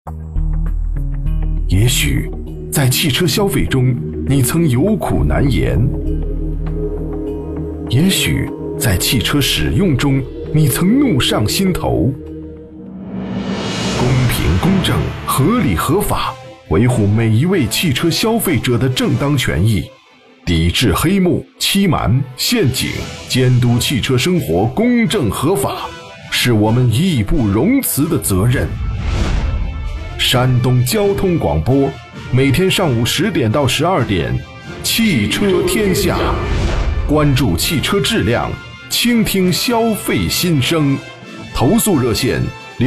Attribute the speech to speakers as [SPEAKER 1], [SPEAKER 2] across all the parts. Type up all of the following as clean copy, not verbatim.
[SPEAKER 1] 也许在汽车消费中，你曾有苦难言；也许在汽车使用中，你曾怒上心头。公平、公正、合理、合法，维护每一位汽车消费者的正当权益，抵制黑幕、欺瞒、陷阱，监督汽车生活公正合法，是我们义不容辞的责任。山东交通广播，每天上午10点到12点，汽车天下，关注汽车质量，倾听消费心声。投诉热线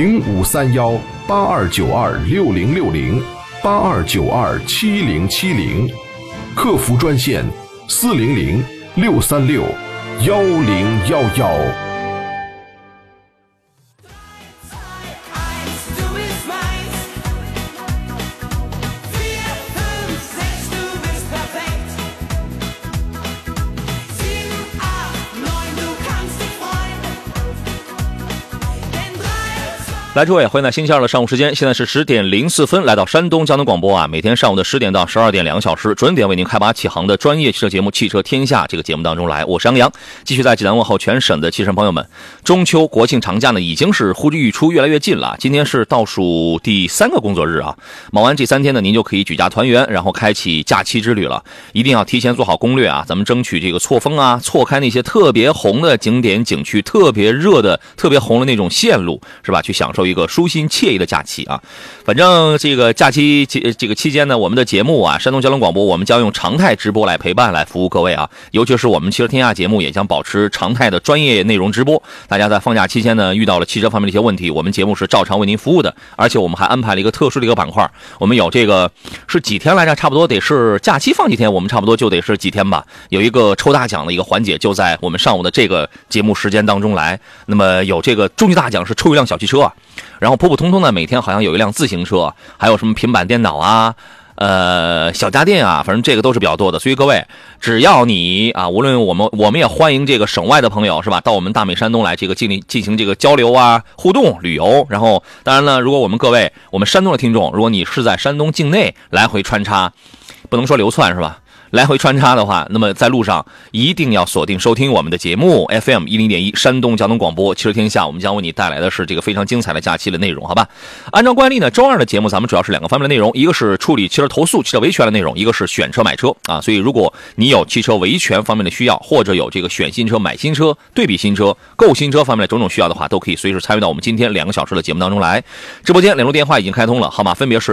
[SPEAKER 1] 0531-8292-6060，8292-7070，客服专线400-636-1011。
[SPEAKER 2] 来，诸位，欢迎在星期二的上午时间，现在是10点04分，来到山东交通广播啊，每天上午的10点到12点2个小时，准点为您开拔启航的专业汽车节目《汽车天下》这个节目当中来，我是杨洋，继续在济南问候全省的汽车朋友们。中秋国庆长假呢，已经是呼之欲出，越来越近了。今天是倒数第3个工作日啊，忙完这3天呢，您就可以举家团圆，然后开启假期之旅了。一定要提前做好攻略啊，咱们争取这个错峰啊，错开那些特别红的景点景区，特别热的、特别红的那种线路，是吧？去享受一个舒心惬意的假期啊！反正这个假期这个期间呢，我们的节目啊，山东交通广播，我们将用常态直播来陪伴、来服务各位啊。尤其是我们汽车天下节目也将保持常态的专业内容直播。大家在放假期间呢，遇到了汽车方面的一些问题，我们节目是照常为您服务的。而且我们还安排了一个特殊的一个板块，我们有这个是几天来着？差不多得是假期放几天，我们差不多就得是几天吧。有一个抽大奖的一个环节，就在我们上午的这个节目时间当中来。那么有这个终极大奖是抽一辆小汽车啊。然后普普通通的每天好像有一辆自行车，还有什么平板电脑啊，小家电啊，反正这个都是比较多的。所以各位，只要你啊，无论我们也欢迎这个省外的朋友是吧，到我们大美山东来这个进行这个交流啊、互动、旅游。然后当然了，如果我们山东的听众，如果你是在山东境内来回穿插，不能说流窜是吧？来回穿插的话，那么在路上一定要锁定收听我们的节目 FM 10.1山东交通广播汽车天下，我们将为你带来的是这个非常精彩的假期的内容，好吧？按照惯例呢，周二的节目咱们主要是2个方面的内容，一个是处理汽车投诉、汽车维权的内容，一个是选车买车啊。所以如果你有汽车维权方面的需要，或者有这个选新车、买新车、对比新车、购新车方面的种种需要的话，都可以随时参与到我们今天2个小时的节目当中来。直播间联络电话已经开通了，号码分别是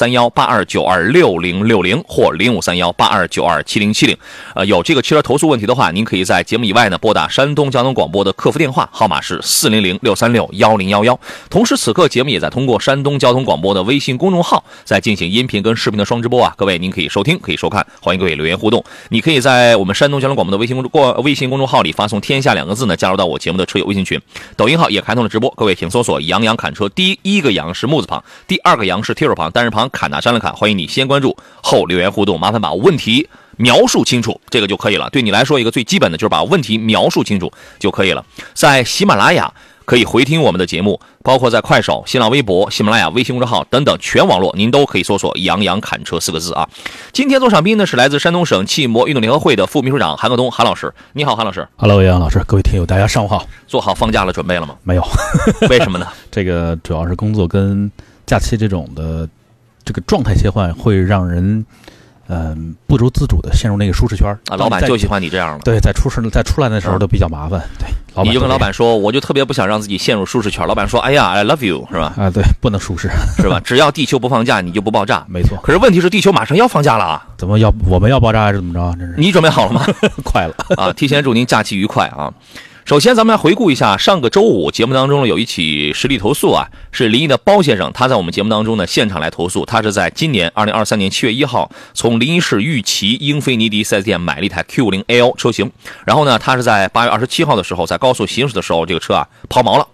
[SPEAKER 2] 0531-8292-6060或0531-8292-7070。有这个汽车投诉问题的话，您可以在节目以外呢拨打山东交通广播的客服电话，号码是400-636-1011。同时此刻节目也在通过山东交通广播的微信公众号在进行音频跟视频的双直播啊，各位您可以收听，可以收看，欢迎各位留言互动。你可以在我们山东交通广播的微信公众号里发送天下2个字呢，加入到我节目的车友微信群。抖音号也开通了直播，各位请搜索杨洋侃车，第一个杨是木字旁，第2个杨是提手旁，单人旁，侃大山的侃，欢迎你先关注后留言互动，麻烦把问题描述清楚，这个就可以了。对你来说，一个最基本的就是把问题描述清楚就可以了。在喜马拉雅可以回听我们的节目，包括在快手、新浪微博、喜马拉雅微信公众号等等全网络，您都可以搜索杨洋侃车4个字啊。今天做场宾呢是来自山东省汽摩运动联合会的副秘书长韩克东，韩老师，你好，韩老师。
[SPEAKER 3] Hello， 杨老师，各位听友，大家上午好。
[SPEAKER 2] 做好放假了准备了吗？
[SPEAKER 3] 没有。
[SPEAKER 2] 为什么呢？
[SPEAKER 3] 这个主要是工作跟假期这种的这个状态切换，会让人不由自主的陷入那个舒适圈
[SPEAKER 2] 啊。老板就喜欢你这样的。
[SPEAKER 3] 对，在出来的时候都比较麻烦。对，老板
[SPEAKER 2] 你就跟老板说，我就特别不想让自己陷入舒适圈。老板说，哎呀 ，I love you， 是吧？
[SPEAKER 3] 啊，对，不能舒适，
[SPEAKER 2] 是吧？只要地球不放假，你就不爆炸。
[SPEAKER 3] 没错。
[SPEAKER 2] 可是问题是，地球马上要放假了啊！
[SPEAKER 3] 怎么要我们要爆炸还是怎么着？这是
[SPEAKER 2] 你准备好了吗？
[SPEAKER 3] 快了
[SPEAKER 2] 啊！提前祝您假期愉快啊！首先，咱们来回顾一下上个周五节目当中有一起实例投诉啊，是临沂的包先生，他在我们节目当中呢现场来投诉，他是在今年2023年7月1号从临沂市玉岐英菲尼迪 4S 店买了一台 Q50L 车型，然后呢，他是在8月27号的时候在高速行驶的时候，这个车啊抛锚了。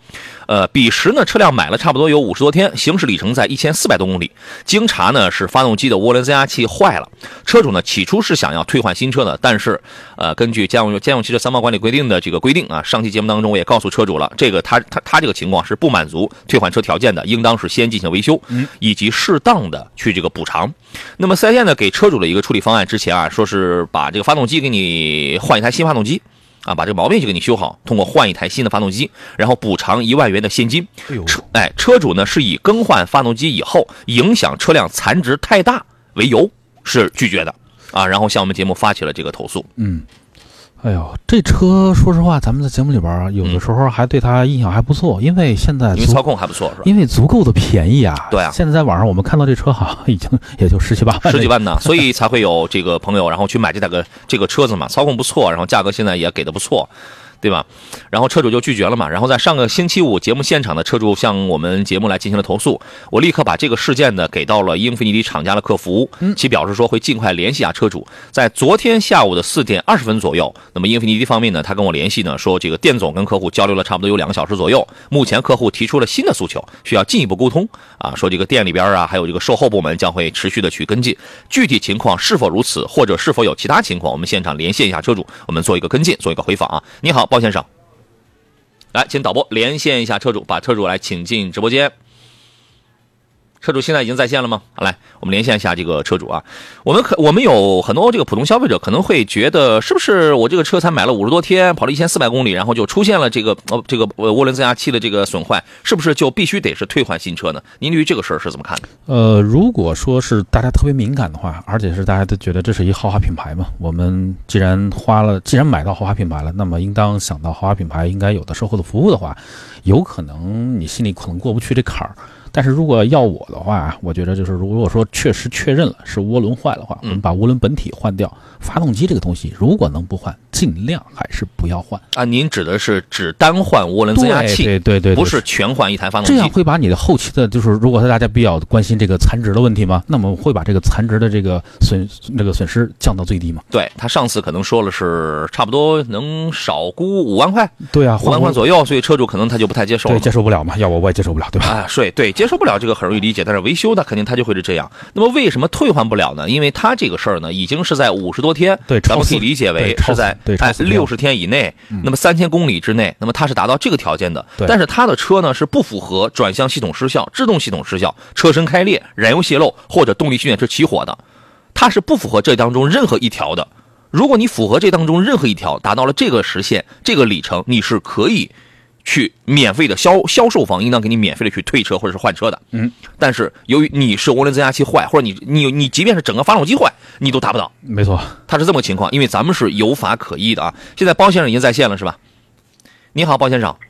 [SPEAKER 2] 彼时呢车辆买了差不多有50多天，行驶里程在1400多公里。经查呢是发动机的涡轮增压器坏了，车主呢起初是想要退换新车的，但是根据家用汽车三包管理规定的这个规定啊，上期节目当中我也告诉车主了，这个他这个情况是不满足退换车条件的，应当是先进行维修，以及适当的去这个补偿。那么4S店呢给车主的一个处理方案之前啊，说是把这个发动机给你换一台新发动机。把这个毛病就给你修好，通过换一台新的发动机，然后补偿1万元的现金。车主呢是以更换发动机以后影响车辆残值太大为由是拒绝的然后向我们节目发起了这个投诉。
[SPEAKER 3] 哎呦，这车说实话，咱们在节目里边有的时候还对它印象还不错，因为现在
[SPEAKER 2] 因为操控还不错是吧？
[SPEAKER 3] 因为足够的便宜啊。
[SPEAKER 2] 对啊，
[SPEAKER 3] 现在在网上我们看到这车好像已经也就十几万
[SPEAKER 2] 呢，所以才会有这个朋友然后去买这个车子嘛，操控不错，然后价格现在也给的不错。对吧？然后车主就拒绝了嘛。然后在上个星期五节目现场的车主向我们节目来进行了投诉，我立刻把这个事件呢给到了英菲尼迪厂家的客服，其表示说会尽快联系下车主。在昨天下午的4点20分左右，那么英菲尼迪方面呢，他跟我联系呢，说这个店总跟客户交流了差不多有2个小时左右，目前客户提出了新的诉求，需要进一步沟通说这个店里边还有这个售后部门将会持续的去跟进，具体情况是否如此，或者是否有其他情况，我们现场连线一下车主，我们做一个跟进，做一个回访你好，包先生，来，请导播连线一下车主，把车主来请进直播间。车主现在已经在线了吗？来，我们连线一下这个车主我们有很多这个普通消费者可能会觉得，是不是我这个车才买了50多天，跑了1400公里，然后就出现了这个涡轮增压器的这个损坏，是不是就必须得是退换新车呢？您对于这个事儿是怎么看的？
[SPEAKER 3] 如果说是大家特别敏感的话，而且是大家都觉得这是一豪华品牌嘛，我们既然买到豪华品牌了，那么应当想到豪华品牌应该有的售后的服务的话，有可能你心里可能过不去这坎儿。但是如果要我的话，我觉得就是如果说确实确认了是涡轮坏的话，我们把涡轮本体换掉，发动机这个东西如果能不换，尽量还是不要换
[SPEAKER 2] 您指的是只单换涡轮增压器，
[SPEAKER 3] 对，
[SPEAKER 2] 不是全换一台发动机，
[SPEAKER 3] 这样会把你的后期的，就是如果大家比较关心这个残值的问题嘛，那么会把这个残值的这个损失降到最低嘛。
[SPEAKER 2] 对，他上次可能说了是差不多能少估5万块，
[SPEAKER 3] 对啊
[SPEAKER 2] ，5万块左右，所以车主可能他就不太接受了，
[SPEAKER 3] 对，接受不了嘛，要我也接受不了，对吧？
[SPEAKER 2] 对，接受不了这个很容易理解，但是维修的肯定他就会是这样。那么为什么退换不了呢？因为他这个事儿呢，已经是在50多天，
[SPEAKER 3] 对，
[SPEAKER 2] 咱们可以理解为是在60天以内，那么3000公里之内，那么他是达到这个条件的。但是他的车呢是不符合转向系统失效、制动系统失效、车身开裂、燃油泄漏或者动力蓄电池起火的，它是不符合这当中任何一条的。如果你符合这当中任何一条，达到了这个时限、这个里程，你是可以去免费的销售方应当给你免费的去退车或者是换车的。但是由于你是涡轮增压器坏，或者你即便是整个发动机坏，你都达不到。
[SPEAKER 3] 没错，
[SPEAKER 2] 它是这么个情况，因为咱们是有法可依的现在包先生已经在线了是吧？你好，包先生。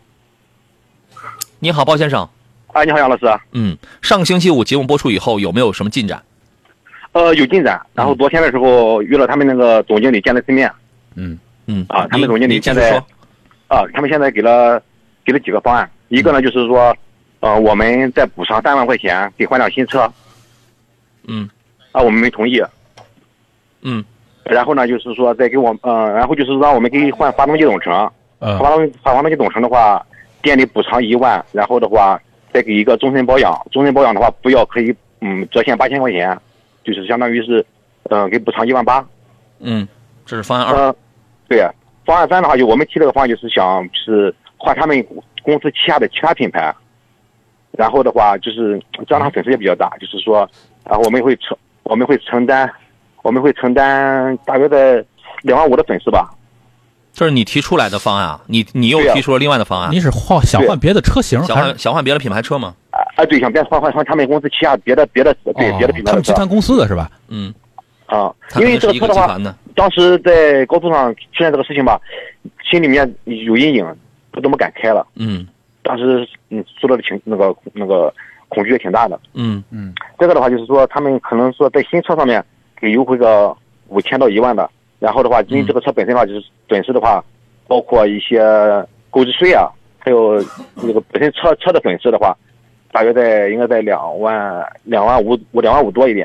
[SPEAKER 2] 你好，包先生。
[SPEAKER 4] 你好，杨老师。
[SPEAKER 2] 上个星期五节目播出以后，有没有什么进展？
[SPEAKER 4] 有进展。然后昨天的时候约了他们那个总经理见了次面。他们总经理现在他们现在给了几个方案，一个呢就是说，我们再补偿3万块钱给换辆新车。我们没同意。然后呢就是说再给我然后就是让我们给换发动机总成。换发动机总成的话，店里补偿1万，然后的话再给一个终身保养。终身保养的话，不要可以折现8000块钱，就是相当于是给补偿1万8。
[SPEAKER 2] 这是方案2。
[SPEAKER 4] 对呀。方案3的话，我们提这个方案就是想是换他们公司旗下的其他品牌，然后的话就是这样，它损失也比较大，就是说我们会承担大约在2万5的损失吧。
[SPEAKER 2] 这是你提出来的方案啊？你又提出了另外的方案？
[SPEAKER 3] 你是想换别的车型，
[SPEAKER 2] 想换别的品牌车吗？
[SPEAKER 4] 对，想换他们公司旗下别的品牌的车。
[SPEAKER 3] 他们集团公司的是吧？
[SPEAKER 4] 因为这个车的话，当时在高速上出现这个事情吧，心里面有阴影，不怎么敢开了。当时受到的那个恐惧也挺大的。这个的话就是说，他们可能说在新车上面给优惠个5000到1万的，然后的话，因为这个车本身的话就是损失的话，包括一些购置税还有那个本身车的损失的话，大约应该在2万5多一点。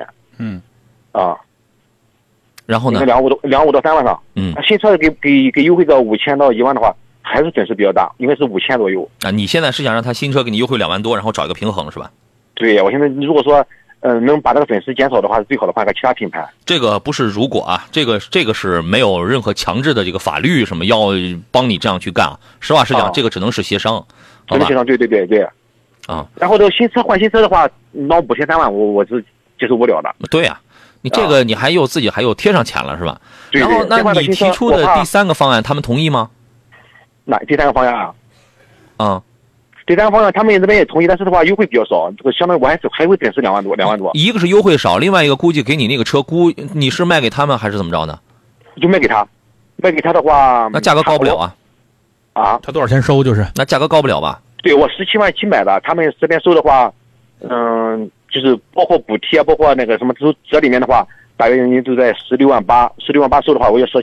[SPEAKER 4] 然后呢？2万5到3万上。新车给优惠个5000到1万的话， 还是损失比较大，应该是5000左右
[SPEAKER 2] 啊。你现在是想让他新车给你优惠2万多，然后找一个平衡是吧？
[SPEAKER 4] 对，我现在如果说能把这个损失减少的话，是最好的，换个其他品牌。
[SPEAKER 2] 这个不是如果啊，这个是没有任何强制的这个法律什么要帮你这样去干啊。实话实讲，这个只能是协商，
[SPEAKER 4] 只能协商，对。啊，然后这个换新车的话，拿补贴3万，我是接受不了的。
[SPEAKER 2] 对呀，你这个你还有自己还有贴上钱了是吧？
[SPEAKER 4] 对。
[SPEAKER 2] 然后那你提出的第3个方案，他们同意吗？
[SPEAKER 4] 哪第3个方案啊？
[SPEAKER 2] 啊。
[SPEAKER 4] 第3个方案他们这边也同意，但是的话优惠比较少，这个相当于我还会损失2万多。
[SPEAKER 2] 一个是优惠少，另外一个估计给你那个车你是卖给他们还是怎么着呢？
[SPEAKER 4] 就卖给他的话，
[SPEAKER 2] 那价格高不了啊。
[SPEAKER 4] 啊？
[SPEAKER 3] 他多少钱收就是？
[SPEAKER 2] 那价格高不了吧？
[SPEAKER 4] 对，我17万7买的，他们这边收的话，就是包括补贴，包括那个什么折里面的话，大约人均都在16万8收的话，我要赊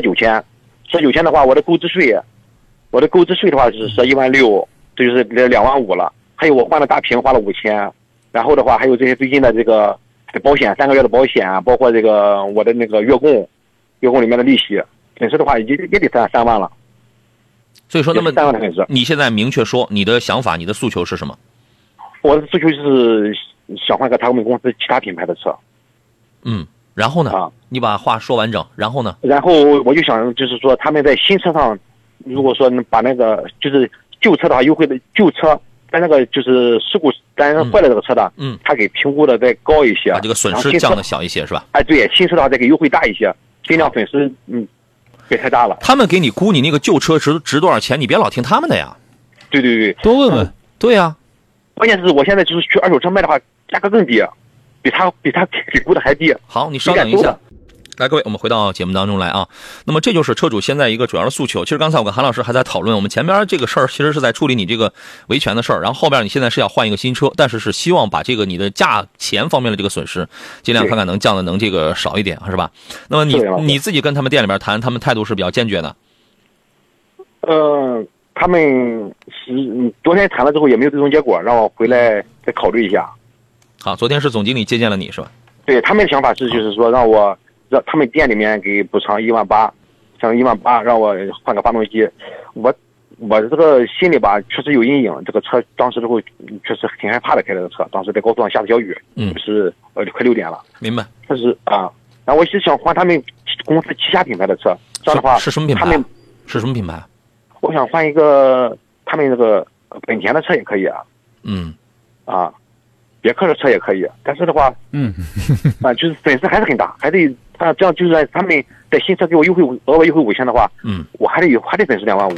[SPEAKER 4] 9000的话，我的购置税的话是赊1万6。这就是2万5了，还有我换了大屏花了5000，然后的话还有这些最近的这个保险3个月的保险，包括这个我的那个月供里面的利息，损失的话也得3万了。
[SPEAKER 2] 所以说，那么
[SPEAKER 4] 3万的损失。
[SPEAKER 2] 你现在明确说你的想法，你的诉求是什么？
[SPEAKER 4] 我的诉求是想换个他们公司其他品牌的车。
[SPEAKER 2] 然后呢？你把话说完整，然后呢？
[SPEAKER 4] 然后我就想就是说他们在新车上，如果说能把那个就是旧车的话优惠的旧车，但那个就是事故但坏了这个车的，他给评估的再高一些，
[SPEAKER 2] 把这个损失降的小一些是吧？
[SPEAKER 4] 哎，对，新车的话再给优惠大一些，尽量损失别太大了。
[SPEAKER 2] 他们给你估你那个旧车值多少钱，你别老听他们的呀。
[SPEAKER 4] 对，
[SPEAKER 3] 多问问。
[SPEAKER 2] 对呀，
[SPEAKER 4] 关键是我现在就是去二手车卖的话，价格更低，比他给估的还低。
[SPEAKER 2] 好，你稍等一下。来，各位，我们回到节目当中来啊。那么这就是车主现在一个主要的诉求。其实刚才我跟韩老师还在讨论，我们前边这个事儿其实是在处理你这个维权的事儿，然后后边你现在是要换一个新车，但是希望把这个你的价钱方面的这个损失尽量看看能降的能这个少一点，是吧？那么你自己跟他们店里边谈，他们态度是比较坚决的。
[SPEAKER 4] 他们是昨天谈了之后也没有最终结果，让我回来再考虑一下。
[SPEAKER 2] 好，昨天是总经理接见了你是吧？
[SPEAKER 4] 对，他们的想法是就是说让他们店里面给补偿1万8，像1万8让我换个发动机。我这个心里吧确实有阴影，这个车当时之后确实挺害怕的，开这个车，当时在高速上下着小雨，就是快6点了。明白。但是然后我是想换他们公司旗下品牌的车，这样的话
[SPEAKER 2] 是什么品牌？是什么品牌？
[SPEAKER 4] 我想换一个他们那个本田的车也可以啊。别克的车也可以，但是的话，就是损失还是很大，还得这样就是他们在新车给我额外优惠5000的话，我还得损失2万5。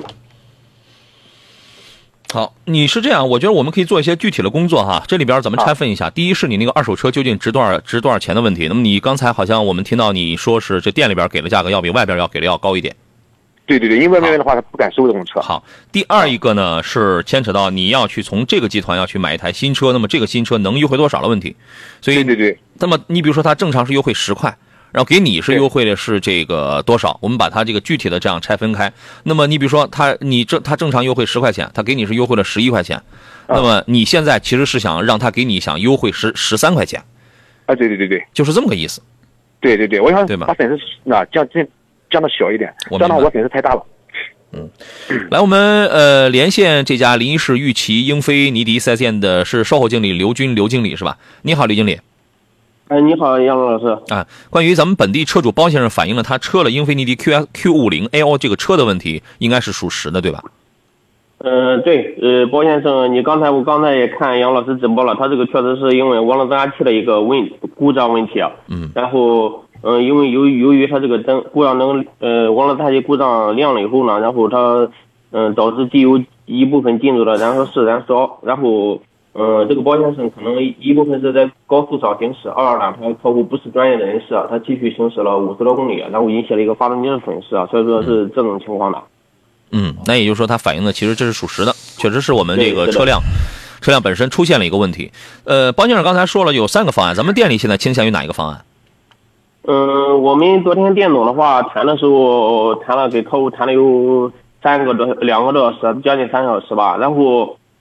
[SPEAKER 2] 好，你是这样，我觉得我们可以做一些具体的工作哈。这里边咱们拆分一下，第一是你那个二手车究竟值多少钱的问题。那么你刚才好像我们听到你说是这店里边给的价格要比外边给的要高一点。对，因为外面的话他不敢收这种车。好，第二一个呢是牵扯到你要去从这个集团要去买一台新车，那么这个新车能优惠多少的问题。所以对。那么你比如说它正常是优惠10块，然后给你是优惠的是这个多少？我们把它这个具体的这样拆分开。那么你比如说它正常优惠10块钱，它给你是优惠了11块钱，那么你现在其实是想让他给你想优惠13块钱。对，就是这么个意思。对，我想把损失降的小一点，这样的话我损失太大了。来，我们连线这家临市玉琪英菲尼迪4S店的是售后经理刘军，刘经理是吧？你好，刘经理。
[SPEAKER 5] 你好，杨老师。
[SPEAKER 2] 关于咱们本地车主包先生反映了他车了英菲尼迪 Q50L 这个车的问题，应该是属实的，对吧？
[SPEAKER 5] 对，包先生，我刚才也看杨老师直播了，他这个确实是因为网络增压器的一个故障问题啊。然后因为由于它这个故障网络增压器故障亮了以后呢，然后它导致机油一部分进入了燃烧，然后这个包先生可能一部分是在高速上行驶，二呢他客户不是专业的人士啊，他继续行驶了50多公里，然后引起了一个发动机的损失啊，所以说是这种情况的。
[SPEAKER 2] 那也就是说他反映的其实这是属实的，确实是我们这个车辆本身出现了一个问题。包先生刚才说了有3个方案，咱们店里现在倾向于哪一个方案？
[SPEAKER 5] 我们昨天店总的话谈的时候给客户谈了有2个多小时，将近3小时吧。然后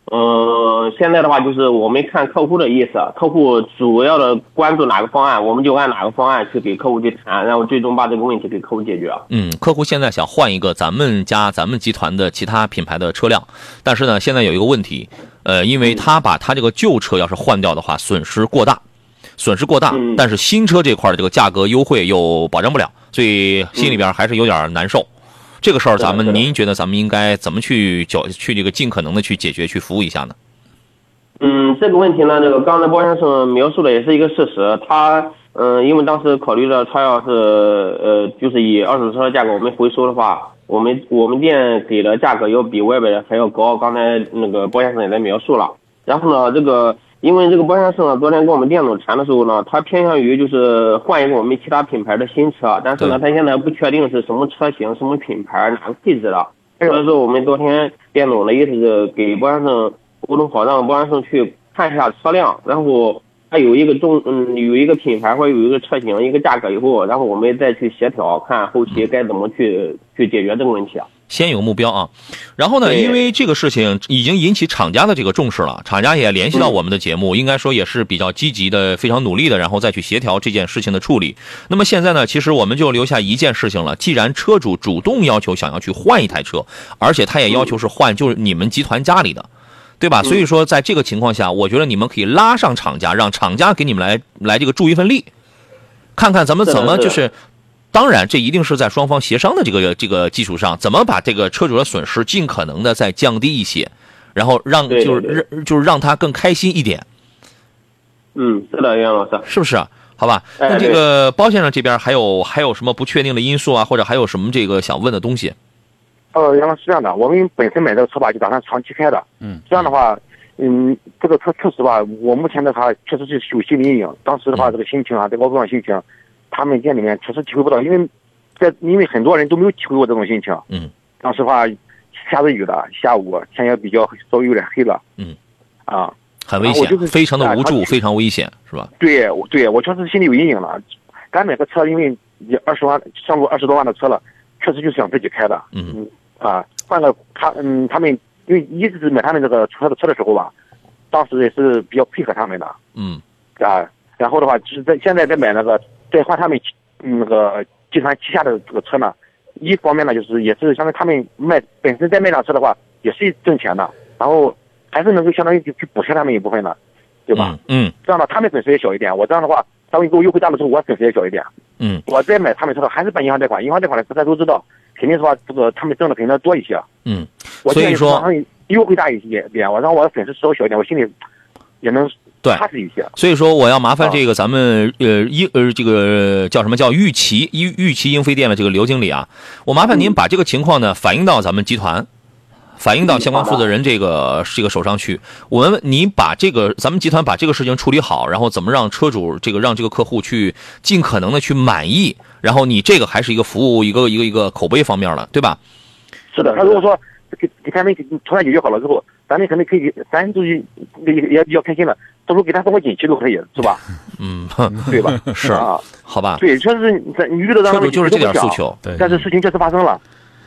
[SPEAKER 5] 现在的话就是我们看客户的意思，客户主要的关注哪个方案，我们就按哪个方案去给客户去谈，然后最终把这个问题给客户解决。
[SPEAKER 2] 客户现在想换一个咱们集团的其他品牌的车辆，但是呢，现在有一个问题，因为他把他这个旧车要是换掉的话，损失过大，但是新车这块的这个价格优惠又保证不了，所以心里边还是有点难受。这个事儿，您觉得咱们应该怎么去这个尽可能的去解决、去服务一下呢？
[SPEAKER 5] 这个问题呢，这个刚才包先生描述的也是一个事实。他因为当时考虑到他要是就是以二手车的价格我们回收的话，我们店给的价格要比外边的还要高。刚才那个包先生也在描述了。然后呢，因为这个包先生呢，昨天跟我们店总谈的时候呢，他偏向于就是换一个我们其他品牌的新车，但是呢，他现在不确定是什么车型、什么品牌、哪个配置的。所以说，我们昨天店总的意思是给包先生沟通好，让包先生去看一下车辆，然后他有一个有一个品牌或者有一个车型、一个价格以后，然后我们再去协调，看后期该怎么去解决这个问题啊。
[SPEAKER 2] 先有目标啊，然后呢，因为这个事情已经引起厂家的这个重视了，厂家也联系到我们的节目，应该说也是比较积极的、非常努力的，然后再去协调这件事情的处理。那么现在呢，其实我们就留下一件事情了，既然车主主动要求想要去换一台车，而且他也要求是换就是你们集团家里的，对吧？所以说在这个情况下，我觉得你们可以拉上厂家，让厂家给你们来这个助一份力，看看咱们怎么就是。当然，这一定是在双方协商的这个基础上，怎么把这个车主的损失尽可能的再降低一些，然后就是让他更开心一点。
[SPEAKER 5] 是的，杨老师，
[SPEAKER 2] 是不是？好吧，那这个包先生这边还有什么不确定的因素啊，或者还有什么这个想问的东西？
[SPEAKER 4] 杨老师是这样的，我们本身买这个车吧，就打算长期开的。这样的话，这个车确实吧，我目前的话确实是有心理阴影。当时的话，这个心情啊，这个工作心情。他们店里面确实体会不到，因为很多人都没有体会过这种心情。当时话下着雨的，下午天也比较稍微有点黑了。
[SPEAKER 2] 很危险，非常的无助，非常危险，是吧？
[SPEAKER 4] 对，我确实心里有阴影了。咱买个车，因为20万上路20多万的车了，确实就是想自己开的。换个他们因为一直买他们这个车的时候吧，当时也是比较配合他们的。然后的话，就是现在在买那个。再换他们那个集团旗下的这个车呢，一方面呢就是也是相当于他们本身在卖辆车的话也是挣钱的，然后还是能够相当于去补贴他们一部分的，对吧？这样的他们损失也小一点，我这样的话他们给我优惠大的时候我损失也小一点。我再买他们车还是办银行贷款，银行贷款的大家都知道，肯定是话这个他们挣的肯定多一些。
[SPEAKER 2] 所以说
[SPEAKER 4] 优惠大一些点，我让我的损失稍小一点，我心里也能。踏实一些，
[SPEAKER 2] 所以说我要麻烦这个咱们这个叫什么叫玉琪英飞店的这个刘经理啊，我麻烦您把这个情况呢反映到咱们集团，反映到相关负责人这个手上去。我们你把咱们集团把这个事情处理好，然后怎么让车主让这个客户去尽可能的去满意，然后你这个还是一个服务一个口碑方面了，对吧？
[SPEAKER 4] 是的，他如果说给他们突然解决好了之后，咱们可能可以，咱就也比较开心了。到时候给他送个锦旗都可以，是吧？对吧？
[SPEAKER 2] 是啊，好吧。
[SPEAKER 4] 对，确实你遇到这样的
[SPEAKER 2] 就是这点诉求，对。
[SPEAKER 4] 但是事情确实发生了。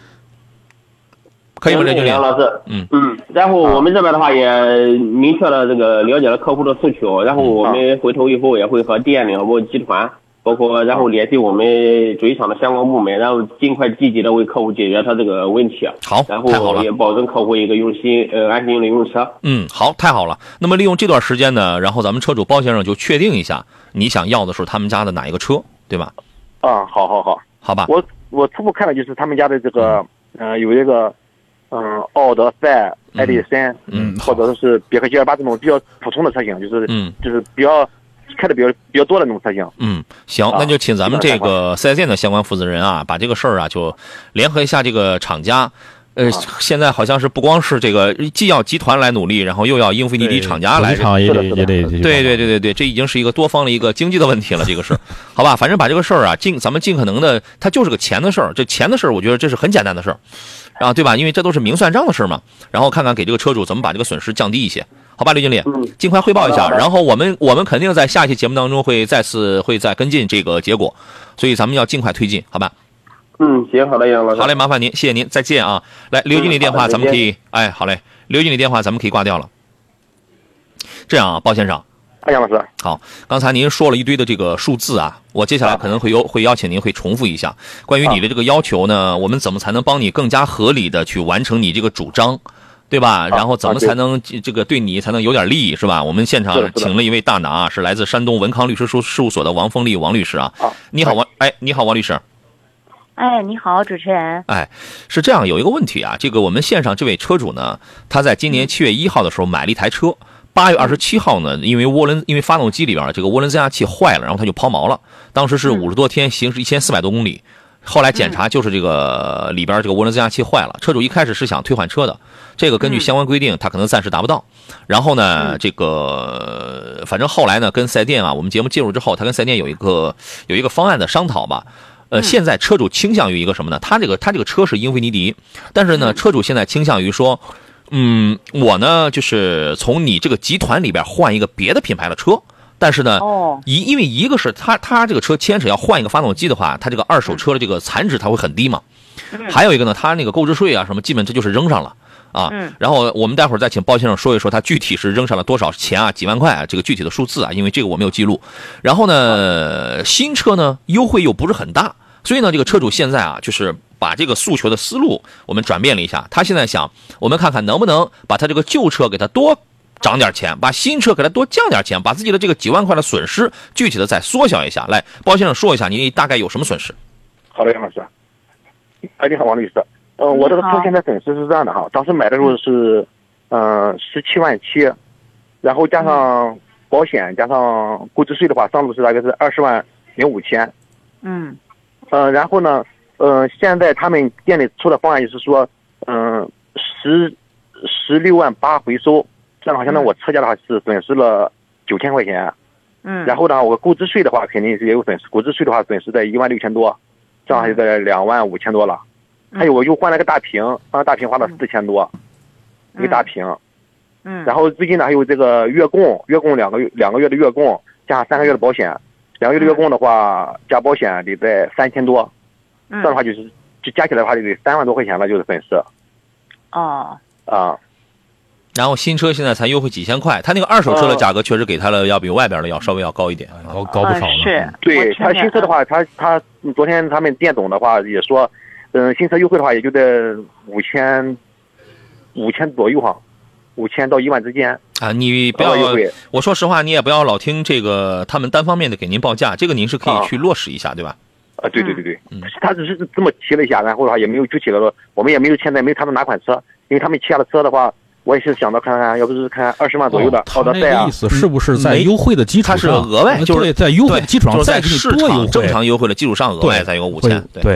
[SPEAKER 2] 可以吗，刘经理？
[SPEAKER 5] 杨老师，然后我们这边的话也明确了这个了解了客户的诉求，然后我们回头以后也会和店里或集团。包括然后联系我们主机厂的相关部门，然后尽快积极的为客户解决他这个问题。
[SPEAKER 2] 好，
[SPEAKER 5] 然后也保证客户一个安心的用车。
[SPEAKER 2] 好，太好了。那么利用这段时间呢，然后咱们车主包先生就确定一下你想要的是他们家的哪一个车，对吧？
[SPEAKER 4] 好吧。我初步看的就是他们家的这个有一个奥德赛、爱丽森，或者是别克G28这种比较普通的车型，就是比较。开的比较多的那种车型。
[SPEAKER 2] 行，那就请咱们这个4S店的相关负责人啊，把这个事儿啊就联合一下这个厂家。现在好像是不光是这个，既要集团来努力，然后又要英菲尼迪厂家来，
[SPEAKER 3] 厂也得
[SPEAKER 2] 对，这已经是一个多方的一个经济的问题了，这个是，好吧，反正把这个事儿啊，咱们尽可能的，它就是个钱的事儿，这钱的事儿，我觉得这是很简单的事儿，啊，对吧？因为这都是明算账的事嘛，然后看看给这个车主怎么把这个损失降低一些。好吧，刘经理，尽快汇报一下，然后我们肯定在下期节目当中会再跟进这个结果，所以咱们要尽快推进，好吧？
[SPEAKER 5] 行，好的，杨老师。
[SPEAKER 2] 好嘞，麻烦您，谢谢您，再见啊！来，刘经理电话咱们可以，好嘞， 刘经理电话咱们可以挂掉了。这样啊，包先生。
[SPEAKER 4] 杨老师，
[SPEAKER 2] 好，刚才您说了一堆的这个数字啊，我接下来可能会邀请您会重复一下关于你的这个要求呢，我们怎么才能帮你更加合理的去完成你这个主张，对吧？然后怎么才能这个对你才能有点利益，是吧？我们现场请了一位大拿，是来自山东文康律师事务所的王凤丽王律师啊。你好你好王律师。
[SPEAKER 6] 你好，主持人。
[SPEAKER 2] 是这样，有一个问题啊，这个我们线上这位车主呢，他在今年7月1号的时候买了一台车。8月27号呢，因为发动机里边这个涡轮增压器坏了，然后他就抛锚了。当时是50多天，行驶1400多公里。后来检查就是这个里边这个涡轮增压器坏了。车主一开始是想退换车的，这个根据相关规定，他可能暂时达不到。然后呢，这个反正后来呢，跟4S店啊，我们节目介入之后，他跟4S店有一个方案的商讨吧。现在车主倾向于一个什么呢？他这个车是英菲尼迪，但是呢，车主现在倾向于说。我呢就是从你这个集团里边换一个别的品牌的车，但是呢，因为一个是他这个车牵扯要换一个发动机的话，他这个二手车的这个残值它会很低嘛。还有一个呢，他那个购置税啊什么，基本这就是扔上了啊。然后我们待会儿再请包先生说一说他具体是扔上了多少钱啊，几万块啊，这个具体的数字啊，因为这个我没有记录。然后呢，新车呢优惠又不是很大，所以呢，这个车主现在啊就是把这个诉求的思路我们转变了一下，他现在想，我们看看能不能把他这个旧车给他多涨点钱，把新车给他多降点钱，把自己的这个几万块的损失具体的再缩小一下。来，包先生说一下，你大概有什么损失？
[SPEAKER 4] 好的，杨老师。你好，王律师。我这个车现在损失是这样的哈，当时买的时候是17万7，然后加上保险加上购置税的话，上路是大概是20万05千。然后呢，现在他们店里出的方案就是说，16万8回收，这样好像呢我车价的话是损失了9000块钱。然后呢，我购置税的话肯定是也有损失，购置税的话损失在16000多，这样还是在2万5千多了。还有我又换了个大屏，大屏花了4000多，一个大屏。然后最近呢还有这个月供2个月的月供，加上3个月的保险，2个月的月供的话加保险得在3000多，这样的话就加起来的话就得3万多块钱了，就是损失。
[SPEAKER 2] 然后新车现在才优惠几千块，他那个二手车的价格确实给他了要比外边的要稍微要高一点，
[SPEAKER 3] 高不少了。
[SPEAKER 6] 是，
[SPEAKER 4] 对他新车的话，他昨天他们店总的话也说，新车优惠的话也就在5000左右哈，5000到1万之间
[SPEAKER 2] 啊。你不要，我说实话，你也不要老听这个他们单方面的给您报价，这个您是可以去落实一下，对吧？
[SPEAKER 4] 对，他只是这么提了一下，然后的话也没有具体的，我们也没有现在没有谈到哪款车，因为他们旗下的车的话，我也是想到看看，要不是看20万左右的奥德赛啊。
[SPEAKER 3] 意思是不是在优惠的基础上，
[SPEAKER 2] 它是额外，就是
[SPEAKER 3] 在优惠的基础上再给你多优惠，
[SPEAKER 2] 正常优惠的基础上额外再有5000。
[SPEAKER 3] 对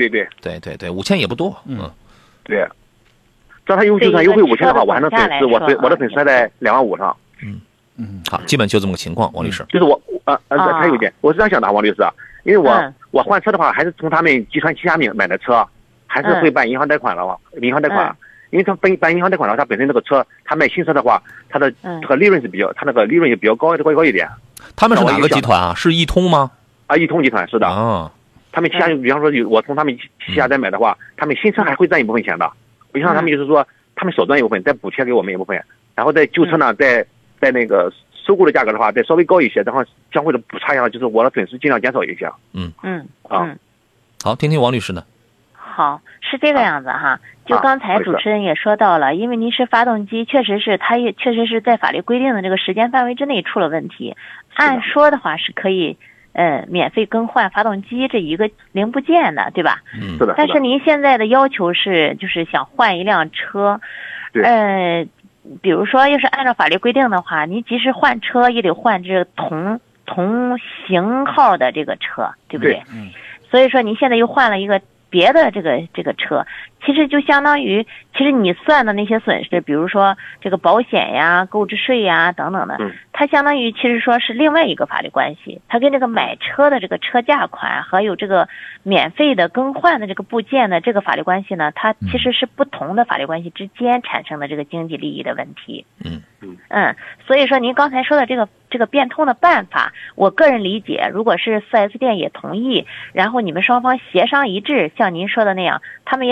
[SPEAKER 2] ，5000也不多。
[SPEAKER 4] 对。这样他就算优惠5000的话，我还能损失，我的损失还在2万5上。
[SPEAKER 2] 好，基本就这么个情况，王律师。
[SPEAKER 4] 就是还有一点，我是这样想的，王律师啊，因为我换车的话，还是从他们集团旗下买的车，还是会办银行贷款了，银行贷款。因为他办银行贷款的话，他本身那个车，他卖新车的话，他的这个利润是他那个利润也比较高一点。他
[SPEAKER 2] 们是哪个集团啊？是易通吗？
[SPEAKER 4] 易通集团是的。他们旗下，比方说我从他们旗下再买的话，他们新车还会赚一部分钱的。我想他们就是说，他们少赚一部分，再补贴给我们一部分，然后在旧车呢，在那个收购的价格的话，再稍微高一些，然后相互的补差一下，就是我的损失尽量减少一些。
[SPEAKER 2] 好，听听王律师呢。
[SPEAKER 6] 好，是这个样子哈。就刚才主持人也说到了，因为您是发动机，它也确实是在法律规定的这个时间范围之内出了问题。按说的话是可以免费更换发动机这一个零部件的，对吧？
[SPEAKER 4] 是的。
[SPEAKER 6] 但是您现在的要求就是想换一辆车，比如说要是按照法律规定的话，您即使换车也得换这同型号的这个车，对不对？所以说您现在又换了一个别的这个车，其实就相当于，其实你算的那些损失，比如说这个保险呀、购置税呀等等的，它相当于其实说是另外一个法律关系，它跟这个买车的这个车价款和有这个免费的更换的这个部件的这个法律关系呢，它其实是不同的法律关系之间产生的这个经济利益的问题。所以说您刚才说的这个变通的办法，我个人理解，如果是4S店也同意，然后你们双方协商一致，像您说的那样，他们也少挣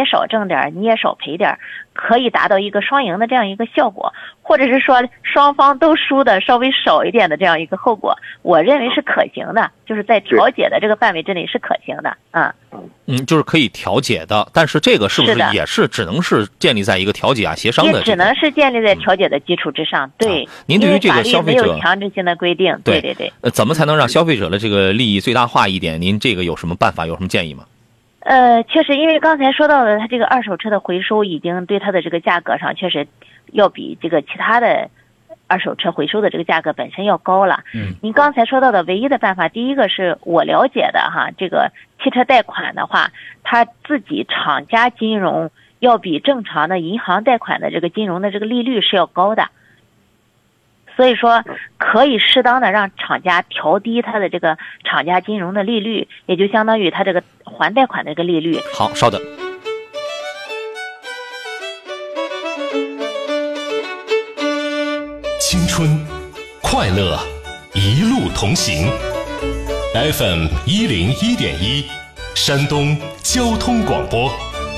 [SPEAKER 6] 挣点你也少赔点，可以达到一个双赢的这样一个效果，或者是说双方都输的稍微少一点的这样一个后果，我认为是可行的，就是在调解的这个范围之内是可行的。
[SPEAKER 2] 就是可以调解的，但是这个是不是也是只能是建立在一个调解协商的、
[SPEAKER 6] 也只能是建立在调解的基础之上。对，
[SPEAKER 2] 您对于这个消费者
[SPEAKER 6] 没有强制性的规定。对。
[SPEAKER 2] 怎么才能让消费者的这个利益最大化一点？您这个有什么办法，有什么建议吗？
[SPEAKER 6] 确实，因为刚才说到的，它这个二手车的回收已经对它的这个价格上确实要比这个其他的二手车回收的这个价格本身要高了。您刚才说到的唯一的办法，第一个是我了解的哈，这个汽车贷款的话，它自己厂家金融要比正常的银行贷款的这个金融的这个利率是要高的。所以说可以适当的让厂家调低它的这个厂家金融的利率，也就相当于它这个还贷款的这个利率。
[SPEAKER 2] 好，稍等。
[SPEAKER 1] 青春快乐一路同行 FM 101.1山东交通广播。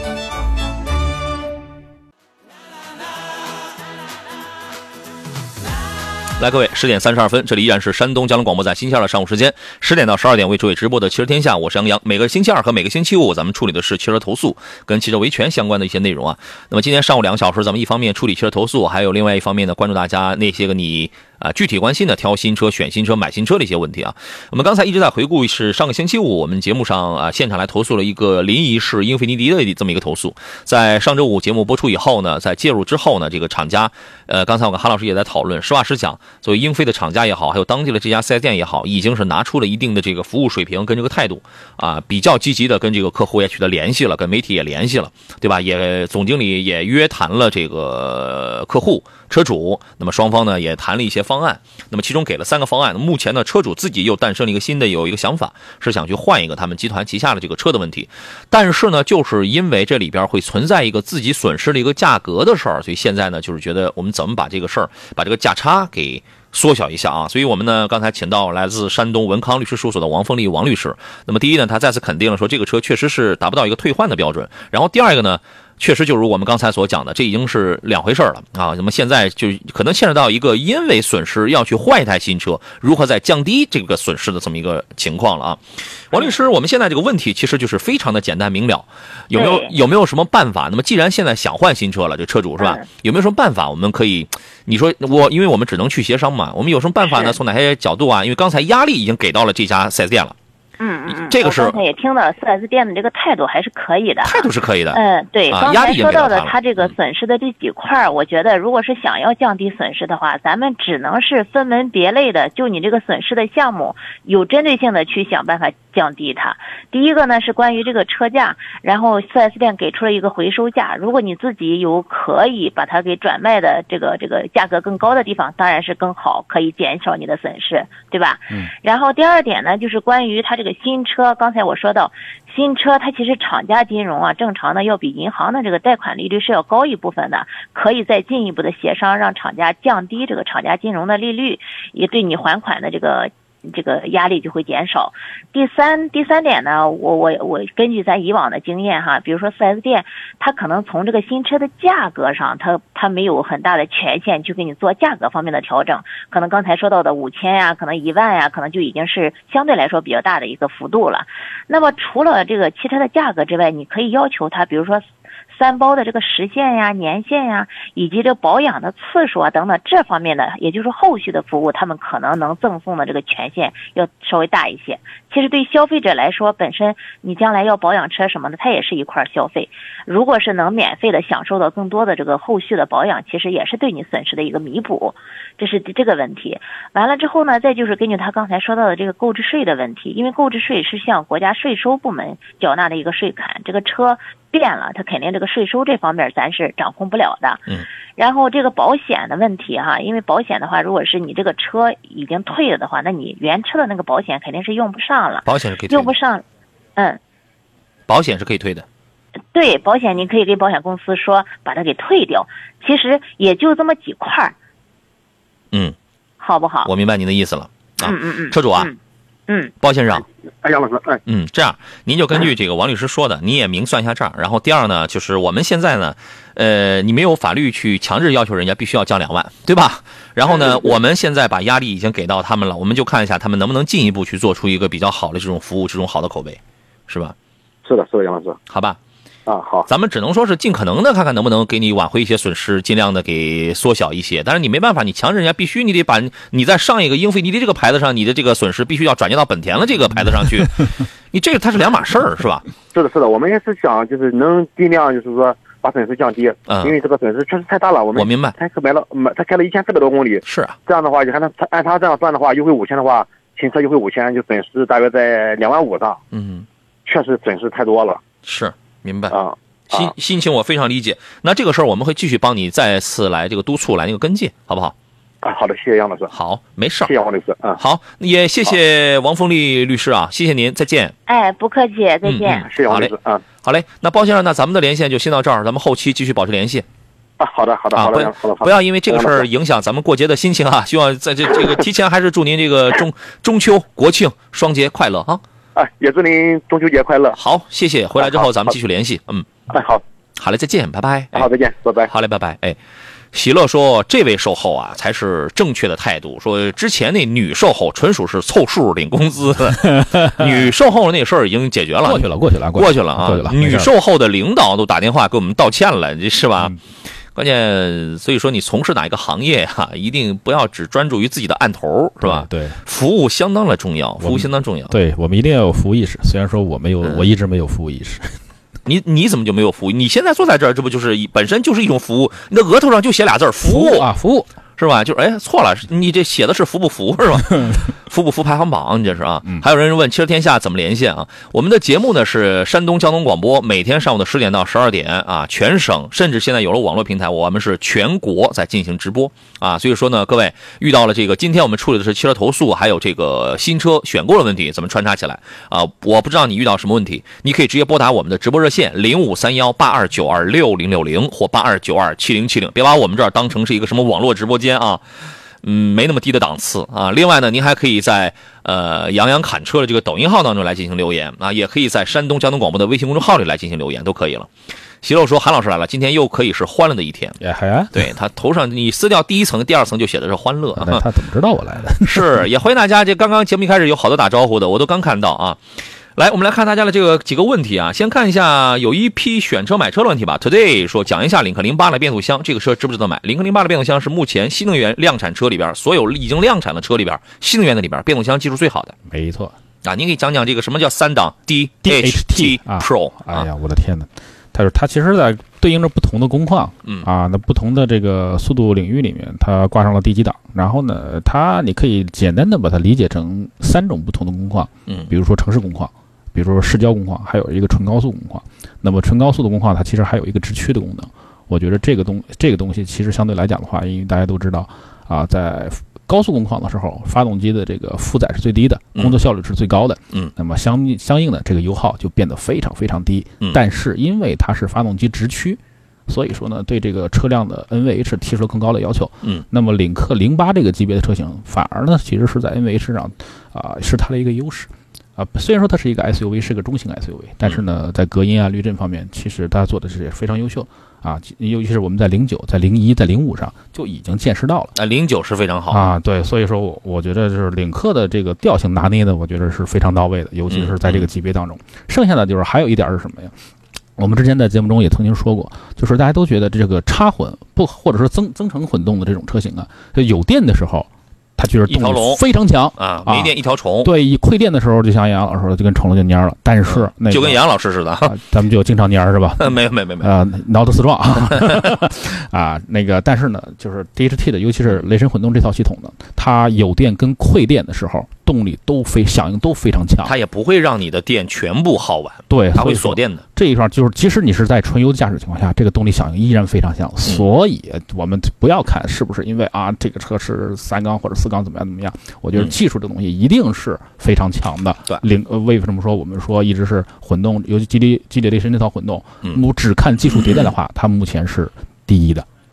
[SPEAKER 2] 来，各位，10点32分，这里依然是山东交通广播，在星期二的上午时间10点到12点为诸位直播的汽车天下，我是杨洋。每个星期二和每个星期五，咱们处理的是汽车投诉跟汽车维权相关的一些内容啊。那么今天上午2个小时，咱们一方面处理汽车投诉，还有另外一方面呢，关注大家那些个你具体关心的挑新车、选新车、买新车的一些问题啊。我们刚才一直在回顾，是上个星期五我们节目上现场来投诉了一个临沂市英菲尼迪的这么一个投诉。在上周五节目播出以后呢，在介入之后呢，这个厂家刚才我跟韩老师也在讨论，实话实讲，作为英菲的厂家也好，还有当地的这家 4S 店也好，已经是拿出了一定的这个服务水平跟这个态度啊，比较积极的跟这个客户也取得联系了，跟媒体也联系了，对吧？也总经理也约谈了这个客户车主，那么双方呢也谈了一些方案，那么其中给了3个方案。目前呢，车主自己又诞生了一个新的有一个想法，是想去换一个他们集团旗下的这个车的问题。但是呢，就是因为这里边会存在一个自己损失的一个价格的事儿，所以现在呢，就是觉得我们怎么把这个事儿，把这个价差给缩小一下啊。所以我们呢刚才请到来自山东文康律师事务所的王凤丽王律师。那么第一呢，他再次肯定了说这个车确实是达不到一个退换的标准。然后第二个呢，确实就如我们刚才所讲的，这已经是两回事了啊。那么现在就可能牵扯到一个因为损失要去换一台新车，如何再降低这个损失的这么一个情况了啊。王律师，我们现在这个问题其实就是非常的简单明了，有没有什么办法？那么既然现在想换新车了，这车主是吧？有没有什么办法我们可以？你说因为我们只能去协商嘛，我们有什么办法呢？从哪些角度啊？因为刚才压力已经给到了这家 4S 店了。这个是
[SPEAKER 6] 我刚才也听到了 4S 店的这个态度还是可以的，
[SPEAKER 2] 态度是可以的。
[SPEAKER 6] 对，刚才说到的他这个损失的这几块，我觉得如果是想要降低损失的话，咱们只能是分门别类的，就你这个损失的项目，有针对性的去想办法降低它。第一个呢是关于这个车价，然后 4S 店给出了一个回收价，如果你自己有可以把它给转卖的这个价格更高的地方，当然是更好，可以减少你的损失，对吧？然后第二点呢，就是关于它这个新车，刚才我说到新车它其实厂家金融啊，正常的要比银行的这个贷款利率是要高一部分的，可以再进一步的协商，让厂家降低这个厂家金融的利率，也对你还款的这个压力就会减少。第三点呢，我根据咱以往的经验哈，比如说 4S 店，它可能从这个新车的价格上，它没有很大的权限去给你做价格方面的调整，可能刚才说到的5000呀，可能1万呀，可能就已经是相对来说比较大的一个幅度了。那么除了这个汽车的价格之外，你可以要求它，比如说3包的这个时限呀、年限呀，以及这保养的次数啊等等这方面的，也就是后续的服务，他们可能能赠送的这个权限要稍微大一些。其实对消费者来说，本身你将来要保养车什么的，它也是一块消费。如果是能免费的享受到更多的这个后续的保养，其实也是对你损失的一个弥补，这是这个问题。完了之后呢，再就是根据他刚才说到的这个购置税的问题，因为购置税是向国家税收部门缴纳的一个税款，这个车变了，它肯定这个税收这方面咱是掌控不了的。然后这个保险的问题哈，因为保险的话，如果是你这个车已经退了的话，那你原车的那个保险肯定是用不上了。
[SPEAKER 2] 保险是可以退的，
[SPEAKER 6] 用不上，
[SPEAKER 2] 保险是可以退的。
[SPEAKER 6] 对，保险你可以给保险公司说把它给退掉，其实也就这么几块，好不好？
[SPEAKER 2] 我明白您的意思了。车主啊， 包先生。
[SPEAKER 4] 杨老师，
[SPEAKER 2] 这样您就根据这个王律师说的，你也明算一下账。然后第二呢，就是我们现在呢，你没有法律去强制要求人家必须要交2万，对吧？然后呢，我们现在把压力已经给到他们了，我们就看一下他们能不能进一步去做出一个比较好的这种服务，这种好的口碑，是吧？
[SPEAKER 4] 是的，杨老师，
[SPEAKER 2] 好吧。
[SPEAKER 4] 好，
[SPEAKER 2] 咱们只能说是尽可能的看看能不能给你挽回一些损失，尽量的给缩小一些。但是你没办法，你强制人家必须你得把你在上一个英菲尼迪这个牌子上，你的这个损失必须要转接到本田的这个牌子上去，你这个它是2码事儿，是吧？
[SPEAKER 4] 是的，我们也是想就是能尽量就是说把损失降低，因为这个损失确实太大了。我
[SPEAKER 2] 明白。
[SPEAKER 4] 他开了1400多公里，
[SPEAKER 2] 是啊，
[SPEAKER 4] 这样的话就按他这样算的话，优惠5000的话，新车优惠5000，就损失大约在2万5上。确实损失太多了。
[SPEAKER 2] 是，明白啊。心情我非常理解。那这个事儿我们会继续帮你再次来这个督促来那个跟进，好不好？
[SPEAKER 4] 好的，谢谢杨老师。
[SPEAKER 2] 好，没事。
[SPEAKER 4] 谢谢王律师。
[SPEAKER 2] 好，也谢谢王凤丽律师啊，谢谢您，再见。
[SPEAKER 6] 不客气，再见。
[SPEAKER 4] 谢谢王律师。
[SPEAKER 2] 好嘞。那包先生，那咱们的连线就先到这儿，咱们后期继续保持联系。
[SPEAKER 4] 好的。
[SPEAKER 2] 不要因为这个事儿影响咱们过节的心情啊！希望在这个提前还是祝您这个中秋国庆双节快乐啊！
[SPEAKER 4] 也祝您中秋节快乐。
[SPEAKER 2] 好，谢谢。回来之后咱们继续联系。好嘞，再见，拜拜。
[SPEAKER 4] 好，再见，拜拜。
[SPEAKER 2] 好嘞，拜拜。喜乐说，这位售后啊才是正确的态度。说之前那女售后纯属是凑数领工资，女售后那事儿已经解决了，
[SPEAKER 3] 过去了啊。
[SPEAKER 2] 女售后的领导都打电话给我们道歉了，是吧？关键，所以说你从事哪一个行业啊，一定不要只专注于自己的案头，是吧？
[SPEAKER 3] 对，
[SPEAKER 2] 服务相当的重要，
[SPEAKER 3] 对，我们一定要有服务意识。虽然说我一直没有服务意识。
[SPEAKER 2] 你怎么就没有服务？你现在坐在这儿，这不就是本身就是一种服务？你的额头上就写俩字服务
[SPEAKER 3] 啊，服务
[SPEAKER 2] 是吧？就是错了，你这写的是服不服是吧？服不服排行榜，你这是啊？还有人问汽车天下怎么连线啊？我们的节目呢是山东交通广播，每天上午的10点到12点啊，全省甚至现在有了网络平台，我们是全国在进行直播啊。所以说呢，各位遇到了这个，今天我们处理的是汽车投诉，还有这个新车选购的问题，怎么穿插起来啊？我不知道你遇到什么问题，你可以直接拨打我们的直播热线053182926060或82927070，别把我们这儿当成是一个什么网络直播间啊。没那么低的档次啊。另外呢，您还可以在杨洋侃车的这个抖音号当中来进行留言啊，也可以在山东交通广播的微信公众号里来进行留言，都可以了。喜乐说，韩老师来了，今天又可以是欢乐的一天。对，他头上你撕掉第1层、第2层就写的是欢乐。
[SPEAKER 3] 他怎么知道我来的？
[SPEAKER 2] 是，也欢迎大家。这刚刚节目一开始有好多打招呼的，我都刚看到啊。来，我们来看大家的这个几个问题啊。先看一下有一批选车买车的问题吧。Today 说讲一下领克08的变速箱，这个车值不值得买？领克08的变速箱是目前新能源量产车里边所有已经量产的车里边新能源的里边变速箱技术最好的。
[SPEAKER 3] 没错
[SPEAKER 2] 啊，您可以讲讲这个什么叫3档 DHT Pro
[SPEAKER 3] 哎呀，我的天哪！它其实在对应着不同的工况，那不同的这个速度领域里面，它挂上了第几档。然后呢，你可以简单的把它理解成3种不同的工况，比如说城市工况，比如说市郊工况，还有一个纯高速工况。那么纯高速的工况，它其实还有一个直驱的功能。我觉得这个东西其实相对来讲的话，因为大家都知道啊，在高速工况的时候，发动机的这个负载是最低的，工作效率是最高的。那么相应的这个油耗就变得非常非常低。但是因为它是发动机直驱，所以说呢，对这个车辆的 NVH 提出了更高的要求。那么领克08这个级别的车型，反而呢，其实是在 NVH 上是它的一个优势。虽然说它是一个 SUV， 是个中型 SUV， 但是呢，在隔音滤震方面，其实它做的是非常优秀啊。尤其是我们在09、在01、在05上就已经见识到了。
[SPEAKER 2] 09是非常好
[SPEAKER 3] 啊，对，所以说我觉得就是领克的这个调性拿捏的，我觉得是非常到位的，尤其是在这个级别当中。剩下的就是还有一点是什么呀？我们之前在节目中也曾经说过，就是大家都觉得这个插混或者是增程混动的这种车型啊，有电的时候，它觉得动力非常强
[SPEAKER 2] 啊，没电一条虫。
[SPEAKER 3] 对，一亏电的时候，就像杨老师说，就跟虫子就蔫了。但是
[SPEAKER 2] 就跟杨老师似的，
[SPEAKER 3] 咱们就经常蔫是吧？
[SPEAKER 2] 没有
[SPEAKER 3] 挠得四撞啊。但是呢，就是 DHT 的，尤其是雷神混动这套系统呢，它有电跟亏电的时候，动力响应都非常强。
[SPEAKER 2] 它也不会让你的电全部耗完，
[SPEAKER 3] 对，
[SPEAKER 2] 它会锁电的。
[SPEAKER 3] 这一块就是，即使你是在纯油驾驶情况下，这个动力响应依然非常强。所以我们不要看是不是因为这个车是3缸或者4缸怎么样，我觉得技术这个东西一定是非常强的。
[SPEAKER 2] 对，
[SPEAKER 3] 为什么说我们说一直是混动，尤其激烈雷神这套混动，只看技术迭代的话，它目前是第一的。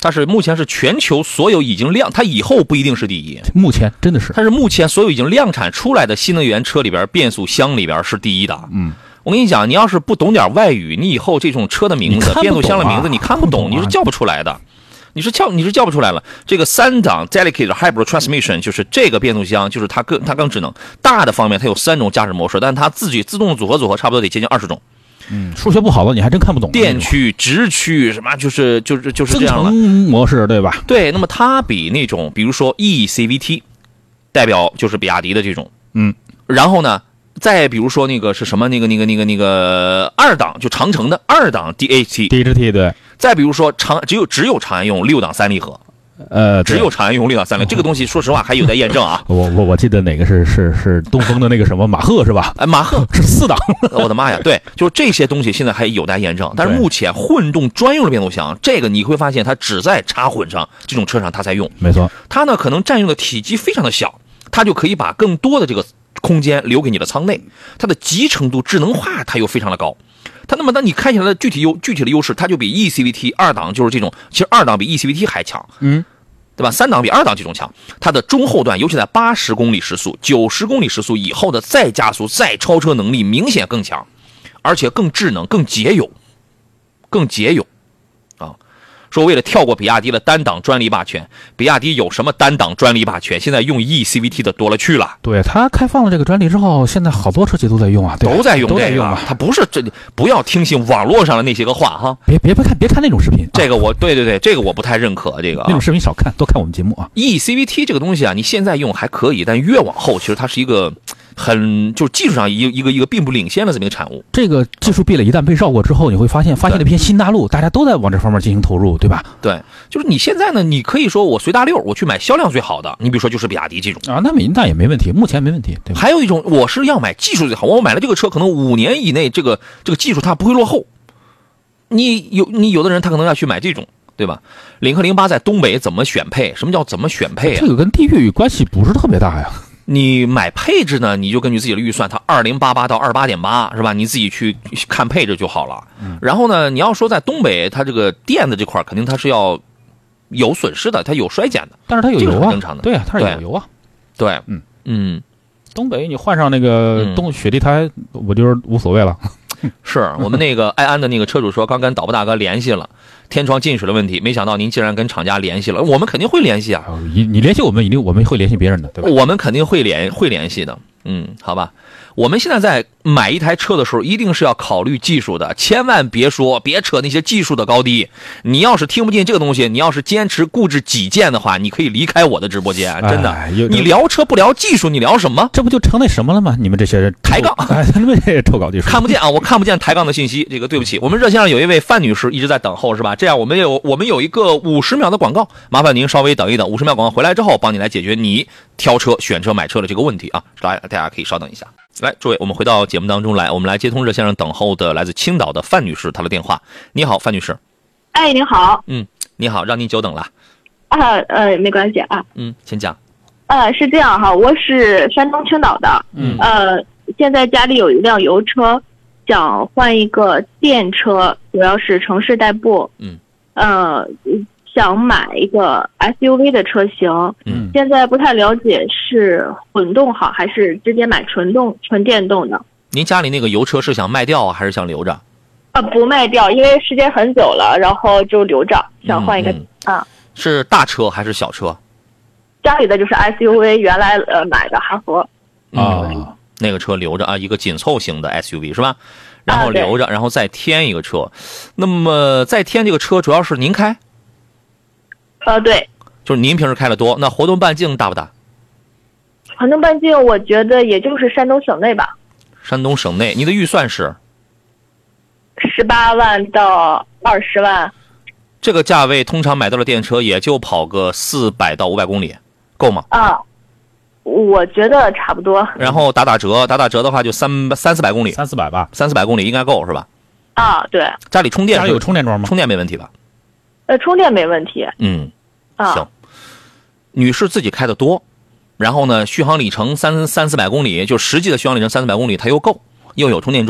[SPEAKER 2] 它是目前是全球所有已经它以后不一定是第一，
[SPEAKER 3] 目前真的是，
[SPEAKER 2] 它是目前所有已经量产出来的新能源车里边变速箱里边是第一的。我跟你讲，你要是不懂点外语，你以后这种车的名字、变速箱的名字你看不懂，你是叫不出来的。你是叫不出来了。这个3档 Dedicated Hybrid Transmission 就是这个变速箱，就是它更智能。大的方面它有3种驾驶模式，但它自动组合差不多得接近20种。
[SPEAKER 3] 数学不好的你还真看不懂。
[SPEAKER 2] 电驱、直驱什么，就是这样的
[SPEAKER 3] 增程模式，对吧？
[SPEAKER 2] 对，那么它比那种，比如说 eCVT， 代表就是比亚迪的这种，然后呢，再比如说那个是什么，那个2档就长城的2档 DHT， 对。再比如说只有长安用6档3离合。只有长安用6档3离，这个东西说实话还有待验证啊。
[SPEAKER 3] 我记得哪个是东风的那个什么马赫是吧？
[SPEAKER 2] 马赫
[SPEAKER 3] 是4档。
[SPEAKER 2] 我的妈呀！对，就是这些东西现在还有待验证。但是目前混动专用的变速箱，这个你会发现它只在插混上这种车上它才用。
[SPEAKER 3] 没错，
[SPEAKER 2] 它呢可能占用的体积非常的小，它就可以把更多的这个空间留给你的舱内。它的集成度、智能化它又非常的高。它那么当你开起来的具体的优势，它就比 eCVT 2档就是这种，其实2档比 eCVT 还强，对吧？3档比2档这种强。它的中后段，尤其在80公里时速、90公里时速以后的再加速、再超车能力明显更强，而且更智能、更节油啊！说为了跳过比亚迪的单档专利霸权，比亚迪有什么单档专利霸权？现在用 eCVT 的多了去了。
[SPEAKER 3] 对，它开放了这个专利之后，现在好多车企都在用啊，
[SPEAKER 2] 都在用啊。它不是不要听信网络上的那些个话哈。
[SPEAKER 3] 别看那种视频，
[SPEAKER 2] 这个对，这个我不太认可。这个
[SPEAKER 3] 那种视频少看，多看我们节目啊。
[SPEAKER 2] eCVT 这个东西啊，你现在用还可以，但越往后其实它是一个就是技术上一个并不领先的这么一个产物。
[SPEAKER 3] 这个技术壁垒一旦被绕过之后，你会发现了一片新大陆，大家都在往这方面进行投入，对吧？
[SPEAKER 2] 对，就是你现在呢，你可以说我随大溜，我去买销量最好的，你比如说就是比亚迪这种
[SPEAKER 3] 啊，那也没问题，目前没问题，对吧？
[SPEAKER 2] 还有一种，我是要买技术最好，我买了这个车，可能5年以内这个技术它不会落后。你有的人他可能要去买这种，对吧？领克08在东北怎么选配？什么叫怎么选配啊？
[SPEAKER 3] 这个跟地域关系不是特别大呀。
[SPEAKER 2] 你买配置呢，你就根据自己的预算，它2088到28.8是吧？你自己去看配置就好了。然后呢，你要说在东北，它这个电的这块肯定它是要有损失的，它有衰减的，
[SPEAKER 3] 但是它有油啊，
[SPEAKER 2] 正常的。
[SPEAKER 3] 对啊，它是有油啊。
[SPEAKER 2] 对，
[SPEAKER 3] 东北你换上那个雪地胎，我就是无所谓了。
[SPEAKER 2] 是我们那个爱安的那个车主说，刚跟导播大哥联系了天窗进水的问题，没想到您竟然跟厂家联系了，我们肯定会联系啊。
[SPEAKER 3] 你联系我们，我们会联系别人的，对吧？
[SPEAKER 2] 我们肯定会联系的。好吧。我们现在在买一台车的时候，一定是要考虑技术的，千万别扯那些技术的高低。你要是听不进这个东西，你要是坚持固执己见的话，你可以离开我的直播间，真的。你聊车不聊技术，你聊什么？
[SPEAKER 3] 这不就成那什么了吗？你们这些人
[SPEAKER 2] 抬杠，
[SPEAKER 3] 你们这些臭搞技术，
[SPEAKER 2] 看不见啊！我看不见抬杠的信息，这个对不起。我们热线上有一位范女士一直在等候，是吧？这样我们有一个50秒的广告，麻烦您稍微等一等，50秒广告回来之后，帮你来解决你挑车、选车、买车的这个问题啊！大家可以稍等一下。来，诸位，我们回到节目当中来，我们来接通热线上等候的来自青岛的范女士，她的电话。你好，范女士。
[SPEAKER 7] 哎，您好。
[SPEAKER 2] 你好，让您久等了。
[SPEAKER 7] 没关系啊。
[SPEAKER 2] 请讲。
[SPEAKER 7] 是这样哈，我是山东青岛的。现在家里有一辆油车，想换一个电车，主要是城市代步。想买一个 SUV 的车型。现在不太了解是混动好还是直接买纯电动的。
[SPEAKER 2] 您家里那个油车是想卖掉啊，还是想留着？
[SPEAKER 7] 不卖掉，因为时间很久了，然后就留着，想换一个。
[SPEAKER 2] 是大车还是小车？
[SPEAKER 7] 家里的就是 SUV， 原来买的哈弗。
[SPEAKER 2] 那个车留着啊，一个紧凑型的 SUV 是吧？然后留着，然后再添一个车。那么再添这个车主要是您开？
[SPEAKER 7] 对，
[SPEAKER 2] 就是您平时开的多。那活动半径大不大？
[SPEAKER 7] 活动半径我觉得也就是山东省内吧。
[SPEAKER 2] 山东省内，你的预算是
[SPEAKER 7] 18万到20万。
[SPEAKER 2] 这个价位通常买到的电车也就跑个400到500公里，够吗？
[SPEAKER 7] 我觉得差不多。
[SPEAKER 2] 然后打折的话就300-400公里
[SPEAKER 3] ，300-400吧
[SPEAKER 2] ，300-400公里应该够是吧？
[SPEAKER 7] 对。
[SPEAKER 2] 家里充电
[SPEAKER 3] 有充电桩吗？
[SPEAKER 2] 充电没问题吧？
[SPEAKER 7] 充电没问题。
[SPEAKER 2] 行。女士自己开的多，然后呢，续航里程300-400公里，就实际的续航里程300-400公里，它又够，又有充电桩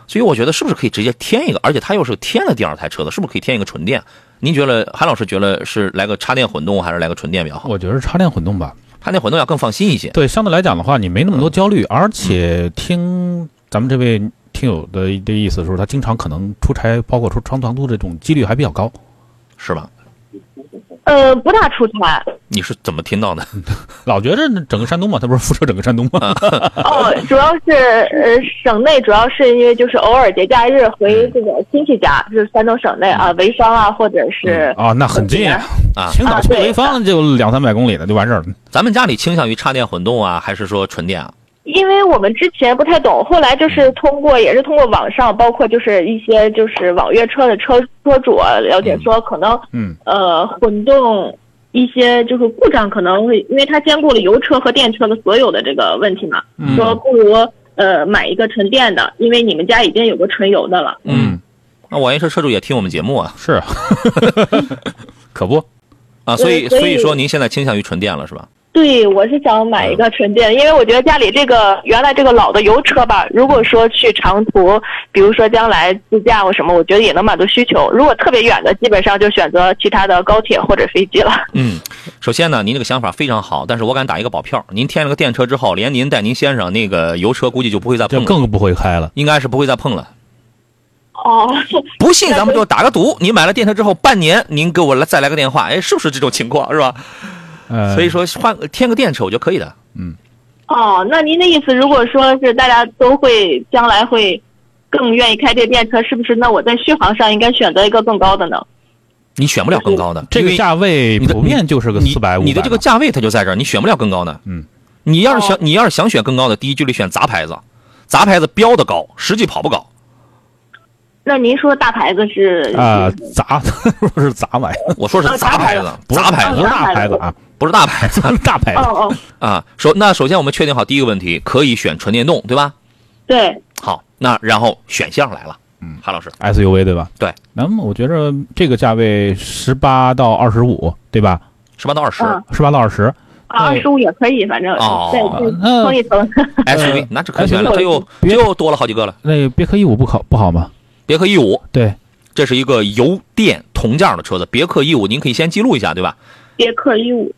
[SPEAKER 2] 所以我觉得是不是可以直接添一个，而且它又是添了第二台车的，是不是可以添一个纯电？您觉得韩老师觉得是来个插电混动还是来个纯电比较好？
[SPEAKER 3] 我觉得是插电混动吧，
[SPEAKER 2] 插电混动要更放心一些。
[SPEAKER 3] 对，相对来讲的话，你没那么多焦虑，而且听咱们这位听友的意思是，他经常可能出差，包括出长途这种几率还比较高，
[SPEAKER 2] 是吧？
[SPEAKER 7] 不大出差。
[SPEAKER 2] 你是怎么听到的？
[SPEAKER 3] 老觉着整个山东嘛，他不是辐射整个山东吗？
[SPEAKER 7] 主要是省内，主要是因为就是偶尔节假日回这个亲戚家，就是山东省内啊，潍坊啊，或者是
[SPEAKER 3] 那很近啊，青岛去潍坊就200-300公里的就完事儿了。
[SPEAKER 2] 咱们家里倾向于插电混动啊，还是说纯电啊？
[SPEAKER 7] 因为我们之前不太懂，后来就是也是通过网上，包括就是一些就是网约车的车主了解说，可能混动一些就是故障可能会，因为它兼顾了油车和电车的所有的这个问题嘛，说不如买一个纯电的，因为你们家已经有个纯油的了。
[SPEAKER 2] 那网约车车主也听我们节目啊？
[SPEAKER 3] 是，可不
[SPEAKER 2] 啊，所以说您现在倾向于纯电了是吧？
[SPEAKER 7] 对，我是想买一个纯电，因为我觉得家里原来这个老的油车吧，如果说去长途，比如说将来自驾或什么，我觉得也能满足需求。如果特别远的，基本上就选择其他的高铁或者飞机了。
[SPEAKER 2] 首先呢，您这个想法非常好，但是我敢打一个保票，您添了个电车之后，连您带您先生那个油车估计就不会再碰了，
[SPEAKER 3] 就更不会开了，
[SPEAKER 2] 应该是不会再碰了。
[SPEAKER 7] 哦，
[SPEAKER 2] 不信咱们就打个赌，你买了电车之后半年，您给我再来个电话，哎，是不是这种情况是吧？所以说添个电车我就可以的。
[SPEAKER 7] 那您的意思，如果说是大家都会将来会更愿意开这电车，是不是？那我在续航上应该选择一个更高的呢？
[SPEAKER 2] 你选不了更高的，
[SPEAKER 3] 这个价位普遍就是个400-500。
[SPEAKER 2] 你的这个价位它就在这儿，你选不了更高的。你要是想选更高的，第一就得选杂牌子，杂牌子标的高，实际跑不高。
[SPEAKER 7] 那您说大牌子是
[SPEAKER 3] 不是杂买，
[SPEAKER 2] 我说是杂牌子，杂牌子
[SPEAKER 3] 不是大牌子啊，
[SPEAKER 2] 不是大牌子，
[SPEAKER 3] 大牌子
[SPEAKER 2] 啊。首先我们确定好第一个问题，可以选纯电动，对吧？
[SPEAKER 7] 对。
[SPEAKER 2] 好，那然后选项来了，韩老师
[SPEAKER 3] ，SUV 对吧？
[SPEAKER 2] 对。
[SPEAKER 3] 那么我觉着这个价位18到25，对吧
[SPEAKER 2] ？18到20
[SPEAKER 3] ，18到20。
[SPEAKER 7] 25也可以，反正再冲一层。
[SPEAKER 2] SUV 那这可选了，这又多了好几个了。
[SPEAKER 3] 那别克E5不好吗？
[SPEAKER 2] 别克E5，
[SPEAKER 3] 对，
[SPEAKER 2] 这是一个油电同价的车子。别克E5您可以先记录一下，对吧？
[SPEAKER 7] 别克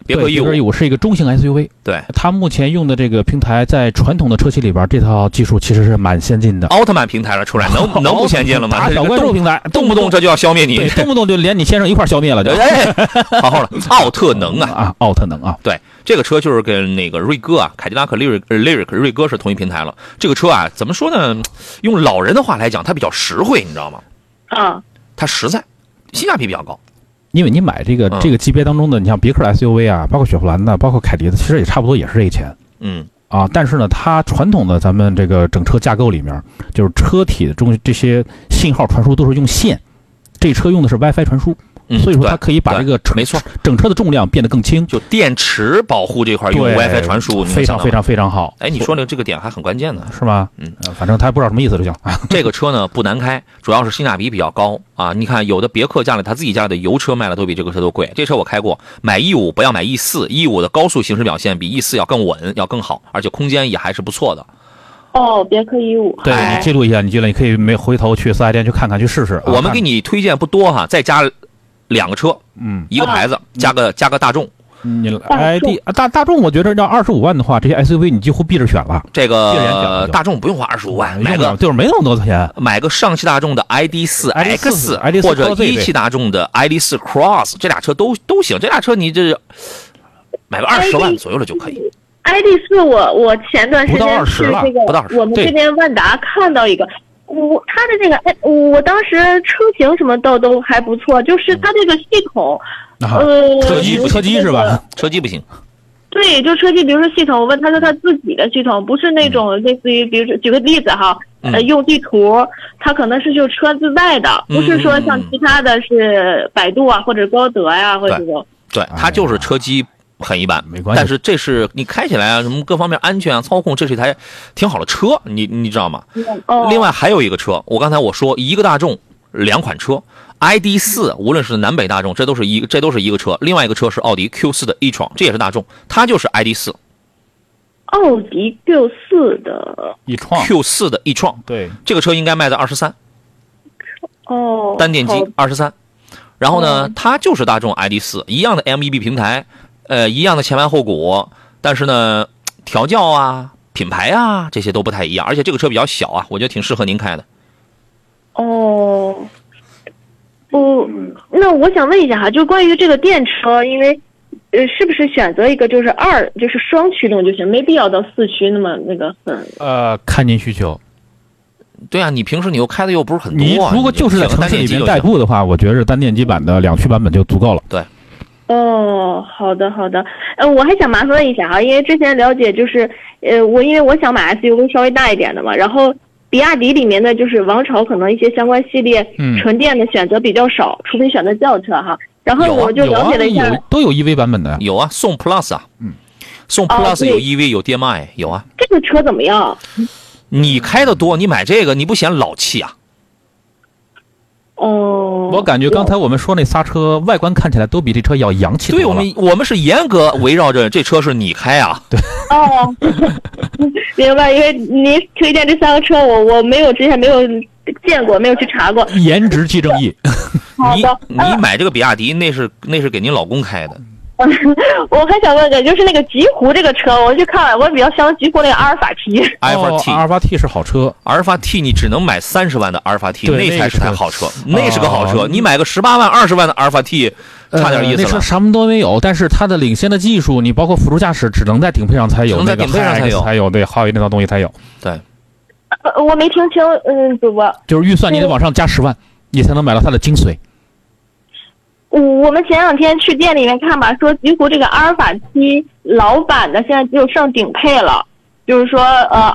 [SPEAKER 7] E5
[SPEAKER 3] 是一个中型 SUV，
[SPEAKER 2] 对，
[SPEAKER 3] 它目前用的这个平台在传统的车企里边，这套技术其实是蛮先进的。
[SPEAKER 2] 奥特曼平台了出来，能不先进了吗？
[SPEAKER 3] 打小怪兽平台，
[SPEAKER 2] 动不动这就要消灭你，
[SPEAKER 3] 动不动就连你先生一块消灭了，就。
[SPEAKER 2] 好了，奥特能啊，
[SPEAKER 3] 奥特能啊，
[SPEAKER 2] 对，这个车就是跟那个锐哥啊，凯迪拉克Lyric锐哥是同一平台了。这个车啊，怎么说呢？用老人的话来讲，它比较实惠，你知道吗？它实在，性价比比较高。
[SPEAKER 3] 因为你买这个级别当中的，你像别克 SUV 啊，包括雪佛兰的，包括凯迪的，其实也差不多也是这个钱。但是呢，它传统的咱们这个整车架构里面，就是车体中这些信号传输都是用线，这车用的是 WiFi 传输。所以说它可以把这个
[SPEAKER 2] 没错
[SPEAKER 3] 整车的重量变得更轻，
[SPEAKER 2] 就电池保护这块用 WiFi 传输，
[SPEAKER 3] 非常非常非常好。
[SPEAKER 2] 哎，你说这个点还很关键呢，
[SPEAKER 3] 是吗？反正他不知道什么意思就行。
[SPEAKER 2] 这个车呢不难开，主要是性价比比较高啊。你看有的别克家里他自己家的油车卖的都比这个车都贵，这车我开过，买E5不要买E4，E5的高速行驶表现比E4要更稳，要更好，而且空间也还是不错的。
[SPEAKER 7] 别克E5，
[SPEAKER 3] 对，你记录一下，你可以回头去4S店去看看去试试。
[SPEAKER 2] 我们给你推荐不多哈，再加2个车，一个牌子，加个大众。
[SPEAKER 3] 大众，我觉得要25万的话，这些 SUV 你几乎闭着选了。
[SPEAKER 2] 这个大众不用花25万，买个
[SPEAKER 3] 就是没那么多钱，
[SPEAKER 2] 买个上汽大众的 ID.4X 或者一汽大众的 ID.4 Cross， 这俩车都行。这俩车你这买个20万左右的就可以。
[SPEAKER 7] ID.4 我前段时间是这个我们这边万达看到一个。它的这个，我当时车型什么都还不错，就是它这个系统，
[SPEAKER 3] 车机是吧？
[SPEAKER 2] 车机不行。
[SPEAKER 7] 对，就车机，比如说系统，我问他说他自己的系统，不是那种类似于，比如说举个例子哈，用地图，它可能是就车自带的，不是说像其他的是百度啊或者高德呀或者这种。
[SPEAKER 2] 对，它就是车机。很一般，
[SPEAKER 3] 没关系。
[SPEAKER 2] 但是这是你开起来啊，什么各方面安全啊、操控，这是一台挺好的车，你知道吗？另外还有一个车，我说一个大众2款车 ，ID.4 无论是南北大众，这都是一个车。另外一个车是奥迪 Q4 的 e-tron， 这也是大众，它就是 ID.4。
[SPEAKER 7] 奥迪 Q4 的
[SPEAKER 3] e创
[SPEAKER 2] Q4 的 e 创，
[SPEAKER 3] 对，
[SPEAKER 2] 这个车应该卖在23。
[SPEAKER 7] 哦，
[SPEAKER 2] 单电机23。然后呢，它就是大众 ID.4 一样的 MEB 平台，一样的前麦后鼓，但是呢，调教啊、品牌啊这些都不太一样，而且这个车比较小啊，我觉得挺适合您开的。
[SPEAKER 7] 哦，那我想问一下哈，就关于这个电车，因为是不是选择一个就是双驱动就行，没必要到4驱那个很
[SPEAKER 3] 看您需求。
[SPEAKER 2] 对啊，你平时你又开的又不是很多，
[SPEAKER 3] 你如果就是在城市里面代步的话，我觉得是单电机版的2驱版本就足够了。
[SPEAKER 2] 对。
[SPEAKER 7] 哦，好的。我还想麻烦问一下哈，因为之前了解就是因为我想买 SUV 稍微大一点的嘛，然后比亚迪里面的就是王朝可能一些相关系列纯电的选择比较少，除非选择轿车哈。然后我就了解了一下，
[SPEAKER 3] 都有 EV 版本的。
[SPEAKER 2] 有啊，宋 Plus 啊，宋 Plus 有 EV 有 DMI 有啊。
[SPEAKER 7] 这个车怎么样？
[SPEAKER 2] 你开的多，你买这个你不嫌老气啊？
[SPEAKER 7] 哦，
[SPEAKER 3] 我感觉刚才我们说那仨车外观看起来都比这车要洋气多了。
[SPEAKER 2] 对，我们是严格围绕着这车是你开啊。
[SPEAKER 3] 对。
[SPEAKER 7] 哦，明白。因为您推荐这3个车，我之前没有见过，没有去查过。
[SPEAKER 3] 颜值即正义。
[SPEAKER 7] 好的。
[SPEAKER 2] 你买这个比亚迪，那是给您老公开的。
[SPEAKER 7] 我还想问个，就是那个极狐这个车，我去看了，我比较喜欢极狐那个阿尔法 T。
[SPEAKER 3] 阿尔法 T 是好车，
[SPEAKER 2] 阿尔法 T 你只能买30万的阿尔法 T， 那才是台好车，那是个好车。你买个18万、20万的阿尔法 T， 差点意思了。
[SPEAKER 3] 那车什么都没有，但是它的领先的技术，你包括辅助驾驶，只能在顶配上才有，
[SPEAKER 2] 在顶配上
[SPEAKER 3] 才有，对，华为那套东西才有。
[SPEAKER 2] 对。
[SPEAKER 7] 我没听清，主播。
[SPEAKER 3] 就是预算你得往上加10万，你才能买到它的精髓。
[SPEAKER 7] 我们前2天去店里面看吧，说极狐这个阿尔法 T 老版的现在就剩顶配了，就是说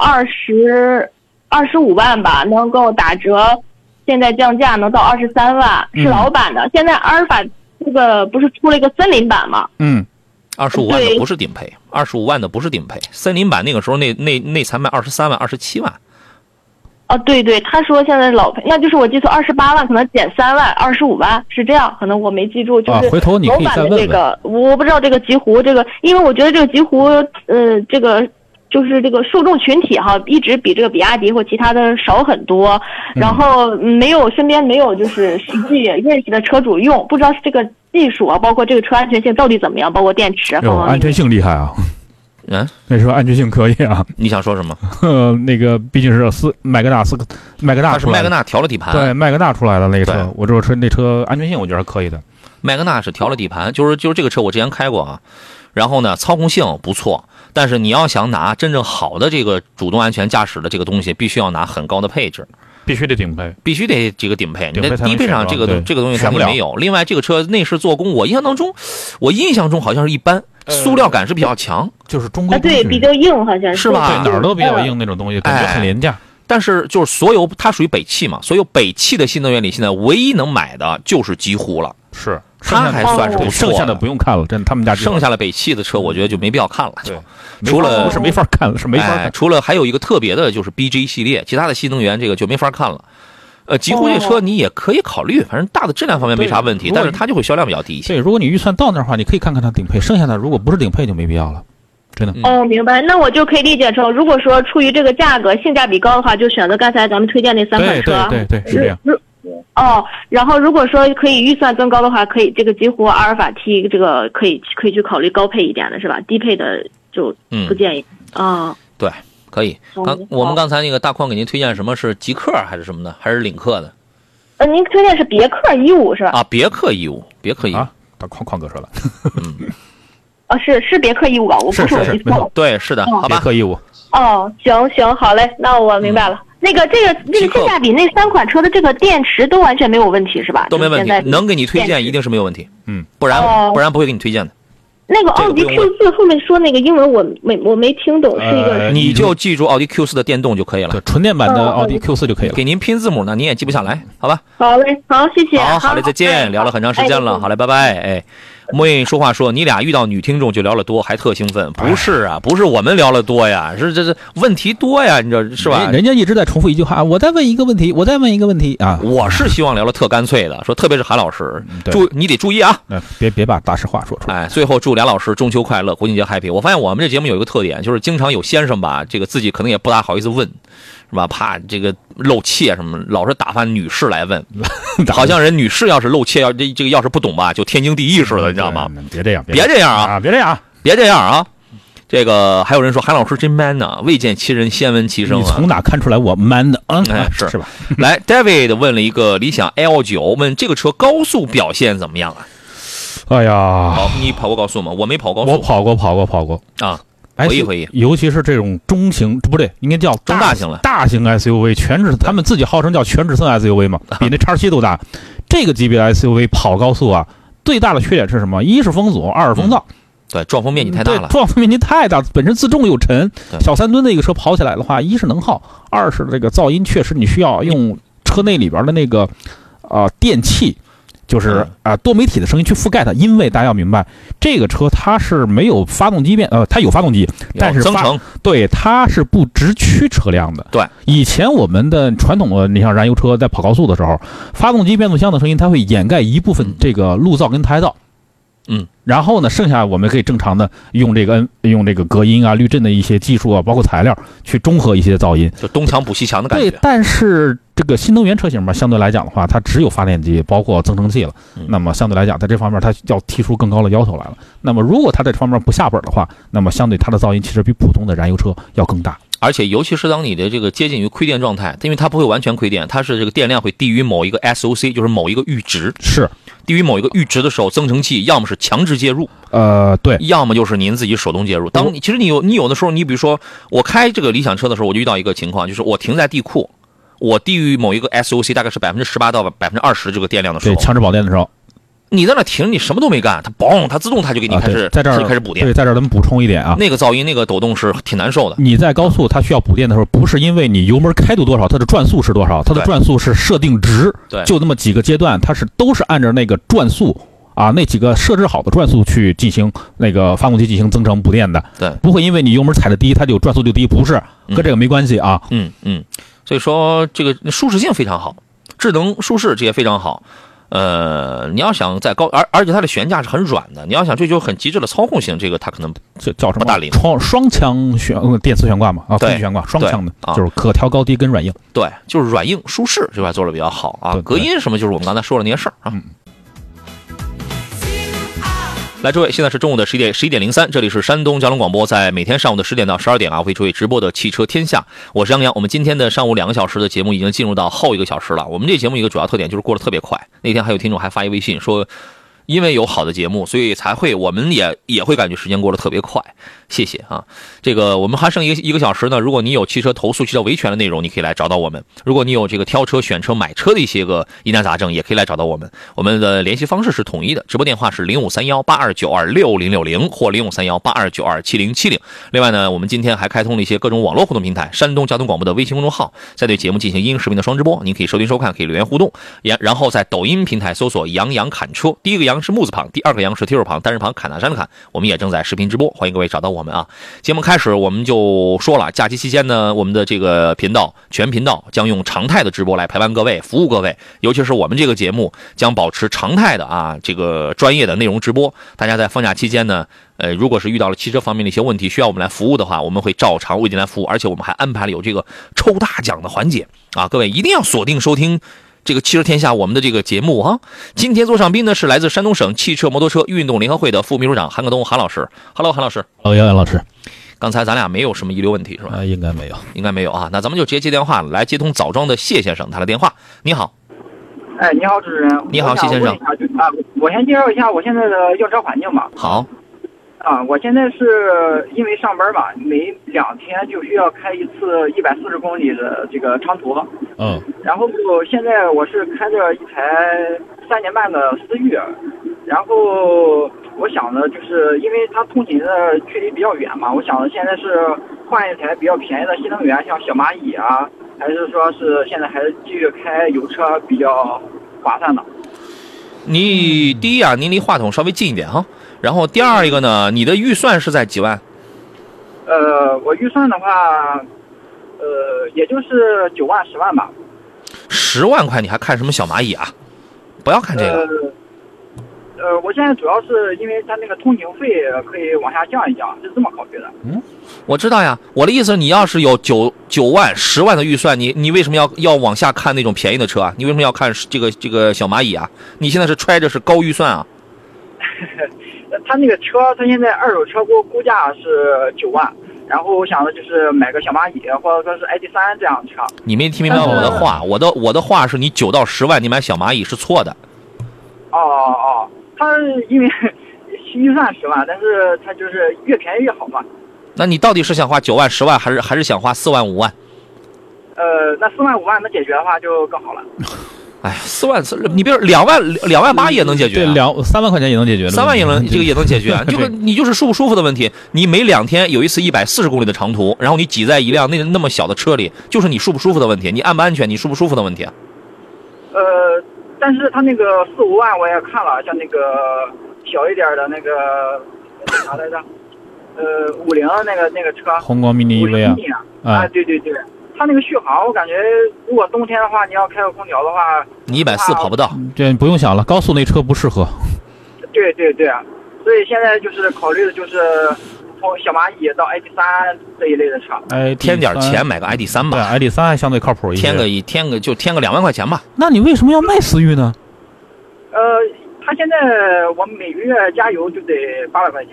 [SPEAKER 7] 25万吧，能够打折，现在降价能到23万，是老版的。现在阿尔法这个不是出了一个森林版吗
[SPEAKER 2] ？25万的不是顶配，25万的不是顶配，森林版那个时候那才卖23万、27万。
[SPEAKER 7] 对，他说现在老配，那就是我记错28万，可能减3万，25万是这样，可能我没记住，就是
[SPEAKER 3] 回头你可以再问问。
[SPEAKER 7] 这个我不知道这个极狐这个，因为我觉得这个极狐这个就是这个受众群体哈，一直比这个比亚迪或其他的少很多，然后身边没有就是实际认识的车主用，不知道是这个技术啊，包括这个车安全性到底怎么样，包括电池
[SPEAKER 3] 安全性厉害啊。那时候安全性可以啊！
[SPEAKER 2] 你想说什么？
[SPEAKER 3] 那个毕竟是麦格纳出来的，
[SPEAKER 2] 它是麦格纳调了底盘。
[SPEAKER 3] 对，麦格纳出来的那个车，我这车那车安全性我觉得可以的。
[SPEAKER 2] 麦格纳是调了底盘，就是这个车我之前开过啊。然后呢，操控性不错，但是你要想拿真正好的这个主动安全驾驶的这个东西，必须要拿很高的配置。
[SPEAKER 3] 必须得顶配，
[SPEAKER 2] 必须得这个顶配，你在低配上这个东西它没有。另外，这个车内饰做工，我印象中好像是一般，塑料感是比较强，
[SPEAKER 3] 就是中规。
[SPEAKER 7] 对，比较硬，好像
[SPEAKER 2] 是吧？
[SPEAKER 3] 哪儿都比较硬那种东西，感觉很廉价。
[SPEAKER 2] 但是就是它属于北汽嘛，所有北汽的新能源里，现在唯一能买的就是极狐了。
[SPEAKER 3] 是，
[SPEAKER 2] 它还算是不错，
[SPEAKER 3] 剩下的不用看了，真的，他们家
[SPEAKER 2] 剩下了北汽的车，我觉得就没必要看了。
[SPEAKER 3] 对，
[SPEAKER 2] 除了
[SPEAKER 3] 不是没法看了，是没法看。
[SPEAKER 2] 除了还有一个特别的，就是 BJ 系列，其他的新能源这个就没法看了。极狐这车你也可以考虑，反正大的质量方面没啥问题，但是它就会销量比较低一些。
[SPEAKER 3] 对，如果你预算到那的话，你可以看看它顶配，剩下的如果不是顶配就没必要了，真的。
[SPEAKER 7] 明白。那我就可以理解成，如果说出于这个价格性价比高的话，就选择刚才咱们推荐那3款车。
[SPEAKER 3] 对，是这样。
[SPEAKER 7] 然后如果说可以预算增高的话，可以这个极狐阿尔法 T 这个可以去考虑高配一点的是吧？低配的就不建议。
[SPEAKER 2] 对。可以，我们刚才那个大矿给您推荐什么是极客还是什么的，还是领克的？
[SPEAKER 7] 您推荐是别克15是吧？
[SPEAKER 2] 别克15
[SPEAKER 3] 啊，大矿哥说了。
[SPEAKER 7] 是别克15吧？我不是我记错了。
[SPEAKER 2] 对，是的，好吧。
[SPEAKER 3] 别克15。
[SPEAKER 7] 行，好嘞，那我明白了。那个性价比那3款车的这个电池都完全没有问题是吧？
[SPEAKER 2] 都没问题，能给你推荐一定是没有问题。不然不会给你推荐的。
[SPEAKER 7] 那个奥迪 Q4 后面说那个英文我没听懂，是一个
[SPEAKER 2] 你就记住奥迪 Q4 的电动就可以了，
[SPEAKER 3] 对，纯电版的奥迪 Q4 就可以了。
[SPEAKER 2] 给您拼字母呢，你也记不下来，好吧？
[SPEAKER 7] 好嘞，好，谢谢。
[SPEAKER 2] 好嘞，再见。聊了很长时间了，好嘞，拜拜。 莫言说话说，你俩遇到女听众就聊得多，还特兴奋。不是啊，不是我们聊得多呀，是这问题多呀，你知道是吧？
[SPEAKER 3] 人家一直在重复一句话，我再问一个问题，我再问一个问题啊！
[SPEAKER 2] 我是希望聊得特干脆的，说特别是韩老师，你得注意啊，
[SPEAKER 3] 别把大实话说出来。
[SPEAKER 2] 最后祝梁老师中秋快乐，国庆节 happy。我发现我们这节目有一个特点，就是经常有先生吧，这个自己可能也不大好意思问。是吧？怕这个露怯什么，老是打发女士来问，好像人女士要是露怯，要是不懂吧，就天经地义似的，你知道吗？
[SPEAKER 3] 别这样，
[SPEAKER 2] 别这样啊！
[SPEAKER 3] 别这样，
[SPEAKER 2] 别这样啊！这个还有人说韩老师真 man 呢，未见其人先闻其声。
[SPEAKER 3] 你从哪看出来我 man 的？
[SPEAKER 2] 是
[SPEAKER 3] 吧？
[SPEAKER 2] 来 ，David 问了一个理想 L9，问这个车高速表现怎么样啊？
[SPEAKER 3] 哎呀，
[SPEAKER 2] 好，你跑过高速吗？我没跑高速。
[SPEAKER 3] 我跑过啊。
[SPEAKER 2] 回忆，
[SPEAKER 3] 尤其是这种中型，不对，应该叫
[SPEAKER 2] 中大型了。
[SPEAKER 3] 大型 SUV 他们自己号称叫全尺寸 SUV 嘛，比那X7都大。这个级别的 SUV 跑高速啊，最大的缺点是什么？一是风阻，二是风噪。
[SPEAKER 2] 对，撞风面积太大了。
[SPEAKER 3] 撞风面积太大，本身自重又沉，小3吨的一个车跑起来的话，一是能耗，二是这个噪音确实你需要用车内里边的那个电器。就是多媒体的声音去覆盖它，因为大家要明白，这个车它是没有发动机它有发动机，但是对它是不直驱车辆的。
[SPEAKER 2] 对，
[SPEAKER 3] 以前我们的传统的，你像燃油车在跑高速的时候，发动机变速箱的声音它会掩盖一部分这个路噪跟胎噪。然后呢，剩下我们可以正常的用这个隔音啊、滤震的一些技术啊，包括材料去中和一些噪音，
[SPEAKER 2] 就东墙补西墙的感觉。
[SPEAKER 3] 对，但是这个新能源车型嘛，相对来讲的话，它只有发电机，包括增程器了。那么相对来讲，在这方面它要提出更高的要求来了。那么如果它在这方面不下本的话，那么相对它的噪音其实比普通的燃油车要更大。
[SPEAKER 2] 而且尤其是当你的这个接近于亏电状态，因为它不会完全亏电，它是这个电量会低于某一个 SOC， 就是某一个阈值，
[SPEAKER 3] 是
[SPEAKER 2] 低于某一个阈值的时候，增程器要么是强制介入，
[SPEAKER 3] 对，
[SPEAKER 2] 要么就是您自己手动介入。其实你有的时候，你比如说我开这个理想车的时候，我就遇到一个情况，就是我停在地库，我低于某一个 SOC 大概是18%到20%这个电量的时候，
[SPEAKER 3] 对，强制保电的时候。
[SPEAKER 2] 你在那停，你什么都没干，它自动就给你开始
[SPEAKER 3] 在这儿
[SPEAKER 2] 开始补电。
[SPEAKER 3] 对，在这儿咱们补充一点啊，
[SPEAKER 2] 那个噪音那个抖动是挺难受的。
[SPEAKER 3] 你在高速它需要补电的时候，不是因为你油门开度多少，它的转速是多少，它的转速是设定值，
[SPEAKER 2] 对，
[SPEAKER 3] 就那么几个阶段，它都是按照那个转速啊，那几个设置好的转速去进行那个发动机进行增程补电的。
[SPEAKER 2] 对，
[SPEAKER 3] 不会因为你油门踩的低，它就转速就低，不是，跟这个没关系啊。
[SPEAKER 2] 所以说这个舒适性非常好，智能舒适这也非常好。你要想在而且它的悬架是很软的，你要想追求很极致的操控性，这个它可能
[SPEAKER 3] 叫什么
[SPEAKER 2] 大领
[SPEAKER 3] 双腔电磁悬挂嘛，空气悬挂双腔的，就是可调高低跟软硬。
[SPEAKER 2] 对，就是软硬舒适这块做的比较好啊。隔音什么就是我们刚才说的那些事儿啊。来，诸位，现在是中午的11点03，这里是山东交通广播，在每天上午的10点到12点啊，为诸位直播的汽车天下，我是杨洋。我们今天的上午2个小时的节目已经进入到后1个小时了。我们这节目一个主要特点就是过得特别快。那天还有听众还发一微信说，因为有好的节目，所以才会我们也会感觉时间过得特别快。谢谢啊！这个我们还剩一个小时呢。如果你有汽车投诉、汽车维权的内容，你可以来找到我们；如果你有这个挑车、选车、买车的一些个疑难杂症，也可以来找到我们。我们的联系方式是统一的，直播电话是053182926060或053182927070。另外呢，我们今天还开通了一些各种网络互动平台，山东交通广播的微信公众号，在对节目进行音视频的双直播，您可以收听收看，可以留言互动。然后在抖音平台搜索杨洋侃车，第一个杨是木字旁，第二个杨是提手旁，单人旁，侃大山的侃。我们也正在视频直播，欢迎各位找到我们啊！节目开始我们就说了，假期期间呢，我们的这个全频道将用常态的直播来陪伴各位，服务各位。尤其是我们这个节目将保持常态的这个专业的内容直播。大家在放假期间呢，如果是遇到了汽车方面的一些问题需要我们来服务的话，我们会照常为您来服务，而且我们还安排了有这个抽大奖的环节啊！各位一定要锁定收听这个汽车天下我们的这个节目啊。今天座上宾呢是来自山东省汽车摩托车运动联合会的副秘书长韩克东韩老师。Hello， 韩老师。
[SPEAKER 3] 杨老师。
[SPEAKER 2] 刚才咱俩没有什么遗留问题是吧？
[SPEAKER 3] 应该没有
[SPEAKER 2] 啊。那咱们就直接接电话了，来接通枣庄的谢先生他的电话。你好。
[SPEAKER 8] 你好，主持人。
[SPEAKER 2] 你好，谢先生。
[SPEAKER 8] 我先介绍一下我现在的用车环境吧。
[SPEAKER 2] 好。
[SPEAKER 8] 我现在是因为上班吧，每2天就需要开一次140公里的这个长途。然后现在我是开着一台3年半的思域，然后我想的就是因为它通勤的距离比较远嘛，我想的现在是换一台比较便宜的新能源，像小蚂蚁啊，还是说是现在还是继续开油车比较划算的？
[SPEAKER 2] 你第一啊，您离话筒稍微近一点哈。然后第二一个呢，你的预算是在几万？
[SPEAKER 8] 我预算的话，也就是9万10万吧。
[SPEAKER 2] 10万块你还看什么小蚂蚁啊？不要看这个。
[SPEAKER 8] 我现在主要是因为它那个通行费可以往下降一降，是这么考虑的。
[SPEAKER 2] 我知道呀，我的意思，你要是有9万10万的预算，你为什么要往下看那种便宜的车啊？你为什么要看这个小蚂蚁啊？你现在是揣着是高预算啊？
[SPEAKER 8] 他那个车，他现在二手车估价是9万，然后我想的就是买个小蚂蚁或者说是 ID3这样的车。
[SPEAKER 2] 你没听明白我的话，我的话是你9到10万你买小蚂蚁是错的。
[SPEAKER 8] 他因为预算10万，但是他就是越便宜越好嘛。
[SPEAKER 2] 那你到底是想花9万10万，还是想花4万5万？
[SPEAKER 8] 那4万5万能解决的话就更好了。
[SPEAKER 2] 哎，4万，你别说2万8也能解决，
[SPEAKER 3] 对，3万块钱也能解决
[SPEAKER 2] ，3万也能解决，你就是舒不舒服的问题。你每2天有一次140公里的长途，然后你挤在一辆那么小的车里，就是你舒不舒服的问题，你安不安全，你舒不舒服的问题。
[SPEAKER 8] 但是他那个4、5万我也看了，像那个小一点的那个啥来着，50那个车，
[SPEAKER 3] 宏光 mini EV
[SPEAKER 8] 啊，对，他那个续航，我感觉如果冬天的话，你要开个空调的话，
[SPEAKER 2] 你140跑不到，
[SPEAKER 3] 这不用想了，高速那车不适合。
[SPEAKER 8] 对，所以现在就是考虑的就是从小蚂蚁到 ID3这一类的车。
[SPEAKER 2] 添点钱买个 ID3吧。
[SPEAKER 3] 对 ，ID3还相对靠谱一些。
[SPEAKER 2] 添个2万块钱吧。
[SPEAKER 3] 那你为什么要卖思域呢？
[SPEAKER 8] 他现在我每个月加油就得800块钱。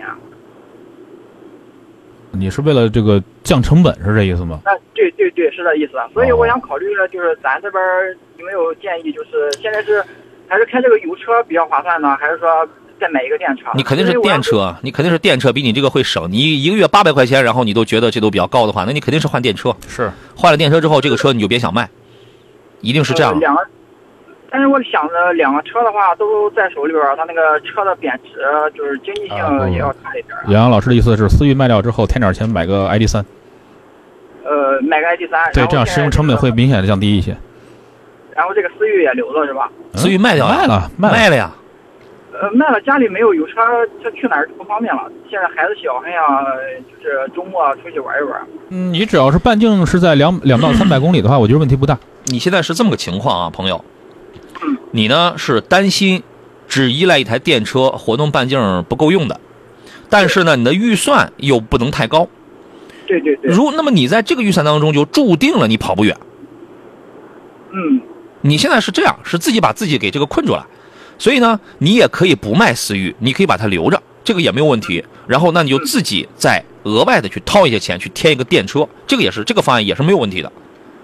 [SPEAKER 3] 你是为了这个降成本是这意思吗？
[SPEAKER 8] 对，是这意思。所以我想考虑的就是咱这边有没有建议，就是现在还是开这个油车比较划算呢，还是说再买一个电车？
[SPEAKER 2] 你肯定是电车，比你这个会省。你一个月800块钱，然后你都觉得这都比较高的话，那你肯定是换电车。
[SPEAKER 3] 是
[SPEAKER 2] 换了电车之后，这个车你就别想卖，一定是这样。
[SPEAKER 8] 但是我想着2个车的话都在手里边，它那个车的贬值就是经济性也要差一点。
[SPEAKER 3] 杨洋老师的意思是，思域卖掉之后添点钱买个 ID3。
[SPEAKER 8] 买个 ID3。
[SPEAKER 3] 对，这样使用成本会明显的降低一些。
[SPEAKER 8] 然后这个思域也留着是吧？
[SPEAKER 2] 思域卖掉了，卖了呀。
[SPEAKER 8] 卖了，家里没有油车，他去哪儿不方便了。现在孩子小，还想就是周末出去玩一玩。
[SPEAKER 3] 你只要是半径是在2到300公里的话，我觉得问题不大。
[SPEAKER 2] 你现在是这么个情况啊，朋友。你呢是担心只依赖一台电车活动半径不够用的，但是呢你的预算又不能太高。
[SPEAKER 8] 对。
[SPEAKER 2] 那么你在这个预算当中就注定了你跑不远。你现在是这样，是自己把自己给这个困住了。所以呢你也可以不卖思域，你可以把它留着，这个也没有问题。然后那你就自己再额外的去掏一些钱去添一个电车，这个方案也是没有问题的。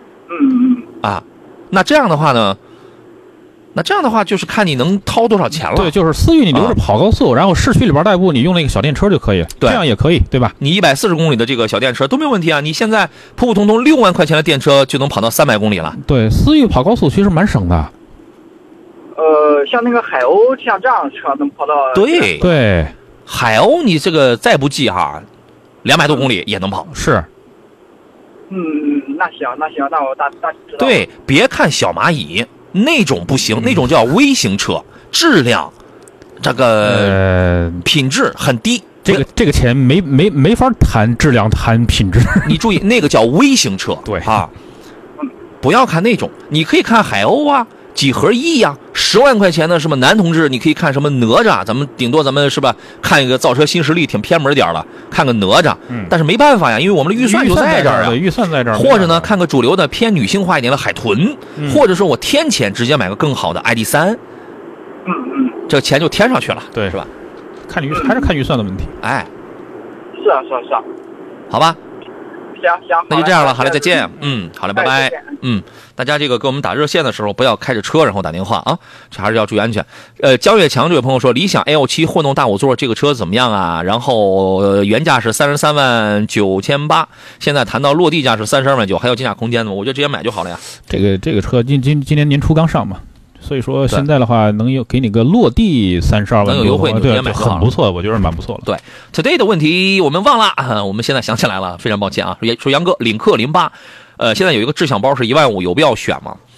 [SPEAKER 2] 那这样的话就是看你能掏多少钱了。
[SPEAKER 3] 对，就是思域你留着跑高速，然后市区里边代步你用那个小电车就可以，
[SPEAKER 2] 对，
[SPEAKER 3] 这样也可以，对吧？
[SPEAKER 2] 你140公里的这个小电车都没有问题啊！你现在普普通通6万块钱的电车就能跑到300公里了。
[SPEAKER 3] 对，思域跑高速其实蛮省的。
[SPEAKER 8] 像那个海鸥像这样的车能跑到。
[SPEAKER 2] 对，海鸥你这个再不济哈，200多公里也能跑。
[SPEAKER 3] 是。
[SPEAKER 8] 那行，那我大知道。
[SPEAKER 2] 对，别看小蚂蚁。那种不行，那种叫微型车，质量，这个品质很低。
[SPEAKER 3] 这个钱没法谈质量谈品质。
[SPEAKER 2] 你注意，那个叫微型车，
[SPEAKER 3] 对
[SPEAKER 2] 啊，不要看那种，你可以看海鸥啊，几何翼呀，10万块钱的什么男同志，你可以看什么哪吒，咱们顶多是吧，看一个造车新势力挺偏门点了，看个哪吒，但是没办法呀，因为我们的预算就在这儿啊，
[SPEAKER 3] 预算在这儿。
[SPEAKER 2] 或者呢，看个主流的偏女性化一点的海豚，或者说我添钱直接买个更好的 ID3，这钱就添上去了，
[SPEAKER 3] 对，
[SPEAKER 2] 是吧？
[SPEAKER 3] 还是看预算的问题。
[SPEAKER 8] 是啊，
[SPEAKER 2] 好吧。
[SPEAKER 8] 行，
[SPEAKER 2] 那就这样了，好嘞，再见。好嘞，拜拜。大家这个给我们打热线的时候，不要开着车然后打电话啊，这还是要注意安全。江月强这位朋友说，理想 L7 混动大5座这个车怎么样啊？然后原价是33万9800，现在谈到落地价是32万9，还有进价空间吗？我觉得直接买就好了呀。
[SPEAKER 3] 这个车今年年初刚上嘛。所以说现在的话能给你个落地32万，
[SPEAKER 2] 能有优惠，
[SPEAKER 3] 对，很不错，我觉得蛮不错了。
[SPEAKER 2] 对 ，Today 的问题我们忘了，我们现在想起来了，非常抱歉啊。说杨哥领克08，现在有一个智享包是1万5，有必要选吗？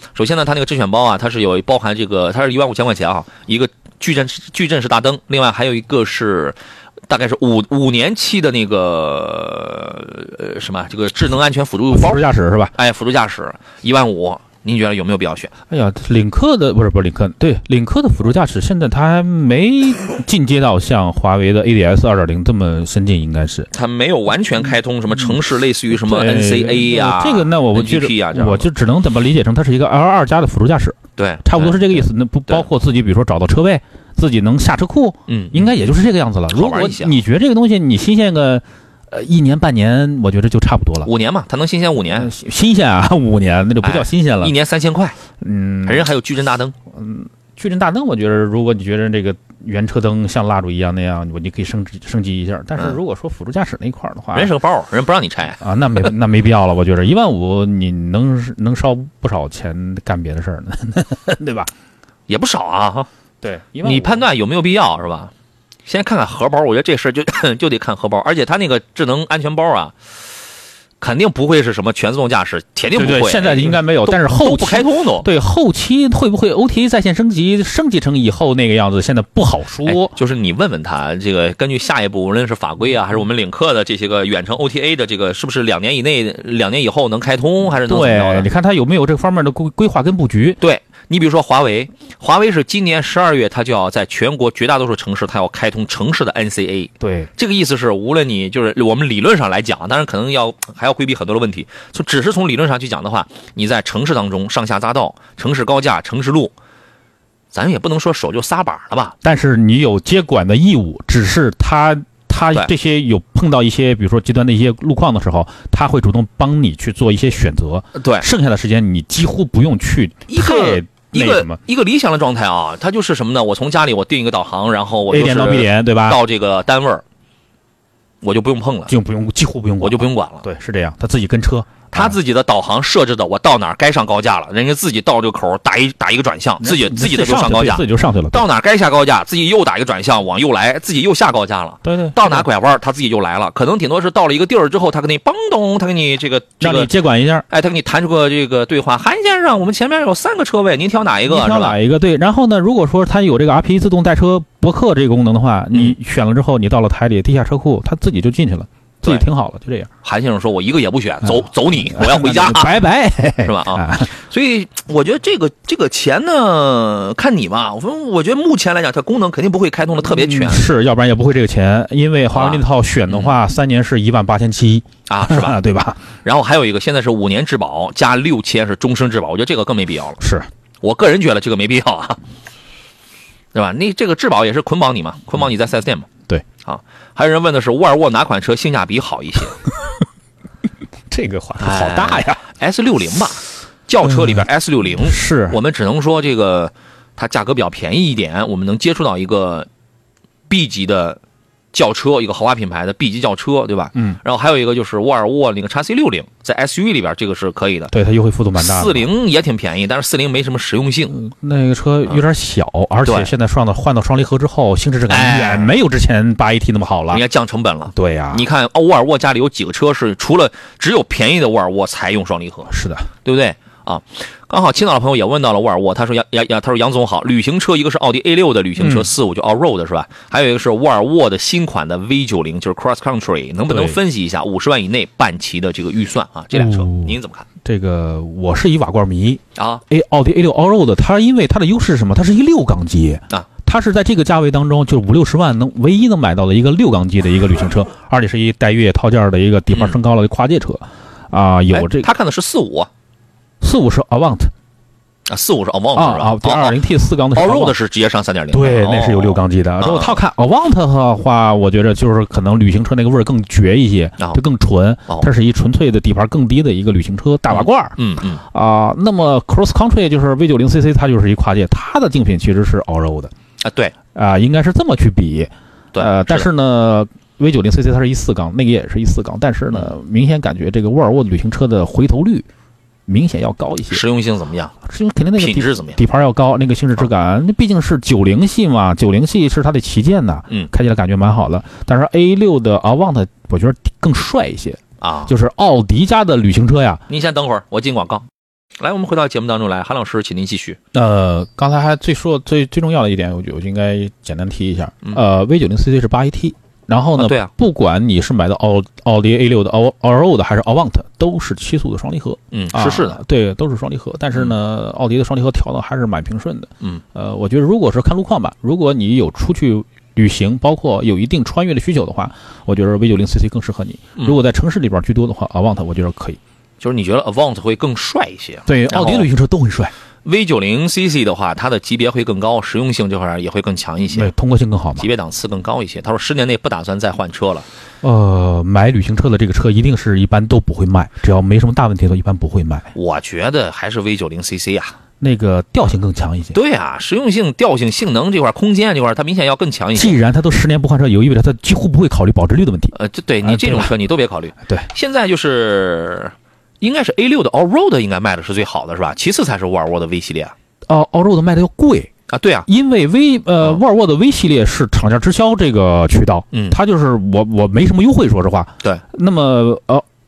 [SPEAKER 2] 首先呢，它那个智选包啊，它是有包含这个，它是15000块钱啊，一个矩阵式大灯，另外还有一个是大概是5年期的那个什么这个智能安全辅助包，
[SPEAKER 3] 辅助驾驶是吧？
[SPEAKER 2] 哎，辅助驾驶15000，您觉得有没有必要选？
[SPEAKER 3] 哎呀，领克的不是领克，对，领克的辅助驾驶现在它还没进阶到像华为的 ADS 2.0 这么深进，应该是
[SPEAKER 2] 它没有完全开通什么城市类似于什么 NCA 呀、
[SPEAKER 3] 这个那我觉得我就只能怎么理解成它是一个 L2 加的辅助驾驶，
[SPEAKER 2] 对，
[SPEAKER 3] 差不多是这个意思。那不包括自己比如说找到车位，自己能下车库，应该也就是这个样子了。如果你觉得这个东西你新鲜个1年半年，我觉得就差不多了。
[SPEAKER 2] 5年嘛，它能新鲜5年，
[SPEAKER 3] 新鲜啊，5年那就不叫新鲜了。
[SPEAKER 2] 1年3000块，人还有矩阵大灯，
[SPEAKER 3] 矩阵大灯，我觉得如果你觉得这个原车灯像蜡烛一样那样，你可以升级一下。但是如果说辅助驾驶那一块的话，
[SPEAKER 2] 人是个包，人不让你拆
[SPEAKER 3] 啊，那没必要了。我觉得15000你能烧不少钱干别的事儿呢，对吧？
[SPEAKER 2] 也不少啊哈。
[SPEAKER 3] 对，
[SPEAKER 2] 你判断有没有必要是吧？先看看荷包，我觉得这事就得看荷包，而且它那个智能安全包啊，肯定不会是什么全自动驾驶，铁定不会。
[SPEAKER 3] 对，现在应该没有，但是后期
[SPEAKER 2] 不开通都。
[SPEAKER 3] 对，后期会不会 OTA 在线升级成以后那个样子，现在不好说。
[SPEAKER 2] 就是你问问他，这个根据下一步无论是法规啊，还是我们领克的这些个远程 OTA 的这个，是不是2年以内、2年以后能开通，还是能怎么着的？
[SPEAKER 3] 对，你看他有没有这方面的规划跟布局？
[SPEAKER 2] 对。你比如说华为是今年12月，它就要在全国绝大多数城市，它要开通城市的 NCA。
[SPEAKER 3] 对，
[SPEAKER 2] 这个意思是，无论你就是我们理论上来讲，当然可能还要规避很多的问题。只是从理论上去讲的话，你在城市当中上下匝道、城市高架、城市路，咱也不能说手就撒把了吧？
[SPEAKER 3] 但是你有接管的义务，只是他这些有碰到一些比如说极端的一些路况的时候，他会主动帮你去做一些选择。
[SPEAKER 2] 对，
[SPEAKER 3] 剩下的时间你几乎不用去
[SPEAKER 2] 一个理想的状态啊，它就是什么呢？我从家里我定一个导航，然后我
[SPEAKER 3] A 点到 B 点，对吧？
[SPEAKER 2] 到这个单位我就不用碰了，
[SPEAKER 3] 几乎不用管，
[SPEAKER 2] 我就不用管了。
[SPEAKER 3] 对，是这样，他自己跟车。
[SPEAKER 2] 他自己的导航设置的，我到哪儿该上高架了，人家自己到这个口打一个转向，自己的就上高架，
[SPEAKER 3] 自己就上去了。
[SPEAKER 2] 到哪儿该下高架，自己又打一个转向往右来，自己又下高架了。
[SPEAKER 3] 对，
[SPEAKER 2] 到哪拐弯他自己就来了，可能顶多是到了一个地儿之后，他给你他给你这个
[SPEAKER 3] 让你接管一下，
[SPEAKER 2] 哎，他给你弹出个这个对话，韩先生，我们前面有3个车位，您挑哪一个？
[SPEAKER 3] 挑哪一个？对，然后呢，如果说他有这个 RP 自动带车泊客这个功能的话，你选了之后，你到了台里地下车库，他自己就进去了。自己挺好了，就这样。
[SPEAKER 2] 韩先生说：“我一个也不选，走你，我要回家，
[SPEAKER 3] 拜拜，
[SPEAKER 2] 是吧？啊，所以我觉得这个钱呢，看你吧。我觉得目前来讲，它功能肯定不会开通的特别全，
[SPEAKER 3] 是，要不然也不会这个钱。因为华为那套选的话，3年是18700
[SPEAKER 2] 啊，是吧？
[SPEAKER 3] 对吧？
[SPEAKER 2] 然后还有一个，现在是5年质保加6000是终身质保，我觉得这个更没必要了。
[SPEAKER 3] 是
[SPEAKER 2] 我个人觉得这个没必要啊，对吧？你这个质保也是捆绑你嘛，捆绑你在4S店嘛。”
[SPEAKER 3] 对，
[SPEAKER 2] 啊，还有人问的是沃尔沃哪款车性价比好一些？
[SPEAKER 3] 这个话题好大呀
[SPEAKER 2] ！S60吧，轿车里边 S60
[SPEAKER 3] 是
[SPEAKER 2] 我们只能说这个它价格比较便宜一点，我们能接触到一个 B 级的轿车，一个豪华品牌的 B 级轿车，对吧？然后还有一个就是沃尔沃那个 XC60，在 SUV 里边这个是可以的，
[SPEAKER 3] 对，它优惠幅度蛮大的。
[SPEAKER 2] 40也挺便宜，但是40没什么实用性，
[SPEAKER 3] 那个车有点小，而且现在换到双离合之后，行驶质感远没有之前8AT 那么好了，
[SPEAKER 2] 应该降成本了。
[SPEAKER 3] 对呀，
[SPEAKER 2] 你看沃尔沃家里有几个车是除了只有便宜的沃尔沃才用双离合？
[SPEAKER 3] 是的，
[SPEAKER 2] 对不对？啊，刚好青岛的朋友也问到了沃尔沃，他说他说杨总好，旅行车一个是奥迪 A6 的旅行车45就 Allroad 是吧？还有一个是沃尔沃的新款的 V90，就是 Cross Country， 能不能分析一下50万以内半旗的这个预算啊？这辆车您怎么看？
[SPEAKER 3] 这个我是一瓦罐迷
[SPEAKER 2] 啊，
[SPEAKER 3] 奥迪 A6 Allroad 它因为它的优势是什么？它是一6缸机
[SPEAKER 2] 啊。
[SPEAKER 3] 它是在这个价位当中，就50-60万唯一能买到的一个6缸机的一个旅行车，而且是一带越野套件的一个底盘升高了的跨界车啊。有这
[SPEAKER 2] 他看的是45
[SPEAKER 3] 是 Avant
[SPEAKER 2] 啊，45是 Avant 是吧？
[SPEAKER 3] 对，2.0T 4缸的
[SPEAKER 2] Allroad 是直接上3.0，
[SPEAKER 3] 对，那是有6缸机的。如果套看 Avant 的话，我觉得就是可能旅行车那个味儿更绝一些，就更纯。它是一纯粹的底盘更低的一个旅行车大瓦罐。那么 Cross Country 就是 V90cc， 它就是一跨界，它的竞品其实是 Allroad 的
[SPEAKER 2] 啊，对
[SPEAKER 3] 应该是这么去比。
[SPEAKER 2] 对，
[SPEAKER 3] 但是呢，V90cc 它是一4缸，那个也是一4缸，但是呢，明显感觉这个沃尔沃的旅行车的回头率明显要高一些。
[SPEAKER 2] 实用性怎么样？
[SPEAKER 3] 实用肯定那个
[SPEAKER 2] 品质怎么样？
[SPEAKER 3] 底盘要高，那个行驶质感，那毕竟是90系嘛，90系是它的旗舰呐，开起来感觉蛮好的。但是 A6 的 Avant 我觉得更帅一些啊，就是奥迪家的旅行车呀。
[SPEAKER 2] 您先等会儿，我进广告。 来，我们回到节目当中来，韩老师，请您继续。
[SPEAKER 3] 刚才还最重要的一点，我就应该简单提一下。V90CC 是8AT，然后呢，
[SPEAKER 2] 对啊，
[SPEAKER 3] 不管你是买的奥迪 A6 的 Allroad 还是 Avant， 都是7速的双离合。
[SPEAKER 2] 是的，
[SPEAKER 3] 对，都是双离合。但是呢，奥迪的双离合调的还是蛮平顺的。我觉得如果是看路况吧，如果你有出去旅行，包括有一定穿越的需求的话，我觉得 V90CC 更适合你。如果在城市里边居多的话，Avant 我觉得可以。
[SPEAKER 2] 就是你觉得 Avant 会更帅一些？
[SPEAKER 3] 对，奥迪的旅行车都很帅。
[SPEAKER 2] V90CC 的话，它的级别会更高，实用性这块也会更强一些，
[SPEAKER 3] 对，通过性更好嘛，
[SPEAKER 2] 级别档次更高一些。他说10年内不打算再换车了。
[SPEAKER 3] 买旅行车的这个车一定是一般都不会卖，只要没什么大问题的，一般不会卖。
[SPEAKER 2] 我觉得还是 V90CC 啊，
[SPEAKER 3] 那个调性更强一些。
[SPEAKER 2] 对啊，实用性、调性、性能这块、空间这块，它明显要更强一些。
[SPEAKER 3] 既然它都10年不换车，有意味着它几乎不会考虑保值率的问题。
[SPEAKER 2] 对你这种车你都别考虑。
[SPEAKER 3] 对，
[SPEAKER 2] 现在就是应该是 A6 的 Allroad 应该卖的是最好的是吧？其次才是沃尔沃的 V 系列。
[SPEAKER 3] Allroad 卖的要贵
[SPEAKER 2] 啊，对啊，
[SPEAKER 3] 因为沃尔沃的 V 系列是厂家直销这个渠道，它就是我没什么优惠，说实话。
[SPEAKER 2] 对，
[SPEAKER 3] 那么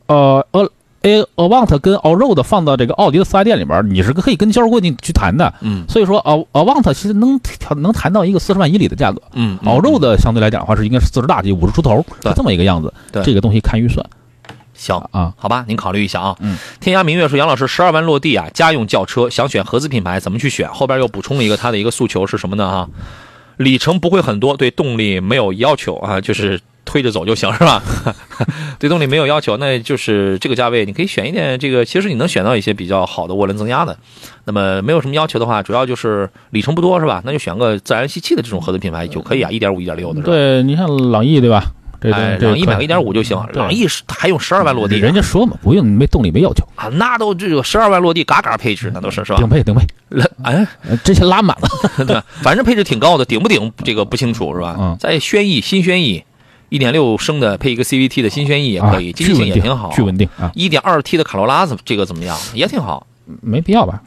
[SPEAKER 3] Avant 跟 Allroad 放到这个奥迪的4S店里边，你是可以跟销售规定去谈的。所以说Avant 其实能谈到一个40万以里的价格。Allroad 相对来讲的话是应该是40大几50出头，是这么一个样子。这个东西看预算。
[SPEAKER 2] 行啊，好吧，您考虑一下啊。天涯明月说，杨老师12万落地啊，家用轿车想选合资品牌，怎么去选？后边又补充了一个他的一个诉求是什么呢？哈，里程不会很多，对动力没有要求啊，就是推着走就行，是吧？对动力没有要求，那就是这个价位你可以选一点这个，其实你能选到一些比较好的涡轮增压的。那么没有什么要求的话，主要就是里程不多，是吧？那就选个自然吸气的这种合资品牌就可以啊，1.5、1.6的。
[SPEAKER 3] 对，你像朗逸对吧？
[SPEAKER 2] 朗逸买个 1.5 就行，朗逸还用12万落地，
[SPEAKER 3] 人家说嘛，不用没动力没要求
[SPEAKER 2] 啊，那都这个12万落地，嘎嘎配置，那都是吧？
[SPEAKER 3] 顶配，这些拉满了，
[SPEAKER 2] 对，反正配置挺高的，顶不顶这个不清楚是吧？在新轩逸1.6升的配一个 CVT 的新轩逸也可以，经济性也挺好，
[SPEAKER 3] 巨稳定啊。
[SPEAKER 2] 1.2T 的卡罗拉这个怎么样？也挺好，
[SPEAKER 3] 没必要吧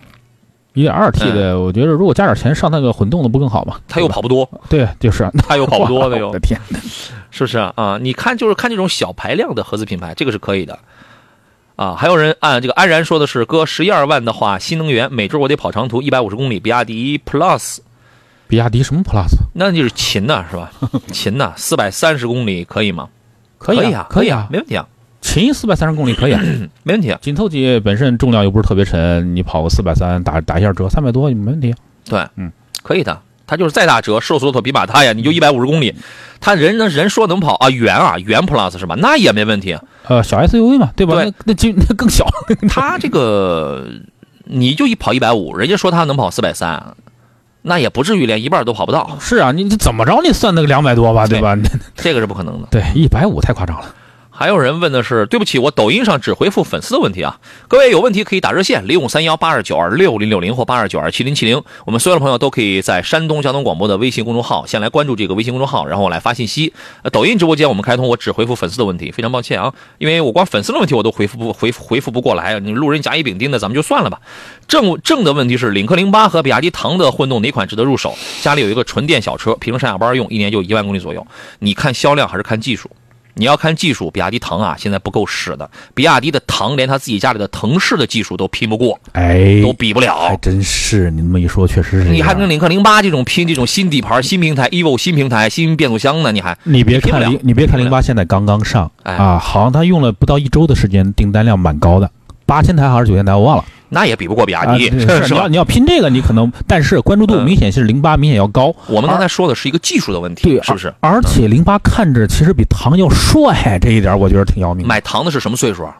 [SPEAKER 3] ？1.2T 的，我觉得如果加点钱上那个混动的不更好吗？
[SPEAKER 2] 它又跑不多，
[SPEAKER 3] 对，就是
[SPEAKER 2] 它又跑不多的哟。
[SPEAKER 3] 我的天，
[SPEAKER 2] 是不是啊？你看，就是看这种小排量的合资品牌，这个是可以的啊。还有人按这个安然说的是，哥11-2万的话，新能源每周我得跑长途150公里，比亚迪 Plus，
[SPEAKER 3] 比亚迪什么 Plus？
[SPEAKER 2] 那就是秦呐，是吧？秦呐，430公里可以吗？
[SPEAKER 3] 可以啊，
[SPEAKER 2] 没问题啊。
[SPEAKER 3] 秦430公里可以啊，
[SPEAKER 2] 没问题啊。
[SPEAKER 3] 紧凑级本身重量又不是特别沉，你跑个430打一下折300多没问题。
[SPEAKER 2] 对，可以的。他就是再打折，瘦死骆驼比马大呀，你就150公里，他人说能跑啊，元 Plus 是吧？那也没问题。
[SPEAKER 3] 小 SUV 嘛，对吧？
[SPEAKER 2] 对，
[SPEAKER 3] 那更小。
[SPEAKER 2] 他这个你就跑150，人家说他能跑430，那也不至于连一半都跑不到。
[SPEAKER 3] 是啊，你怎么着你算那个200多吧，对吧？
[SPEAKER 2] 这个是不可能的。
[SPEAKER 3] 对，150太夸张了。
[SPEAKER 2] 还有人问的是，对不起，我抖音上只回复粉丝的问题啊。各位有问题可以打热线053182926060或82927070。我们所有的朋友都可以在山东交通广播的微信公众号先来关注这个微信公众号，然后来发信息。抖音直播间我们开通，我只回复粉丝的问题，非常抱歉啊，因为我光粉丝的问题我都回复不过来，你路人甲乙丙丁的咱们就算了吧。正的问题是，领克08和比亚迪唐的混动哪款值得入手？家里有一个纯电小车，平时上下班用，1年就1万公里左右。你看销量还是看技术？你要看技术，比亚迪唐啊现在不够使的，比亚迪的唐连他自己家里的腾势的技术都拼不过，都比不了。
[SPEAKER 3] 还真是，你那么一说确实是。
[SPEAKER 2] 你还跟领克08这种拼这种新底盘、新平台 EVO 新平台、新变速箱呢？
[SPEAKER 3] 你别看08现在刚刚上啊，好像他用了不到1周的时间，订单量蛮高的，8000台还是9000台我忘了。
[SPEAKER 2] 那也比不过比亚迪，
[SPEAKER 3] 你要拼这个，你可能，但是关注度明显是08明显要高。我
[SPEAKER 2] 们刚才说的是一个技术的问题，
[SPEAKER 3] 对，
[SPEAKER 2] 是不是？
[SPEAKER 3] 而且08看着其实比唐要帅，这一点我觉得挺要命。
[SPEAKER 2] 买唐的是什么岁数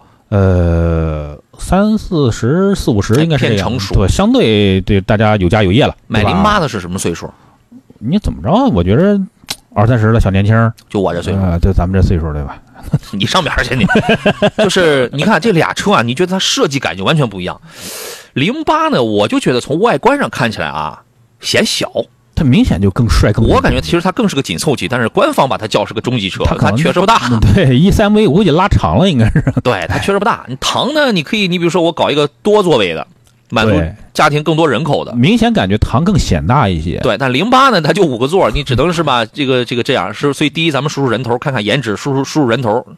[SPEAKER 3] ？30、40、40、50应该是这样，
[SPEAKER 2] 偏成熟，
[SPEAKER 3] 对，相对对大家有家有业了。
[SPEAKER 2] 买08的是什么岁数？
[SPEAKER 3] 你怎么着？我觉得20、30的小年轻，
[SPEAKER 2] 就我这岁数，
[SPEAKER 3] 对咱们这岁数，对吧？
[SPEAKER 2] 你上边去你，就是你看这俩车啊，你觉得它设计感就完全不一样。08呢，我就觉得从外观上看起来啊，显小，
[SPEAKER 3] 它明显就更帅更。
[SPEAKER 2] 我感觉其实它更是个紧凑级，但是官方把它叫是个中级车，它确实不大。
[SPEAKER 3] 对，E3V 我估计拉长了应该是。
[SPEAKER 2] 对，它确实不大。你唐呢，你可以，你比如说我搞一个多座位的。满足家庭更多人口的，
[SPEAKER 3] 明显感觉唐更显大一些。
[SPEAKER 2] 对，但08呢，它就5个座，你只能是吧，这样是。所以第一，咱们数数人头，看看颜值，数数人头，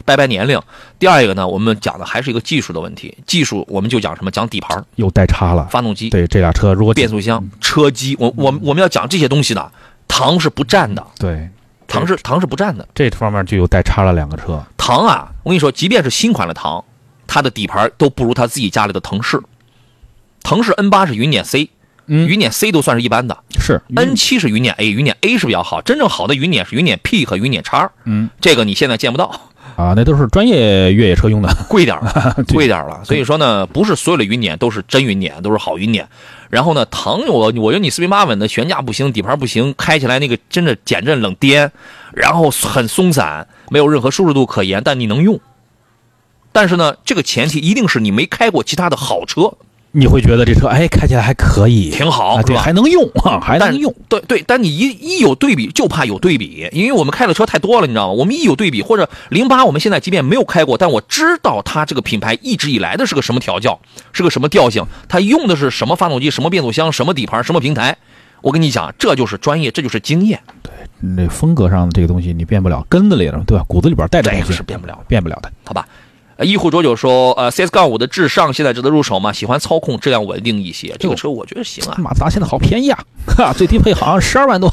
[SPEAKER 2] 拜拜年龄。第二一个呢，我们讲的还是一个技术的问题。技术我们就讲什么？讲底盘
[SPEAKER 3] 又带差了，
[SPEAKER 2] 发动机。
[SPEAKER 3] 对，这俩车如果
[SPEAKER 2] 变速箱、车机，我们要讲这些东西的，唐是不占的。
[SPEAKER 3] 对，
[SPEAKER 2] 唐是不占的。
[SPEAKER 3] 这方面就有带差了2个车。
[SPEAKER 2] 唐啊，我跟你说，即便是新款的唐，它的底盘都不如他自己家里的腾势。腾势 N8 是云辇 C。云辇 C 都算是一般的，
[SPEAKER 3] 是
[SPEAKER 2] N7 是云辇 A， 云辇 A 是比较好，真正好的云辇是云辇 P 和云辇 X， 这个你现在见不到
[SPEAKER 3] 啊，那都是专业越野车用的，
[SPEAKER 2] 贵点了。所以说呢，不是所有的云辇都是真云辇，都是好云辇。然后呢，唐我觉得你四平八稳的，悬架不行，底盘不行，开起来那个真的减震冷颠，然后很松散，没有任何舒适度可言，但你能用。但是呢，这个前提一定是你没开过其他的好车。
[SPEAKER 3] 你会觉得这车开起来还可以，
[SPEAKER 2] 挺好，
[SPEAKER 3] 对，还能用啊，还能用。
[SPEAKER 2] 对，但你一有对比，就怕有对比，因为我们开的车太多了，你知道吗？我们一有对比，或者08，我们现在即便没有开过，但我知道它这个品牌一直以来的是个什么调教，是个什么调性，它用的是什么发动机、什么变速箱、什么底盘、什么平台。我跟你讲，这就是专业，这就是经验。
[SPEAKER 3] 对，那风格上的这个东西你变不了，根子里了，对吧？骨子里边带着东西
[SPEAKER 2] 是变不了
[SPEAKER 3] 的，
[SPEAKER 2] 好吧？一户卓九说CS-5 的智尚现在值得入手吗？喜欢操控，质量稳定一些。这个车我觉得行啊。
[SPEAKER 3] 马自达现在好便宜啊，最低配好像12万多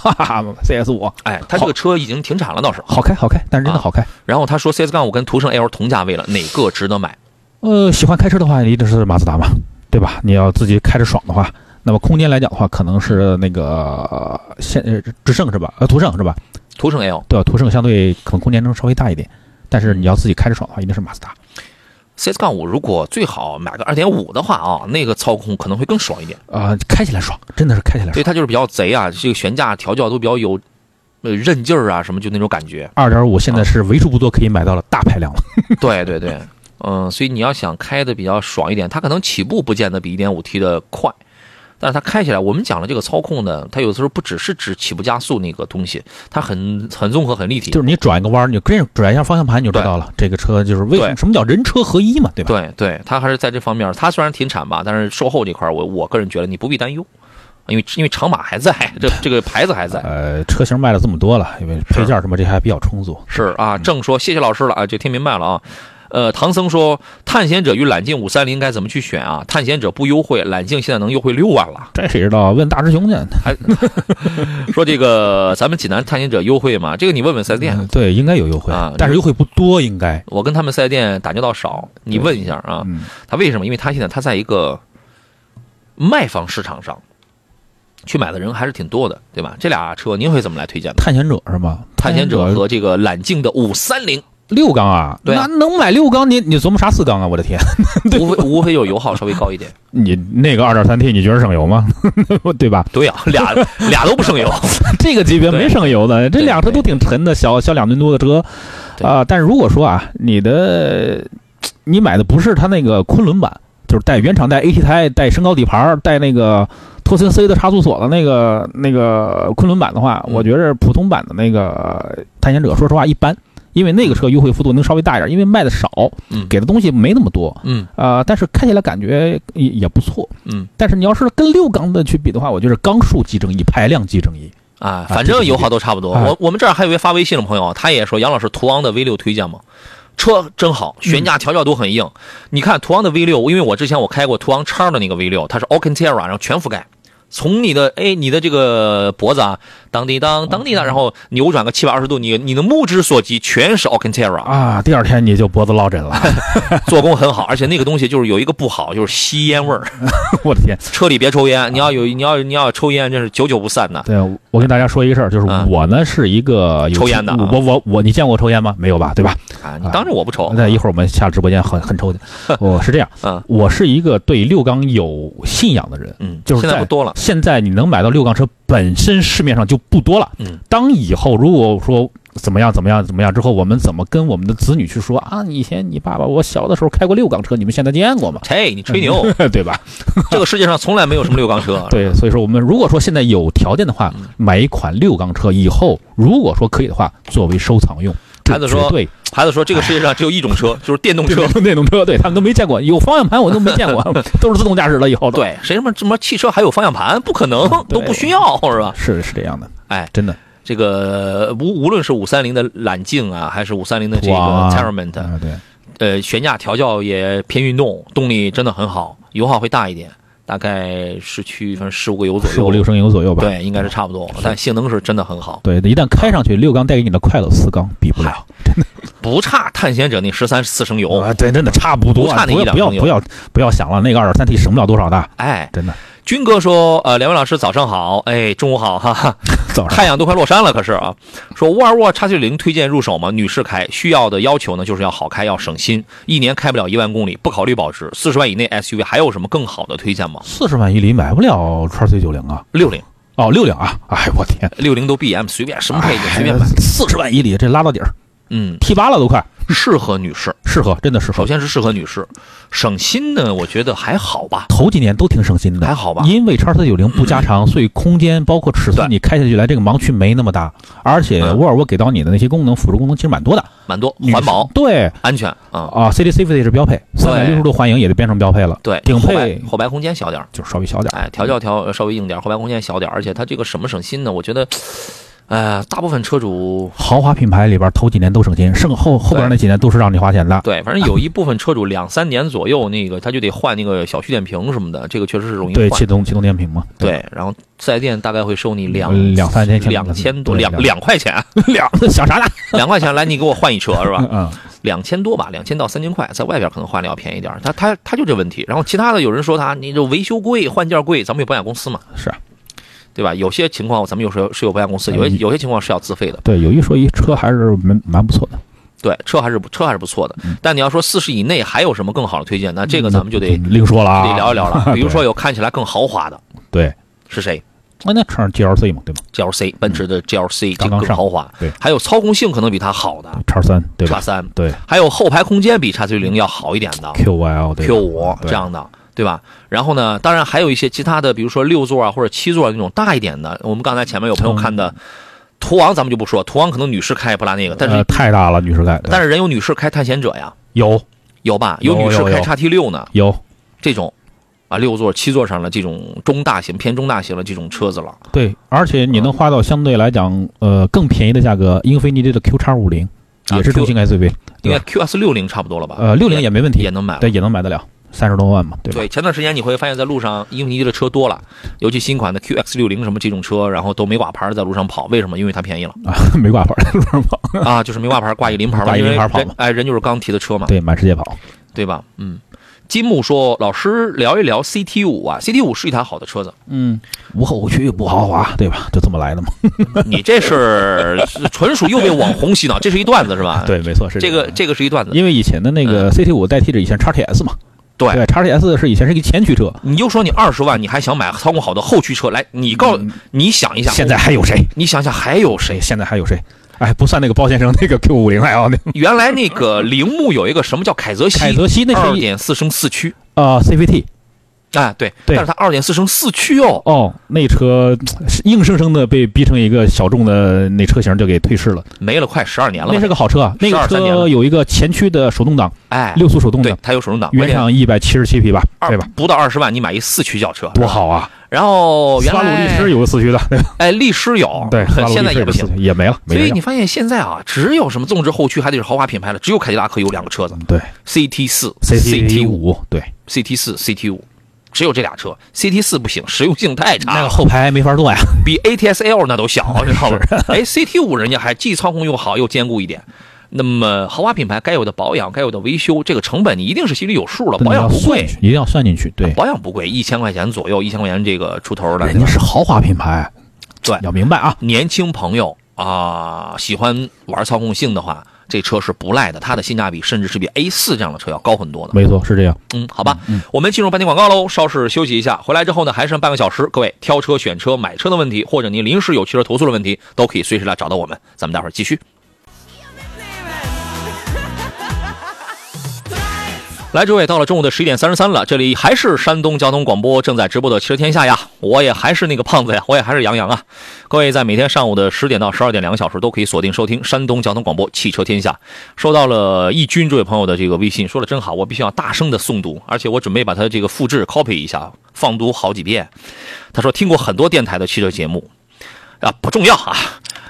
[SPEAKER 3] ，CS5。
[SPEAKER 2] 它这个车已经停产了，倒是
[SPEAKER 3] 好开，但是真的好开。
[SPEAKER 2] 然后他说 CS-5 跟途胜 L 同价位了，哪个值得买？
[SPEAKER 3] 喜欢开车的话，一定是马自达嘛，对吧？你要自己开着爽的话，那么空间来讲的话，可能是那个智胜是吧？途胜是吧？
[SPEAKER 2] 途胜 L
[SPEAKER 3] 对吧？途胜相对可能空间能稍微大一点，但是你要自己开着爽的话，一定是马自达。
[SPEAKER 2] CS-5 如果最好买个 2.5 的话啊，那个操控可能会更爽一点
[SPEAKER 3] 开起来爽，真的是开起来爽。
[SPEAKER 2] 对，它就是比较贼啊，这个悬架调教都比较有韧劲儿啊，什么就那种感觉。
[SPEAKER 3] 2.5 现在是为数不多可以买到了大排量了。
[SPEAKER 2] 对，所以你要想开的比较爽一点，它可能起步不见得比 1.5T 的快。但是它开起来，我们讲的这个操控呢，它有的时候不只是指起步加速那个东西，它很综合、很立体。
[SPEAKER 3] 就是你转一个弯，你跟转一下方向盘，你就知道了。这个车就是为什么叫人车合一嘛，对吧？
[SPEAKER 2] 对，它还是在这方面，它虽然停产吧，但是售后这块我个人觉得你不必担忧，因为长马还在，这个牌子还在。
[SPEAKER 3] 车型卖了这么多了，因为配件什么这还比较充足。
[SPEAKER 2] 是啊，正说谢谢老师了啊，就听明白了啊。唐僧说，探险者与揽境530该怎么去选啊？探险者不优惠，揽境现在能优惠6万了。
[SPEAKER 3] 这谁知道？问大师兄去。
[SPEAKER 2] 说这个咱们济南探险者优惠吗？这个你问问4S店。
[SPEAKER 3] 对，应该有优惠啊，但是优惠不多，应该。
[SPEAKER 2] 我跟他们4S店打交道少，你问一下啊。他为什么？因为他现在他在一个卖方市场上，去买的人还是挺多的，对吧？这俩车您会怎么来推荐的？
[SPEAKER 3] 探险者是吗？
[SPEAKER 2] 探险者和这个揽境的530。
[SPEAKER 3] 6缸啊，
[SPEAKER 2] 对
[SPEAKER 3] 那能买6缸？你琢磨啥4缸啊？我的天，
[SPEAKER 2] 无非有油耗稍微高一点。
[SPEAKER 3] 你那个 2.3T 你觉得省油吗？对吧？
[SPEAKER 2] 对呀，俩都不省油，
[SPEAKER 3] 这个级别没省油的，这俩车都挺沉的，小2吨多的车但是如果说啊，你买的不是它那个昆仑版，就是带原厂带 AT 胎、带升高底盘、带那个托森 C 的差速锁的那个昆仑版的话，我觉得普通版的那个探险者，说实话一般。因为那个车优惠幅度能稍微大一点，因为卖的少，给的东西没那么多，但是开起来感觉也不错，但是你要是跟6缸的去比的话，我觉得缸数即正义，排量即正义
[SPEAKER 2] 啊，反正油耗都差不多。我们这儿还有一位发微信的朋友，他也说杨老师途昂的 V6 推荐吗？车真好，悬架调教都很硬。你看途昂的 V6，因为我之前我开过途昂叉的那个 V6，它是 Alcantara， 然后全覆盖。从你的这个脖子啊，当地当，然后扭转个720度，你的目之所及全是 Alcantara
[SPEAKER 3] 啊，第二天你就脖子落枕了。
[SPEAKER 2] 做工很好，而且那个东西就是有一个不好，就是吸烟味儿。
[SPEAKER 3] 我的天，
[SPEAKER 2] 车里别抽烟，你要抽烟，真是久久不散的。
[SPEAKER 3] 对，我跟大家说一个事儿，就是我呢是一个
[SPEAKER 2] 抽烟的，
[SPEAKER 3] 我你见过我抽烟吗？没有吧，对吧？
[SPEAKER 2] 啊，你当着我不抽。
[SPEAKER 3] 那一会儿我们下直播间很抽的。我是这样，我是一个对6缸有信仰的人，就是
[SPEAKER 2] 现在不多了。
[SPEAKER 3] 现在你能买到6缸车本身市面上就不多了，当以后如果说怎么样之后，我们怎么跟我们的子女去说啊？以前你爸爸我小的时候开过6缸车，你们现在见过吗？
[SPEAKER 2] 你吹牛
[SPEAKER 3] 对吧？
[SPEAKER 2] 这个世界上从来没有什么6缸车。
[SPEAKER 3] 对，所以说我们如果说现在有条件的话，买一款6缸车，以后如果说可以的话，作为收藏用。
[SPEAKER 2] 孩子说这个世界上只有一种车，就是电动车。
[SPEAKER 3] 电动车，对，他们都没见过，有方向盘我都没见过，都是自动驾驶了以后的。
[SPEAKER 2] 对，谁什么汽车还有方向盘？不可能，都不需要，是吧？
[SPEAKER 3] 是这样的，
[SPEAKER 2] 哎，
[SPEAKER 3] 真的。
[SPEAKER 2] 这个无论是530的揽境啊，还是530的这个 Terrament，对，悬架调教也偏运动，动力真的很好，油耗会大一点。大概市区反正15个油左右
[SPEAKER 3] ，15、6升油左右吧。
[SPEAKER 2] 对，应该是差不多，但性能是真的很好。
[SPEAKER 3] 对，一旦开上去，6缸带给你的快乐，4缸比不了，真的
[SPEAKER 2] 不差探险者那13.4升油
[SPEAKER 3] 啊，对，真的差不多，
[SPEAKER 2] 不差那1-2升
[SPEAKER 3] 油。不要想了，那个2.3T 省不了多少的，
[SPEAKER 2] 哎，
[SPEAKER 3] 真的。
[SPEAKER 2] 军哥说，两位老师早上好，哎，中午好，哈哈，太阳都快落山了，可是啊，说沃尔沃 X70 推荐入手吗？女士开，需要的要求呢，就是要好开，要省心，1年开不了1万公里，不考虑保值，40万以内 SUV 还有什么更好的推荐吗
[SPEAKER 3] ？40万以里买不了叉 C90啊
[SPEAKER 2] ，60
[SPEAKER 3] 哦，60啊，哎，我天
[SPEAKER 2] ，60都 BM 随便什么配置随便买
[SPEAKER 3] ，40万以里这拉到底儿。T8了都快，
[SPEAKER 2] 适合女士，
[SPEAKER 3] 适合，真的适合。
[SPEAKER 2] 首先是适合女士，省心呢，我觉得还好吧。
[SPEAKER 3] 头几年都挺省心的，
[SPEAKER 2] 还好吧。
[SPEAKER 3] 因为叉490不加长，所以空间包括尺寸，你开下去来这个盲区没那么大。而且沃尔沃给到你的那些功能，辅助功能其实蛮多的，
[SPEAKER 2] 蛮多，环保，
[SPEAKER 3] 对，
[SPEAKER 2] 安全
[SPEAKER 3] ，City Safety 是标配，360度环影也得变成标配了。
[SPEAKER 2] 对，
[SPEAKER 3] 顶配
[SPEAKER 2] 后排空间小点，
[SPEAKER 3] 就稍微小点，
[SPEAKER 2] 哎，调教稍微硬点，后排空间小点，而且它这个什么省心呢？我觉得。大部分车主
[SPEAKER 3] 豪华品牌里边头几年都省心，后边那几年都是让你花钱的。
[SPEAKER 2] 对，反正有一部分车主2-3年左右，那个他就得换那个小蓄电瓶什么的，这个确实是容易换。
[SPEAKER 3] 对，启动电瓶嘛。
[SPEAKER 2] 对，然后4S店大概会收你
[SPEAKER 3] 2-3千
[SPEAKER 2] 2000多2块钱，
[SPEAKER 3] 想啥呢
[SPEAKER 2] ？2块钱来，你给我换一车是吧？2000多吧，2000到3000块，在外边可能换的要便宜点。他就这问题。然后其他的有人说你这维修贵，换件贵，咱们有保险公司嘛？
[SPEAKER 3] 是啊。
[SPEAKER 2] 对吧？有些情况咱们是有保险公司，有些情况是要自费的。
[SPEAKER 3] 对，有一说一，车还是蛮不错的。
[SPEAKER 2] 对，车还是不错的。但你要说40以内还有什么更好的推荐，那这个咱们就得
[SPEAKER 3] 另说了，
[SPEAKER 2] 得聊一聊了。比如说有看起来更豪华的，
[SPEAKER 3] 对，
[SPEAKER 2] 是谁？
[SPEAKER 3] 那车 GLC 嘛，对吧
[SPEAKER 2] ？GLC， 奔驰的 GLC 这个
[SPEAKER 3] 更
[SPEAKER 2] 豪华，
[SPEAKER 3] 对，
[SPEAKER 2] 还有操控性可能比它好的
[SPEAKER 3] X3，对吧
[SPEAKER 2] ？X3，
[SPEAKER 3] 对，
[SPEAKER 2] 还有后排空间比 X90 要好一点的
[SPEAKER 3] Q5
[SPEAKER 2] 这样的。对吧？然后呢，当然还有一些其他的，比如说6座啊或者7座那种大一点的。我们刚才前面有朋友看的途昂，咱们就不说，途昂可能女士开也不拉那个，但是
[SPEAKER 3] 太大了，女士开。
[SPEAKER 2] 但是人有女士开探险者呀，有吧？有女士开 XT6 呢，
[SPEAKER 3] 有
[SPEAKER 2] 这种6座、7座上的这种偏中大型的这种车子了。
[SPEAKER 3] 对，而且你能花到相对来讲更便宜的价格，英菲尼迪的 QX50也是中型 SUV，
[SPEAKER 2] 应该 QS60 差不多了吧
[SPEAKER 3] ？60也没问题，
[SPEAKER 2] 也能买，
[SPEAKER 3] 对，也能买得了。30多万嘛，对吧？
[SPEAKER 2] 对，前段时间你会发现在路上英菲尼迪的车多了，尤其新款的 QX60 什么这种车，然后都没挂牌在路上跑，为什么？因为它便宜了
[SPEAKER 3] 啊，没挂牌在路上跑
[SPEAKER 2] 啊，就是没挂牌挂一临牌嘛，因为人就是刚提的车嘛，
[SPEAKER 3] 对，满世界跑，
[SPEAKER 2] 对吧？金木说，老师聊一聊 CT5 啊 ，CT5 是一台好的车子，
[SPEAKER 3] 无后驱不豪华，对吧？就这么来的嘛。
[SPEAKER 2] 你这是纯属又被网红洗脑，这是一段子是吧？
[SPEAKER 3] 对，没错，是
[SPEAKER 2] 这个是一段子，
[SPEAKER 3] 因为以前的那个 CT5 代替着以前 XTS 嘛。对 ，XTS 是以前是一个前驱车。
[SPEAKER 2] 你就说你20万，你还想买操控好的后驱车？来，你想一下，
[SPEAKER 3] 现在还有谁？
[SPEAKER 2] 你想想还有谁？
[SPEAKER 3] 现在还有谁？哎，不算那个包先生那个 Q50来啊。
[SPEAKER 2] 原来那个铃木有一个什么叫凯泽西？
[SPEAKER 3] 凯泽西那是
[SPEAKER 2] 2.4升4驱
[SPEAKER 3] CVT。
[SPEAKER 2] 哎，对，但是它2.4升4驱哦，
[SPEAKER 3] 那车硬生生的被逼成一个小众的那车型就给退市了，
[SPEAKER 2] 没了快12年了。
[SPEAKER 3] 那是个好车，那个车有一个前驱的手动挡，
[SPEAKER 2] 哎
[SPEAKER 3] ，6速手动的，
[SPEAKER 2] 对，它有手动挡，
[SPEAKER 3] 原厂177匹吧，对吧？
[SPEAKER 2] 不到20万，你买一4驱轿车，
[SPEAKER 3] 多好啊！
[SPEAKER 2] 然后
[SPEAKER 3] 斯巴鲁力狮有个4驱的，
[SPEAKER 2] 哎，力狮有，
[SPEAKER 3] 对，
[SPEAKER 2] 现在也不行，
[SPEAKER 3] 也没了。
[SPEAKER 2] 所以你发现现在啊，只有什么纵置后驱还得是豪华品牌了，只有凯迪拉克有2个车子，
[SPEAKER 3] 对
[SPEAKER 2] ，CT4、CT5，
[SPEAKER 3] 对
[SPEAKER 2] ，CT4、CT5。只有这俩车 ，CT4 不行，实用性太差，
[SPEAKER 3] 那个后排没法坐呀，
[SPEAKER 2] 比 ATS-L 那都小，知道吗？哎 ，CT5 人家还既操控又好又坚固一点。那么豪华品牌该有的保养、该有的维修，这个成本你一定是心里有数了。保养不贵，
[SPEAKER 3] 一定要算进去。对，
[SPEAKER 2] 保养不贵，1000块钱左右，1000块钱这个出头的。
[SPEAKER 3] 人家是豪华品牌，
[SPEAKER 2] 对，
[SPEAKER 3] 要明白啊。
[SPEAKER 2] 年轻朋友啊，喜欢玩操控性的话。这车是不赖的，它的性价比甚至是比 A4 这样的车要高很多的。
[SPEAKER 3] 没错，是这样。
[SPEAKER 2] 好吧，我们进入半天广告喽，稍事休息一下，回来之后呢，还剩半个小时。各位挑车、选车、买车的问题，或者您临时有汽车投诉的问题，都可以随时来找到我们。咱们待会儿继续。来，诸位，到了中午的11点33了，这里还是山东交通广播正在直播的汽车天下呀，我也还是那个胖子呀，我也还是杨洋啊。各位在每天上午的10点到12点2个小时都可以锁定收听山东交通广播汽车天下。收到了义军这位朋友的这个微信，说的真好，我必须要大声的诵读，而且我准备把它这个复制 copy 一下，放读好几遍。他说听过很多电台的汽车节目啊，不重要啊。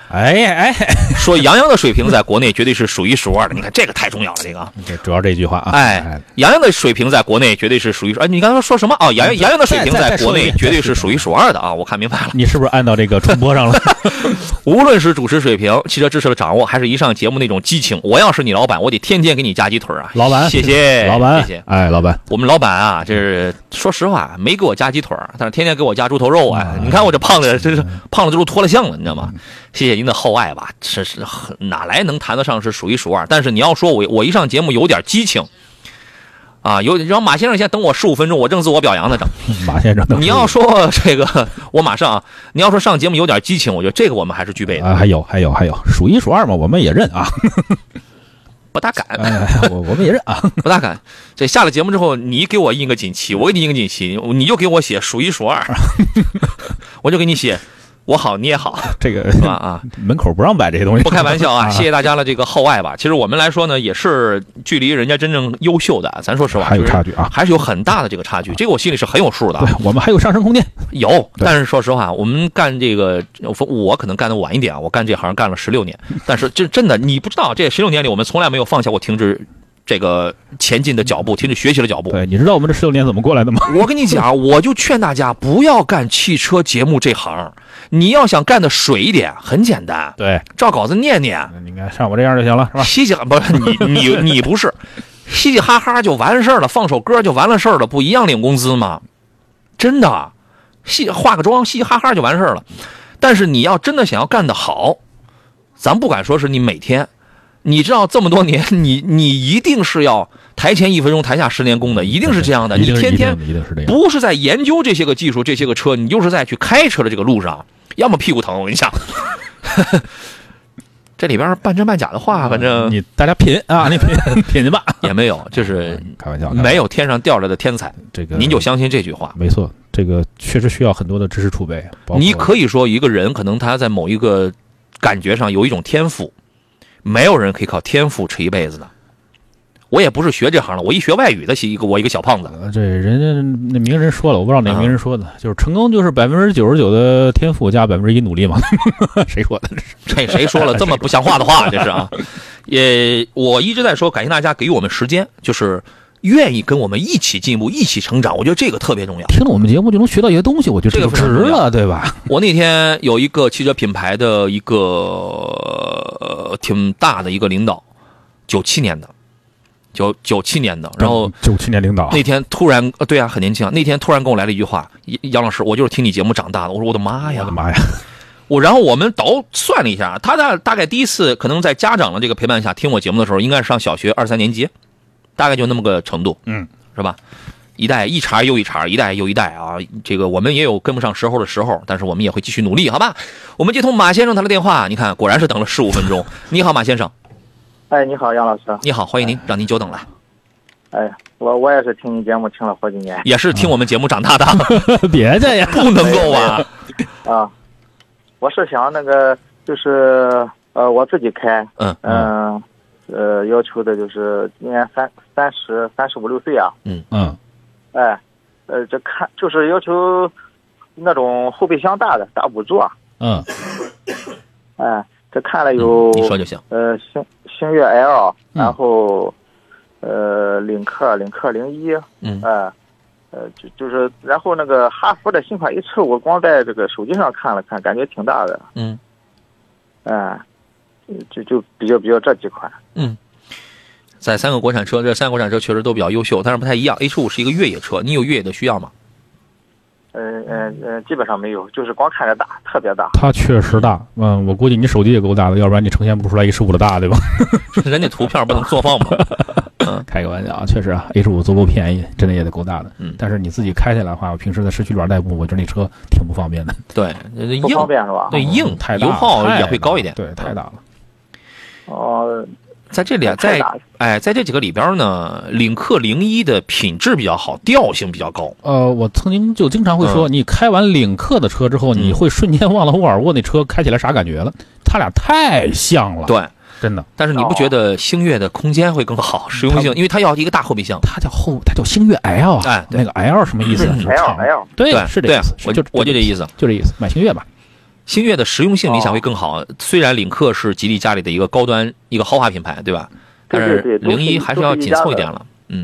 [SPEAKER 3] 哎，
[SPEAKER 2] 说杨洋的水平在国内绝对是数一数二的。你看这个太重要了，这个
[SPEAKER 3] 主要这句话啊。
[SPEAKER 2] 杨洋的水平在国内绝对是数一数。你刚才说什么啊？杨洋的水平在国内绝对是数一数二的啊！我看明白了，
[SPEAKER 3] 你是不是按到这个重播上了？
[SPEAKER 2] 无论是主持水平、汽车知识的掌握，还是一上节目那种激情，我要是你老板，我得天天给你夹鸡腿啊！
[SPEAKER 3] 老板，
[SPEAKER 2] 谢谢，
[SPEAKER 3] 老板，
[SPEAKER 2] 谢谢。
[SPEAKER 3] 哎，老板，
[SPEAKER 2] 我们老板啊，这是说实话，没给我夹鸡腿，但是天天给我夹猪头肉啊！你看我这胖的，真是胖的都脱了相了，你知道吗？谢谢您的厚爱吧，是哪来能谈得上是数一数二？但是你要说我一上节目有点激情啊，让马先生先等我15分钟，我正自我表扬呢，正。
[SPEAKER 3] 马先生，
[SPEAKER 2] 你要说这个，我马上。你要说上节目有点激情，我觉得这个我们还是具备的
[SPEAKER 3] 啊。还有，数一数二嘛，我们也认啊。
[SPEAKER 2] 不大敢，
[SPEAKER 3] 我们也认啊，
[SPEAKER 2] 不大敢。这下了节目之后，你给我印个锦旗，我给你印个锦旗，你就给我写数一数二，我就给你写。我好你也好，
[SPEAKER 3] 这个啊，门口不让摆这些东西，
[SPEAKER 2] 不开玩笑啊！谢谢大家的这个厚爱吧。其实我们来说呢，也是距离人家真正优秀的，咱说实话
[SPEAKER 3] 还有差距啊，
[SPEAKER 2] 还是有很大的这个差距。这个我心里是很有数的。
[SPEAKER 3] 对，我们还有上升空间。
[SPEAKER 2] 有，但是说实话，我们干这个，我可能干得晚一点啊，我干这行干了16年，但是这真的你不知道，这16年里我们从来没有放下过停止这个前进的脚步，停止学习的脚步。
[SPEAKER 3] 对，你知道我们这16年怎么过来的吗？
[SPEAKER 2] 我跟你讲，我就劝大家不要干汽车节目这行。你要想干的水一点，很简单，
[SPEAKER 3] 对，
[SPEAKER 2] 照稿子念念。
[SPEAKER 3] 你看像我这样就行了，是吧？
[SPEAKER 2] 嘻嘻，不是你不是，嘻嘻哈哈就完事儿了，放首歌就完了事儿了，不一样领工资吗？真的，化个妆，嘻嘻哈哈就完事儿了。但是你要真的想要干得好，咱不敢说是你每天，你知道这么多年，你一定是要台前1分钟，台下10年功的，一定是这样的。你天天不是在研究这些个技术，这些个车，你就是在去开车的这个路上，要么屁股疼，我跟你讲。这里边半真半假的话，反正
[SPEAKER 3] 你大家品啊，你品去吧，
[SPEAKER 2] 也没有，就是
[SPEAKER 3] 开玩笑，
[SPEAKER 2] 没有天上掉来的天才，
[SPEAKER 3] 这个
[SPEAKER 2] 您就相信这句话。
[SPEAKER 3] 没错，这个确实需要很多的知识储备。
[SPEAKER 2] 你可以说一个人可能他在某一个感觉上有一种天赋，没有人可以靠天赋吃一辈子的。我也不是学这行的，我一学外语的我一个小胖子。这
[SPEAKER 3] 人家那名人说了，我不知道哪个名人说的，就是成功就是99%的天赋加1%努力嘛。谁说的？
[SPEAKER 2] 这谁说了这么不像话的话？这是啊。我一直在说，感谢大家给予我们时间，就是愿意跟我们一起进步、一起成长。我觉得这个特别重要。
[SPEAKER 3] 听了我们节目就能学到一些东西，我觉得这个值了，对吧？
[SPEAKER 2] 我那天有一个汽车品牌的一个挺大的一个领导，97年的。97年的，然后
[SPEAKER 3] 97年领导
[SPEAKER 2] 那天突然对啊，很年轻啊。那天突然跟我来了一句话：“杨老师，我就是听你节目长大的。”我说：“我的妈呀，
[SPEAKER 3] 我的妈呀！”
[SPEAKER 2] 然后我们算了一下，他大概第一次可能在家长的这个陪伴下听我节目的时候，应该是上小学2、3年级，大概就那么个程度，是吧？一茬又一茬，一代又一代啊！这个我们也有跟不上时候的时候，但是我们也会继续努力，好吧？我们接通马先生他的电话，你看果然是等了15分钟。你好，马先生。
[SPEAKER 9] 哎，你好，杨老师。
[SPEAKER 2] 你好，欢迎您，让您久等了。
[SPEAKER 9] 哎，我也是听你节目听了好几年，
[SPEAKER 2] 也是听我们节目长大的。
[SPEAKER 3] 别的呀，
[SPEAKER 2] 不能够啊。
[SPEAKER 9] 啊，我是想那个就是我自己开，要求的就是今年35、36岁啊。哎，这看就是要求那种后备箱大的大5座。哎。这看了有
[SPEAKER 2] 你说就行。
[SPEAKER 9] 星越 L， 然后领克01，就是然后那个哈弗的新款1.5，我光在这个手机上看了看，感觉挺大的。就比较这几款。
[SPEAKER 2] 在3个国产车，这3个国产车确实都比较优秀，但是不太一样。H5是一个越野车，你有越野的需要吗？
[SPEAKER 9] 基本上没有，就是光看着大，特别大。
[SPEAKER 3] 它确实大，我估计你手机也够大的，要不然你呈现不出来1.5的大，对吧？
[SPEAKER 2] 人家图片不能缩放吗？
[SPEAKER 3] 开个玩笑啊，确实啊 ，H5 足够便宜，真的也得够大的。但是你自己开起来的话，我平时在市区里边代步，我觉得那车挺不方便的。
[SPEAKER 2] 对，
[SPEAKER 9] 不方便是吧？
[SPEAKER 2] 对，硬，
[SPEAKER 3] 太大，
[SPEAKER 2] 油耗也会高一点。
[SPEAKER 3] 对，太大了。
[SPEAKER 2] 在这这几个里边呢，领克01的品质比较好，调性比较高。
[SPEAKER 3] 我曾经就经常会说，你开完领克的车之后，你会瞬间忘了沃尔沃那车开起来啥感觉了，它俩太像了。
[SPEAKER 2] 对，
[SPEAKER 3] 真的。
[SPEAKER 2] 但是你不觉得星越的空间会更好，实用性？因为它要一个大后备箱。
[SPEAKER 3] 它叫星越 L 啊。
[SPEAKER 2] 哎，
[SPEAKER 3] 那个 L 什么意思？
[SPEAKER 9] L
[SPEAKER 3] 对，是这意思。
[SPEAKER 2] 我就这意思，
[SPEAKER 3] 就这意思，买星越吧。
[SPEAKER 2] 星越的实用性理想会更好，虽然领克是吉利家里的一个高端一个豪华品牌，对吧？但是01还是要紧凑一点了。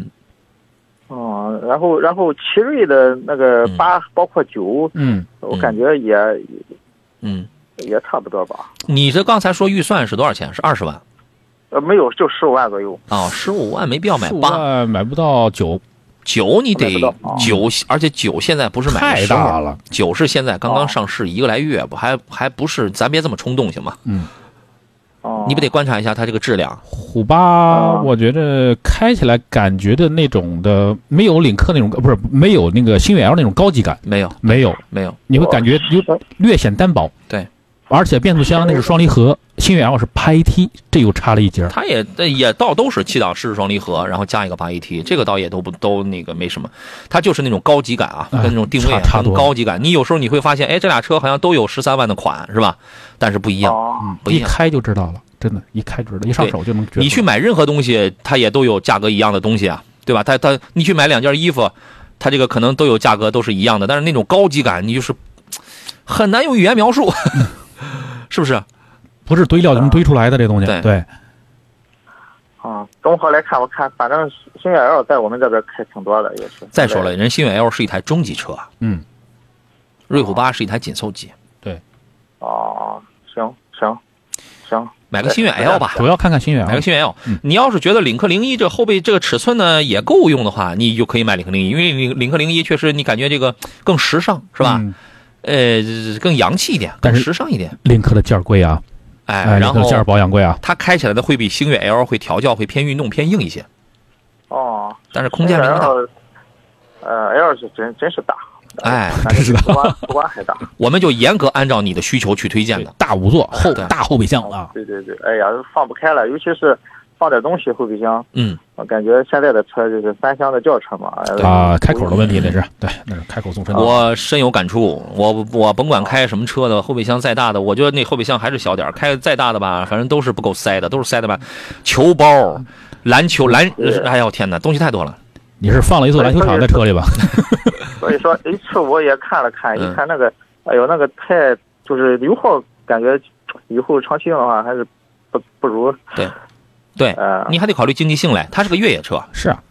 [SPEAKER 9] 然后奇瑞的那个8包括9，我感觉也差不多吧。
[SPEAKER 2] 你这刚才说预算是多少钱？是20万？
[SPEAKER 9] 没有，就15万左右。
[SPEAKER 2] 15万没必要买8，
[SPEAKER 3] 买不到9
[SPEAKER 2] 你得9，而且9现在不是买
[SPEAKER 3] 太大了
[SPEAKER 2] ，9是现在刚刚上市1个来月，还不是，咱别这么冲动行吗？你不得观察一下它这个质量。
[SPEAKER 3] 虎8，我觉得开起来感觉的那种的没有领克那种，不是没有那个星越 L 那种高级感，
[SPEAKER 2] 没有，
[SPEAKER 3] 你会感觉略显单薄。
[SPEAKER 2] 对。
[SPEAKER 3] 而且变速箱那是双离合，星越 L 是8AT，这又差了一截。
[SPEAKER 2] 它也都是7档湿式双离合，然后加一个8AT，这个倒也都那个没什么，它就是那种高级感啊，跟那种定位跟高级感。你有时候你会发现，这俩车好像都有13万的款，是吧？但是不一样，不一样，
[SPEAKER 3] 一开就知道了，真的，一开就知道，一上手就能觉得。
[SPEAKER 2] 你去买任何东西，它也都有价格一样的东西啊，对吧？你去买2件衣服，它这个可能都有价格都是一样的，但是那种高级感，你就是很难用语言描述。是不是？
[SPEAKER 3] 不是堆料就能堆出来的这东西。对。
[SPEAKER 9] 综合来看，我看反正星越 L 在我们这边开挺多的，也是。
[SPEAKER 2] 再说了，人星越 L 是一台中级车，瑞虎8是一台紧凑级。
[SPEAKER 3] 对。
[SPEAKER 9] 行，
[SPEAKER 2] 买个星越 L 吧，
[SPEAKER 3] 主要看看星越 L。
[SPEAKER 2] 买个星越 L，你要是觉得领克01这后背这个尺寸呢也够用的话，你就可以买领克01，因为领克01确实你感觉这个更时尚，是吧？更洋气一点，更时尚一点。
[SPEAKER 3] 领克的件贵啊，
[SPEAKER 2] 然后
[SPEAKER 3] 件保养贵啊，
[SPEAKER 2] 它开起来的会比星越 L 会调教，会偏运动偏硬一些。但是空间没那么大。
[SPEAKER 9] L 是真是大。
[SPEAKER 2] 真是
[SPEAKER 9] 大，不光还大。
[SPEAKER 2] 我们就严格按照你的需求去推荐的，
[SPEAKER 3] 大5座大后备箱啊。
[SPEAKER 9] 对，哎呀，放不开了，尤其是放点东西后备箱。我感觉现在的车就是3厢的轿车嘛。
[SPEAKER 3] 开口的问题那是，对，那是开口送车。
[SPEAKER 2] 我深有感触，我甭管开什么车的，后备箱再大的，我觉得那后备箱还是小点，开再大的吧，反正都是不够塞的，都是塞的吧，球包、篮球，哎呦天哪，东西太多了。
[SPEAKER 3] 你是放了一座篮球场在车里吧？
[SPEAKER 9] 所以说 H5 也看了看，一看那个，哎呦，那个太就是油耗，感觉以后长期用的话还是不如。
[SPEAKER 2] 对，你还得考虑经济性嘞，它是个越野车。
[SPEAKER 3] 是啊。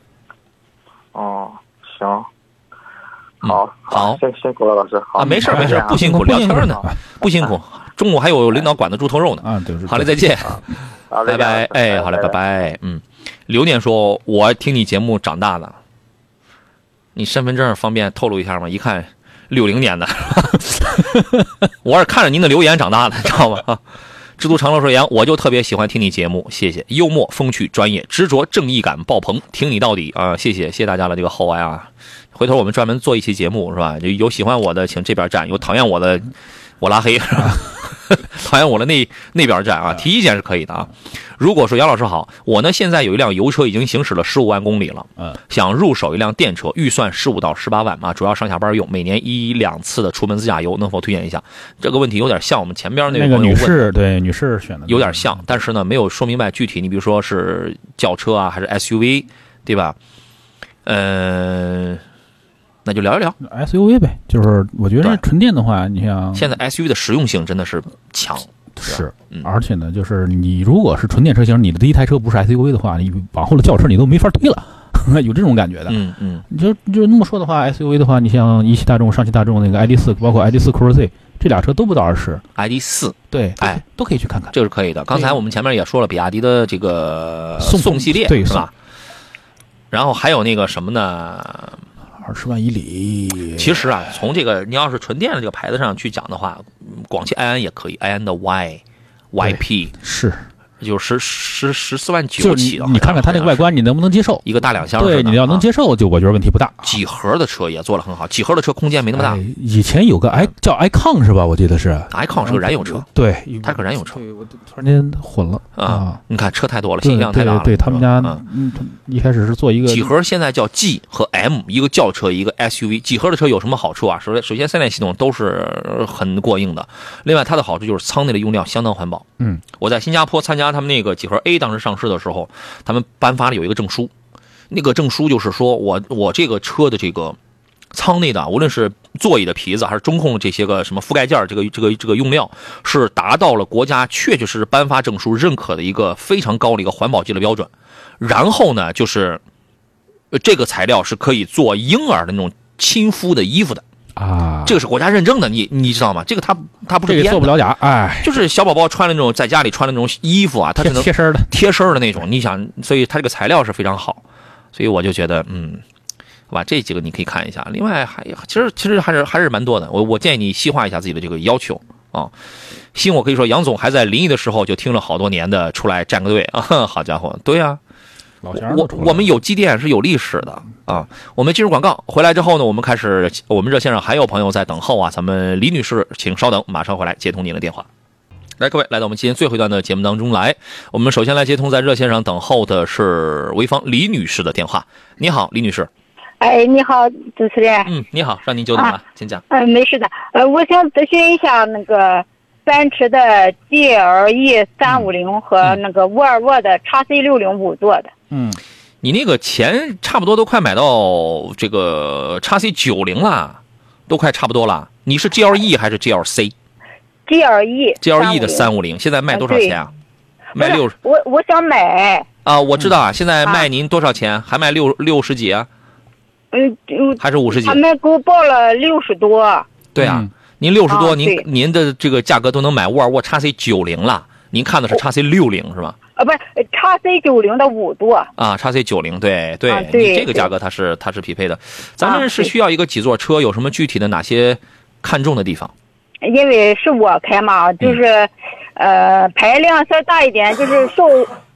[SPEAKER 9] 行。好，辛苦了，老师。好，
[SPEAKER 2] 没事，不辛苦，聊天呢，不辛苦。中午还有领导管的猪头肉呢。
[SPEAKER 3] 对。
[SPEAKER 2] 好嘞，再见。拜拜。好嘞，拜拜。刘念说：“我听你节目长大的，你身份证方便透露一下吗？一看60年的，我是看着您的留言长大的，知道吗？”知足常乐说：“杨，我就特别喜欢听你节目，谢谢，幽默风趣专业，执着正义感爆棚，听你到底啊！谢谢大家的这个厚爱啊！回头我们专门做一期节目是吧？有喜欢我的请这边站，有讨厌我的我拉黑是吧？讨厌我的那边站啊，提意见是可以的啊。如果说杨老师好，我呢现在有一辆油车已经行驶了15万公里了，想入手一辆电车，预算15到18万啊，主要上下班用，每年1-2次的出门自驾游，能否推荐一下？这个问题有点像我们前边那个
[SPEAKER 3] 女士，对女士选的
[SPEAKER 2] 有点像，但是呢没有说明白具体。你比如说是轿车啊，还是 SUV， 对吧？那就聊一聊
[SPEAKER 3] SUV 呗，就是我觉得纯电的话，你像
[SPEAKER 2] 现在 SUV 的实用性真的是强，
[SPEAKER 3] 是，而且呢，就是你如果是纯电车型，你的第一台车不是 SUV 的话，你往后的轿车你都没法推了，有这种感觉的。就那么说的话 ，SUV 的话，你像一汽大众、上汽大众那个 ID.4，包括 ID.4 Cruze， 这俩车都不到20。
[SPEAKER 2] ID.4，
[SPEAKER 3] 对，都可以去看看，
[SPEAKER 2] 这是可以的。刚才我们前面也说了，比亚迪的这个宋系列
[SPEAKER 3] 对
[SPEAKER 2] 是吧？然后还有那个什么呢
[SPEAKER 3] ？20万以里。
[SPEAKER 2] 其实啊，从这个你要是纯电的这个牌子上去讲的话，广汽埃安也可以，埃安的 YP
[SPEAKER 3] 是，
[SPEAKER 2] 就14万9起的。
[SPEAKER 3] 你看看它那个外观，你能不能接受？
[SPEAKER 2] 一个大2厢，
[SPEAKER 3] 对，你要能接受，就我觉得问题不大。
[SPEAKER 2] 几何的车也做得很好，几何的车空间没那么大。
[SPEAKER 3] 以前有个叫 icon 是吧？我记得是
[SPEAKER 2] icon 是个燃油车，
[SPEAKER 3] 对，
[SPEAKER 2] 它是个燃油车。
[SPEAKER 3] 我突然间混了啊！
[SPEAKER 2] 你看车太多了，信息量太大了。
[SPEAKER 3] 对他们家，一开始是做一个
[SPEAKER 2] 几何，现在叫 G 和 M， 一个轿车，一个 SUV。几何的车有什么好处啊？首先3电系统都是很过硬的，另外它的好处就是舱内的用料相当环保。我在新加坡参加他们那个几何 A 当时上市的时候，他们颁发了有一个证书，那个证书就是说我这个车的这个舱内的，无论是座椅的皮子还是中控这些个什么覆盖件，这个用料是达到了国家确确实实颁发证书认可的一个非常高的一个环保级的标准。然后呢，就是这个材料是可以做婴儿的那种亲肤的衣服的
[SPEAKER 3] 啊，
[SPEAKER 2] 这个是国家认证的，你知道吗？这个它不是
[SPEAKER 3] 这个做不了假，哎，
[SPEAKER 2] 就是小宝宝穿的那种在家里穿的那种衣服啊，它是能贴身的那种。你想，所以它这个材料是非常好，所以我就觉得好吧，这几个你可以看一下。另外其实还是蛮多的。我建议你细化一下自己的这个要求啊。信我可以说，杨总还在临沂的时候就听了好多年的，出来站个队啊，好家伙，对啊。我们有积淀是有历史的啊。我们进入广告，回来之后呢，我们热线上还有朋友在等候啊。咱们李女士，请稍等，马上回来接通您的电话。来，各位来到我们今天最后一段的节目当中来。我们首先来接通在热线上等候的是潍坊李女士的电话。你好，李女士。
[SPEAKER 10] 哎，你好，主持人。
[SPEAKER 2] 你好，让您久等了，请讲。
[SPEAKER 10] 没事的。我想咨询一下那个奔驰的 GLE 350和那个沃尔沃的 XC60 5座的。
[SPEAKER 2] 你那个钱差不多都快买到这个 XC90 了，都快差不多了。你是 GLE 还是 GLC？GLE 的350现在卖多少钱啊？卖60。
[SPEAKER 10] 我想买
[SPEAKER 2] 啊，我知道啊，现在卖您多少钱？还卖60几啊？还是50几？
[SPEAKER 10] 他们给我报了60多。
[SPEAKER 2] 对啊，您60多，您的这个价格都能买沃尔沃 XC90 了。您看的是 XC60 是吧？
[SPEAKER 10] 不是 XC90 的5座
[SPEAKER 2] 啊 ，XC90 对，你这个价格它是匹配的。咱们是需要一个几座车，有什么具体的哪些看重的地方？
[SPEAKER 10] 因为是我开嘛，就是排量稍大一点，就是售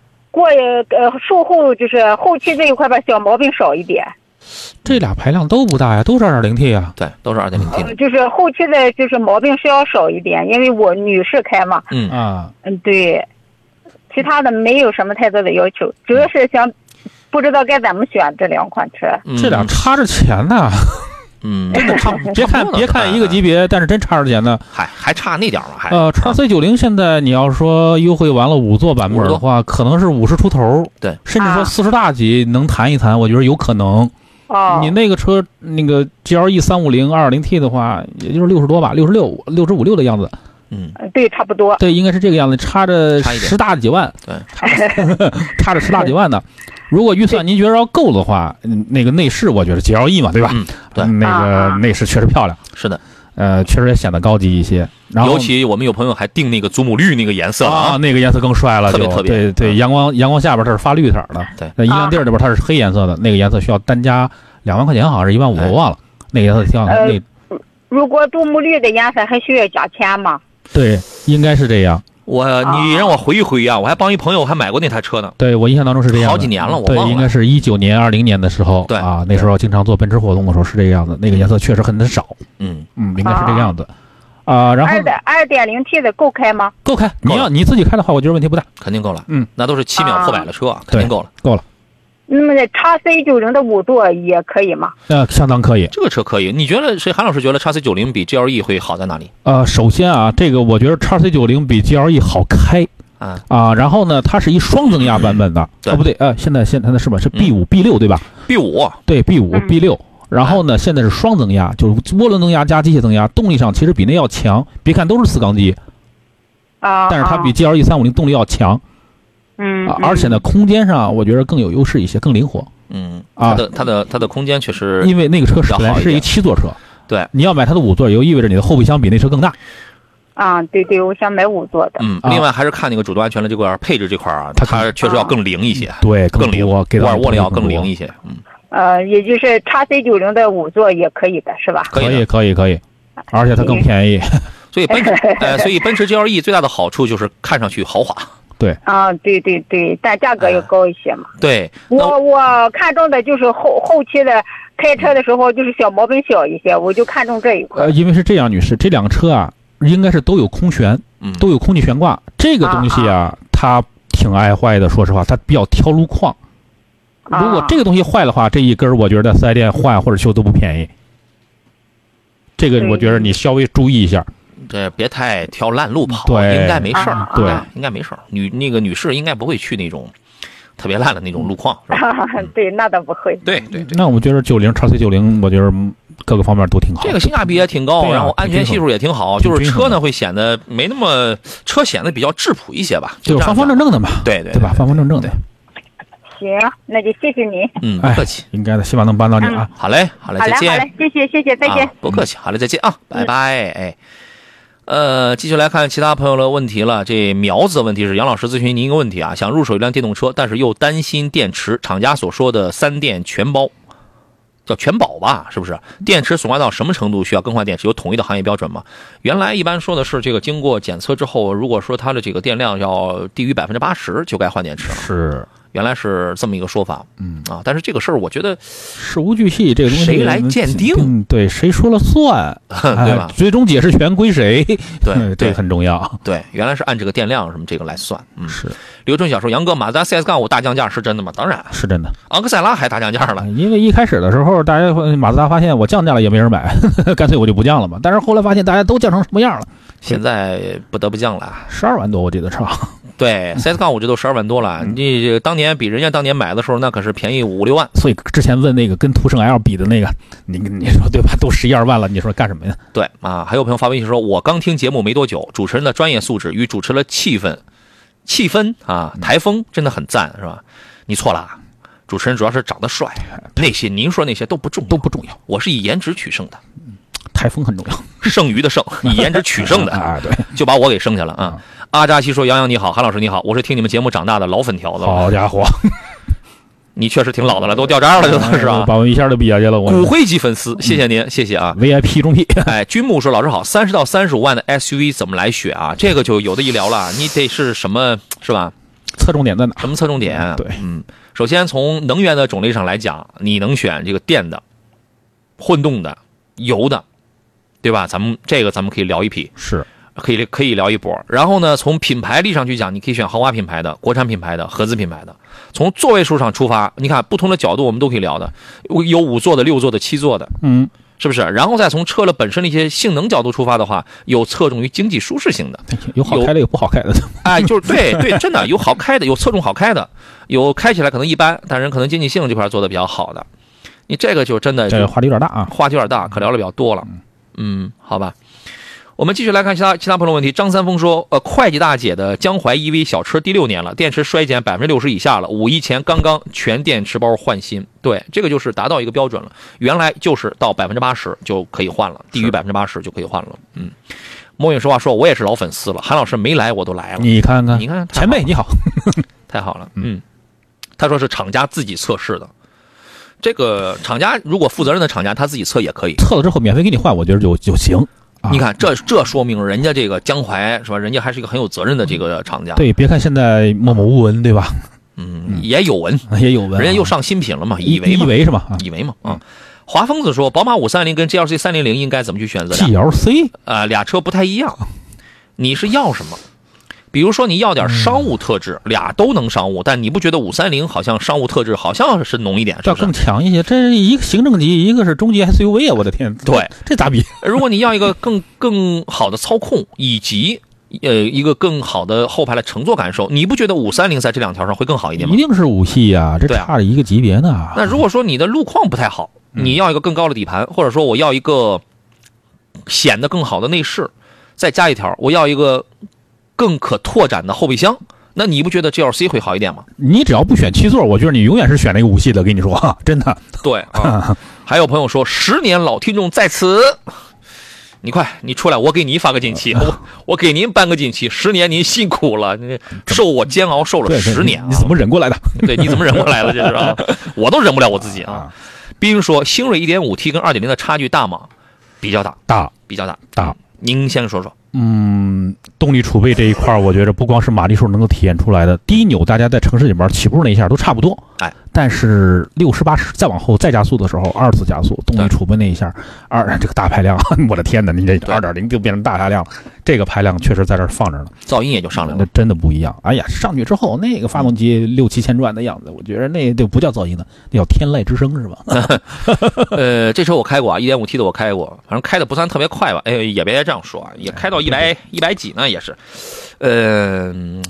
[SPEAKER 10] 后就是后期这一块吧，小毛病少一点。
[SPEAKER 3] 这俩排量都不大呀，都是 2.0T 啊。
[SPEAKER 2] 对，都是 2.0T。
[SPEAKER 10] 就是后期的就是毛病是要少一点，因为我女士开嘛。对，其他的没有什么太多的要求，主要是想不知道该怎么选这两款车。
[SPEAKER 3] 这俩差着钱呢。真的差，别看一个级别，但是真差着钱呢。
[SPEAKER 2] 还差那点嘛，
[SPEAKER 3] XC90 现在你要说优惠完了5座版本的话，可能是50出头，
[SPEAKER 2] 对，
[SPEAKER 3] 甚至说40大几能谈一谈，我觉得有可能。你那个车那个 GLE 350 2.0T 的话，也就是60多吧，65、66的样子。
[SPEAKER 10] 对，差不多。
[SPEAKER 3] 对，应该是这个样子，差着10大几万。
[SPEAKER 2] 对，
[SPEAKER 3] 差着10大几万呢。如果预算您觉得要够的话，那个内饰我觉得 GLE 嘛，对吧？
[SPEAKER 2] 对，
[SPEAKER 3] 那个内饰确实漂亮。
[SPEAKER 2] 是的，
[SPEAKER 3] 确实也显得高级一些。然后
[SPEAKER 2] 尤其我们有朋友还订那个祖母绿那个颜色啊，
[SPEAKER 3] 那个颜色更帅了，
[SPEAKER 2] 特别
[SPEAKER 3] 对，阳光下边它是发绿色的，
[SPEAKER 2] 对，
[SPEAKER 3] 那阴凉地这边它是黑颜色的，那个颜色需要单加2万块钱，好像是1万5，我忘了。那个颜色挺好看。
[SPEAKER 10] 如果祖母绿的颜色还需要加钱吗？
[SPEAKER 3] 对，应该是这样。
[SPEAKER 2] 你让我回忆回忆啊，我还帮一朋友还买过那台车呢。
[SPEAKER 3] 对，我印象当中是这样的，
[SPEAKER 2] 好几年了，我忘了。
[SPEAKER 3] 对，应该是19年、20年的时候。
[SPEAKER 2] 对
[SPEAKER 3] 啊，那时候经常做奔驰活动的时候是这个样子，那个颜色确实很少。应该是这个样子。然后
[SPEAKER 10] 2.0T 的够开吗？
[SPEAKER 3] 够开，你自己开的话，我觉得问题不大，
[SPEAKER 2] 肯定够了。那都是7秒破百的车，肯定够了。
[SPEAKER 3] 够了。
[SPEAKER 10] 那么XC90 的5座也可以吗？
[SPEAKER 3] 相当可以。
[SPEAKER 2] 这个车可以。你觉得韩老师觉得 XC90 比 GLE 会好在哪里？
[SPEAKER 3] 首先啊，这个我觉得 XC90 比 GLE 好开然后呢，它是一双增压版本的。不对，现在是吧？是 B5、B6 对吧
[SPEAKER 2] ？B5
[SPEAKER 3] 对 B5、B6。然后呢，现在是双增压，就是涡轮增压加机械增压，动力上其实比那要强。别看都是4缸机但是它比 GLE 350动力要强。而且呢，空间上我觉得更有优势一些，更灵活。
[SPEAKER 2] 它的空间确实，
[SPEAKER 3] 因为那个车本来是一7座车，
[SPEAKER 2] 对，
[SPEAKER 3] 你要买它的5座，也就意味着你的后备箱比那车更大。
[SPEAKER 10] 对，我想买5座的。
[SPEAKER 2] 另外还是看那个主动安全的这块配置这块啊，它确实要更灵一些。
[SPEAKER 3] 对，
[SPEAKER 2] 更灵，沃尔沃的要更灵一些。
[SPEAKER 10] 也就是 XC90 的5座也可以的是吧？
[SPEAKER 3] 可以，而且它更便宜。
[SPEAKER 2] 所以奔驰 GLE 最大的好处就是看上去豪华。
[SPEAKER 3] 对
[SPEAKER 10] 对，但价格又高一些嘛。
[SPEAKER 2] 对，
[SPEAKER 10] 我看中的就是后期的开车的时候就是小毛病小一些，我就看中这一块。
[SPEAKER 3] 因为是这样，女士，这辆车啊，应该是都有空悬，都有空气悬挂，这个东西它挺爱坏的。说实话，它比较挑路况。如果这个东西坏的话，这一根我觉得4S店换或者修都不便宜。这个我觉得你稍微注意一下。
[SPEAKER 2] 这别太挑烂路跑，
[SPEAKER 3] 对，
[SPEAKER 2] 应该没事儿。
[SPEAKER 3] 对，
[SPEAKER 2] 应该没事儿。女士应该不会去那种特别烂的那种路况，是吧？
[SPEAKER 10] 对，那倒不会。
[SPEAKER 2] 对。
[SPEAKER 3] 那我觉得XC90，我觉得各个方面都挺好。
[SPEAKER 2] 这个性价比也挺高，然后安全系数也挺好，就是车呢会显得没那么车显得比较质朴一些吧，
[SPEAKER 3] 就是方方正正的嘛。
[SPEAKER 2] 对
[SPEAKER 3] 吧？方方正正的。
[SPEAKER 10] 行，那就谢谢你。
[SPEAKER 2] 不客气，
[SPEAKER 3] 应该的，希望能帮到你啊。
[SPEAKER 2] 好嘞，再见。
[SPEAKER 10] 好嘞，谢谢，再见。
[SPEAKER 2] 不客气，好嘞，再见啊，拜拜。继续来看其他朋友的问题了。这苗子的问题是：杨老师咨询您一个问题啊，想入手一辆电动车，但是又担心电池，厂家所说的3电全包，叫全保吧，是不是？电池损坏到什么程度需要更换电池？有统一的行业标准吗？原来一般说的是这个经过检测之后，如果说它的这个电量要低于80%，就该换电池了。
[SPEAKER 3] 是。
[SPEAKER 2] 原来是这么一个说法，但是这个事儿我觉得
[SPEAKER 3] 事无巨细，这个东西
[SPEAKER 2] 谁来鉴定？
[SPEAKER 3] 对，谁说了算，
[SPEAKER 2] 对吧？
[SPEAKER 3] 最终解释权归谁？对，这个很重要。
[SPEAKER 2] 对，原来是按这个电量什么这个来算。
[SPEAKER 3] 是。
[SPEAKER 2] 刘春晓说：“杨哥，马自达 CS-5 大降价是真的吗？”当然
[SPEAKER 3] 是真的。
[SPEAKER 2] 昂克赛拉还大降价了，
[SPEAKER 3] 因为一开始的时候，大家马自达发现我降价了也没人买，干脆我就不降了嘛。但是后来发现大家都降成什么样了，
[SPEAKER 2] 现在不得不降了
[SPEAKER 3] ，12万多我记得是吧？
[SPEAKER 2] 对 CS-5 这都12万多了，你这当年比人家当年买的时候那可是便宜5-6万。
[SPEAKER 3] 所以之前问那个跟途胜 L 比的那个，你说对吧？都11-12万了，你说干什么呀？
[SPEAKER 2] 对啊，还有朋友发微信说，我刚听节目没多久，主持人的专业素质与主持的气氛啊，台风真的很赞，是吧？你错了，主持人主要是长得帅，那些您说那些都不重要，我是以颜值取胜的。
[SPEAKER 3] 台风很重要，
[SPEAKER 2] 剩余的剩，以颜值取胜的
[SPEAKER 3] 啊，对，
[SPEAKER 2] 就把我给剩下了啊。阿扎西说：“杨洋你好，韩老师你好，我是听你们节目长大的老粉条子。”
[SPEAKER 3] 好家伙，
[SPEAKER 2] 你确实挺老的了，都掉渣了，这都是吧？
[SPEAKER 3] 把我一下就比下去了，我
[SPEAKER 2] 骨灰级粉丝，谢谢您，谢谢啊
[SPEAKER 3] ，VIP 中 P。
[SPEAKER 2] 哎，君木说：“老师好，30到35万的 SUV 怎么来选啊？这个就有的一聊了，你得是什么是吧？
[SPEAKER 3] 侧重点在哪？
[SPEAKER 2] 什么侧重点？
[SPEAKER 3] 对，
[SPEAKER 2] 首先从能源的种类上来讲，你能选这个电的、混动的、油的。”对吧？咱们可以聊一批，
[SPEAKER 3] 是
[SPEAKER 2] 可以聊一波。然后呢，从品牌力上去讲，你可以选豪华品牌的、国产品牌的、合资品牌的。从座位数上出发，你看不同的角度我们都可以聊的，有5座的、6座的、7座的，是不是？然后再从车的本身的一些性能角度出发的话，有侧重于经济舒适性的，
[SPEAKER 3] 有好开的，有不好开的。
[SPEAKER 2] 哎，就是对，真的有好开的，有侧重好开的，有开起来可能一般，但人可能经济性这块做的比较好的。你这个就真的
[SPEAKER 3] 这个话题有点大啊，
[SPEAKER 2] 话题有点大，可聊的比较多了。好吧，我们继续来看其他朋友的问题。张三丰说，会计大姐的江淮 EV 小车第6年了，电池衰减60%以下了，5一前刚刚全电池包换新。对，这个就是达到一个标准了，原来就是到80%就可以换了，低于80%就可以换了。莫影实话说，我也是老粉丝了，韩老师没来我都来了。
[SPEAKER 3] 你看看，前辈你好，
[SPEAKER 2] 太好了。他说是厂家自己测试的。这个厂家如果负责任的厂家他自己测也可以，
[SPEAKER 3] 测了之后免费给你换，我觉得就行。
[SPEAKER 2] 你看这说明人家这个江淮是吧？人家还是一个很有责任的这个厂家。
[SPEAKER 3] 对，别看现在默默无闻，对吧？
[SPEAKER 2] 也有闻，人家又上新品了嘛，以为
[SPEAKER 3] 是吧？
[SPEAKER 2] 以为嘛华疯子说，宝马530跟 GLC 300应该怎么去选择
[SPEAKER 3] ？GLC
[SPEAKER 2] 俩车不太一样，你是要什么？比如说你要点商务特质，俩都能商务，但你不觉得530好像商务特质好像是浓一点，是不是？
[SPEAKER 3] 要更强一些，这是一个行政级，一个是中级 SUV 啊！我的天，
[SPEAKER 2] 对，
[SPEAKER 3] 这咋比？
[SPEAKER 2] 如果你要一个更好的操控，以及一个更好的后排的乘坐感受，你不觉得530在这2条上会更好一点吗？
[SPEAKER 3] 一定是5系啊，这差了一个级别呢。
[SPEAKER 2] 那如果说你的路况不太好，你要一个更高的底盘，或者说我要一个显得更好的内饰，再加一条，我要一个更可拓展的后备箱，那你不觉得 GLC 会好一点吗？
[SPEAKER 3] 你只要不选7座，我觉得你永远是选那个5系的，跟你说真的。
[SPEAKER 2] 对啊，还有朋友说10年老听众在此，你出来，我给你发个锦旗，我给您颁个锦旗，10年您辛苦了，受我煎熬受了10年，
[SPEAKER 3] 你怎么忍过来的？
[SPEAKER 2] 对，你怎么忍过来了？这是啊，我都忍不了我自己啊。冰说星锐 1.5T 跟 2.0 的差距大吗？比较大，比较大。您先说说。
[SPEAKER 3] 动力储备这一块，我觉得不光是马力数能够体现出来的，低扭大家在城市里边起步那一下都差不多，但是60、80再往后再加速的时候，2次加速，动力储备那一下，这个大排量，我的天哪，你这 2.0 就变成大排量，这个排量确实在这放着呢，
[SPEAKER 2] 噪音也就上来了，
[SPEAKER 3] 那真的不一样。哎呀，上去之后那个发动机6、7千转的样子，我觉得那就不叫噪音了，那叫天籁之声是吧？
[SPEAKER 2] 这车我开过啊，1.5T 的我开过，反正开的不算特别快吧，也别这样说啊，也开到100几呢也是。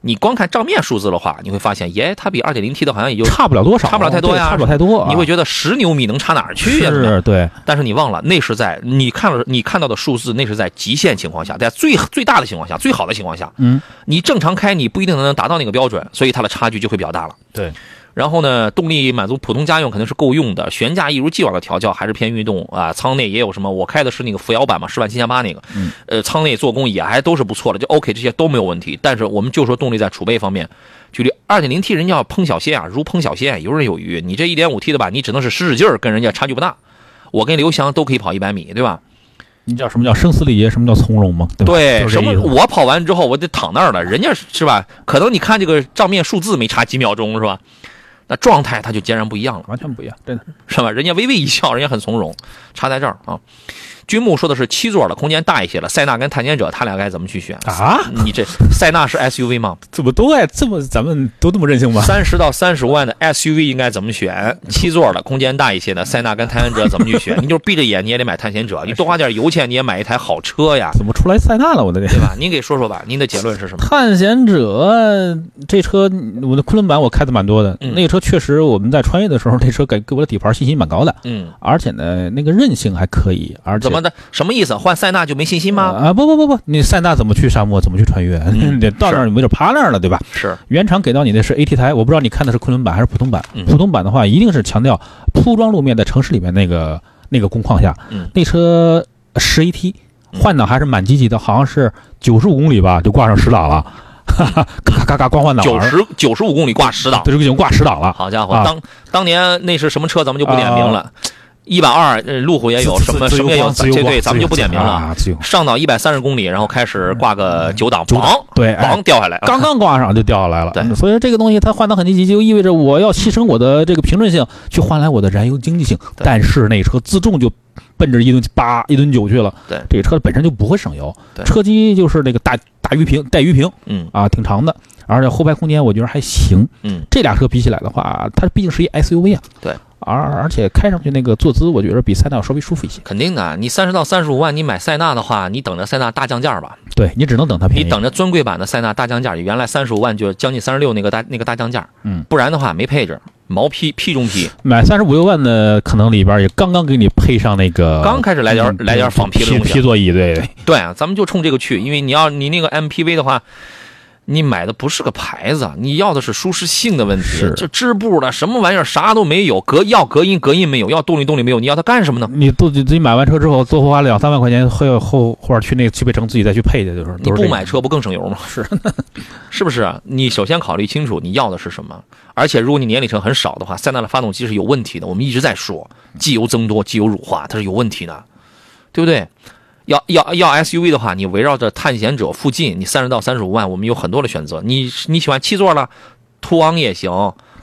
[SPEAKER 2] 你光看账面数字的话，你会发现，它比 2.0T 的好像也就
[SPEAKER 3] 差不了多少，
[SPEAKER 2] 差不了太多呀，
[SPEAKER 3] 差不了太多。
[SPEAKER 2] 你会觉得10牛米能差哪儿去呀？
[SPEAKER 3] 是，对。
[SPEAKER 2] 但是你忘了，那是在你看到的数字，那是在极限情况下，在最大的情况下，最好的情况下，你正常开你不一定能达到那个标准，所以它的差距就会比较大了。
[SPEAKER 3] 对。
[SPEAKER 2] 然后呢，动力满足普通家用肯定是够用的，悬架一如既往的调教还是偏运动啊。舱内也有什么，我开的是那个扶摇版嘛，107800那个，舱内做工也还都是不错的，就 OK， 这些都没有问题。但是我们就说动力在储备方面，举例 2.0T 人家要烹小鲜啊，如烹小鲜，游刃有余。你这 1.5T 的吧，你只能是使劲儿，跟人家差距不大。我跟刘翔都可以跑100米，对吧？
[SPEAKER 3] 你叫什么叫声嘶力竭，什么叫从容吗？
[SPEAKER 2] 对，什么我跑完之后我得躺那儿了，人家是吧？可能你看这个账面数字没差几秒钟是吧？那状态它就截然不一样了，
[SPEAKER 3] 完全不一样，真的
[SPEAKER 2] 是吧？人家微微一笑，人家很从容，差在这儿啊。君木说的是7座的，空间大一些了。塞纳跟探险者，他俩该怎么去选
[SPEAKER 3] 啊？
[SPEAKER 2] 你这塞纳是 SUV 吗？
[SPEAKER 3] 这么多呀，咱们都这么任性吗
[SPEAKER 2] ？30到35万的 SUV 应该怎么选？7座的，空间大一些的塞纳跟探险者怎么去选？你就是闭着眼你也得买探险者，你多花点油钱你也买一台好车呀。
[SPEAKER 3] 怎么出来塞纳了？我的天，
[SPEAKER 2] 对吧？您给说说吧，您的结论是什么？
[SPEAKER 3] 探险者这车，我的昆仑版我开的蛮多的，那个车确实我们在穿越的时候，这车给我的底盘信心蛮高的，而且呢，那个韧性还可以，而且
[SPEAKER 2] 怎么的？什么意思？换塞纳就没信心吗？
[SPEAKER 3] 啊，不，你塞纳怎么去沙漠，怎么去穿越？你得到那儿你没准趴那儿了，对吧？
[SPEAKER 2] 是。
[SPEAKER 3] 原厂给到你的是 AT 台，我不知道你看的是昆仑版还是普通版。普通版的话，一定是强调铺装路面，在城市里面那个工况下，那车10 AT 换挡还是蛮积极的，好像是95公里吧就挂上10档了。咔咔光换挡
[SPEAKER 2] ，95公里挂10档，
[SPEAKER 3] 对，这个已经挂10档了。
[SPEAKER 2] 好家伙，当年那是什么车，咱们就不点名了。120，路虎也有，什么也有，对，咱们就不点名了。上到130公里，然后开始挂个9档，
[SPEAKER 3] 对，
[SPEAKER 2] 掉下来，
[SPEAKER 3] 刚刚挂上就掉下来了。
[SPEAKER 2] 对，
[SPEAKER 3] 所以这个东西它换挡很积极，就意味着我要牺牲我的这个平顺性，去换来我的燃油经济性。但是那车自重就奔着1吨8、1吨9去了。
[SPEAKER 2] 对，
[SPEAKER 3] 这个车本身就不会省油，车机就是那个带鱼屏，挺长的，而且后排空间我觉得还行。这俩车比起来的话，它毕竟是一 SUV 啊。
[SPEAKER 2] 对。
[SPEAKER 3] 而且开上去那个坐姿，我觉得比塞纳要稍微舒服一些。
[SPEAKER 2] 肯定的，你30到35万，你买塞纳的话，你等着塞纳大降价吧。
[SPEAKER 3] 对，你只能等它便宜。
[SPEAKER 2] 你等着尊贵版的塞纳大降价，原来35万就将近36那个大降价。不然的话没配置，毛坯中坯。
[SPEAKER 3] 买35、6万的，可能里边也刚刚给你配上那个，
[SPEAKER 2] 刚开始来点仿皮的东西。
[SPEAKER 3] 皮座椅，对
[SPEAKER 2] 啊，咱们就冲这个去，因为你那个 MPV 的话。你买的不是个牌子，你要的是舒适性的问题。这织布的什么玩意儿啥都没有，隔音没有，要动力没有，你要它干什么呢？
[SPEAKER 3] 你自己买完车之后，多花2、3万块钱，或者去那个汽配城自己再去配去，就是。
[SPEAKER 2] 你不买车不更省油吗？
[SPEAKER 3] 是，
[SPEAKER 2] 是不是？你首先考虑清楚你要的是什么，而且如果你年里程很少的话，塞纳的发动机是有问题的。我们一直在说，机油增多、机油乳化，它是有问题的，对不对？要 SUV 的话，你围绕着探险者附近，你30到35万，我们有很多的选择。你喜欢7座了，途昂也行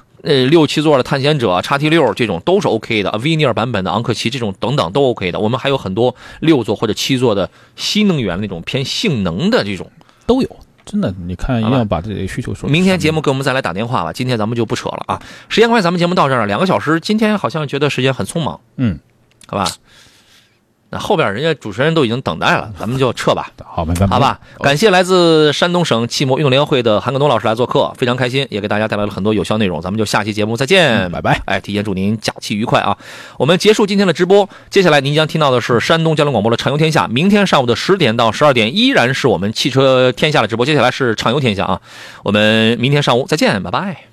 [SPEAKER 2] ，6、7座的探险者、XT6这种都是 OK 的 ，Avenir 版本的昂克旗这种等等都 OK 的。我们还有很多6座或者7座的新能源那种偏性能的这种
[SPEAKER 3] 都有。真的，你看一定要把这个需求说。
[SPEAKER 2] 明天节目给我们再来打电话吧，今天咱们就不扯了啊。时间快，咱们节目到这儿了，2个小时，今天好像觉得时间很匆忙，好吧。那后边人家主持人都已经等待了，咱们就撤吧。
[SPEAKER 3] 好，没办法。
[SPEAKER 2] 好吧，感谢来自山东省汽摩运动联合会的韩克东老师来做客，非常开心，也给大家带来了很多有效内容。咱们就下期节目再见，
[SPEAKER 3] 拜拜。
[SPEAKER 2] 提前祝您假期愉快啊！我们结束今天的直播，接下来您将听到的是山东交通广播的畅游天下。明天上午的10点到12点依然是我们汽车天下的直播，接下来是畅游天下啊！我们明天上午再见，拜拜。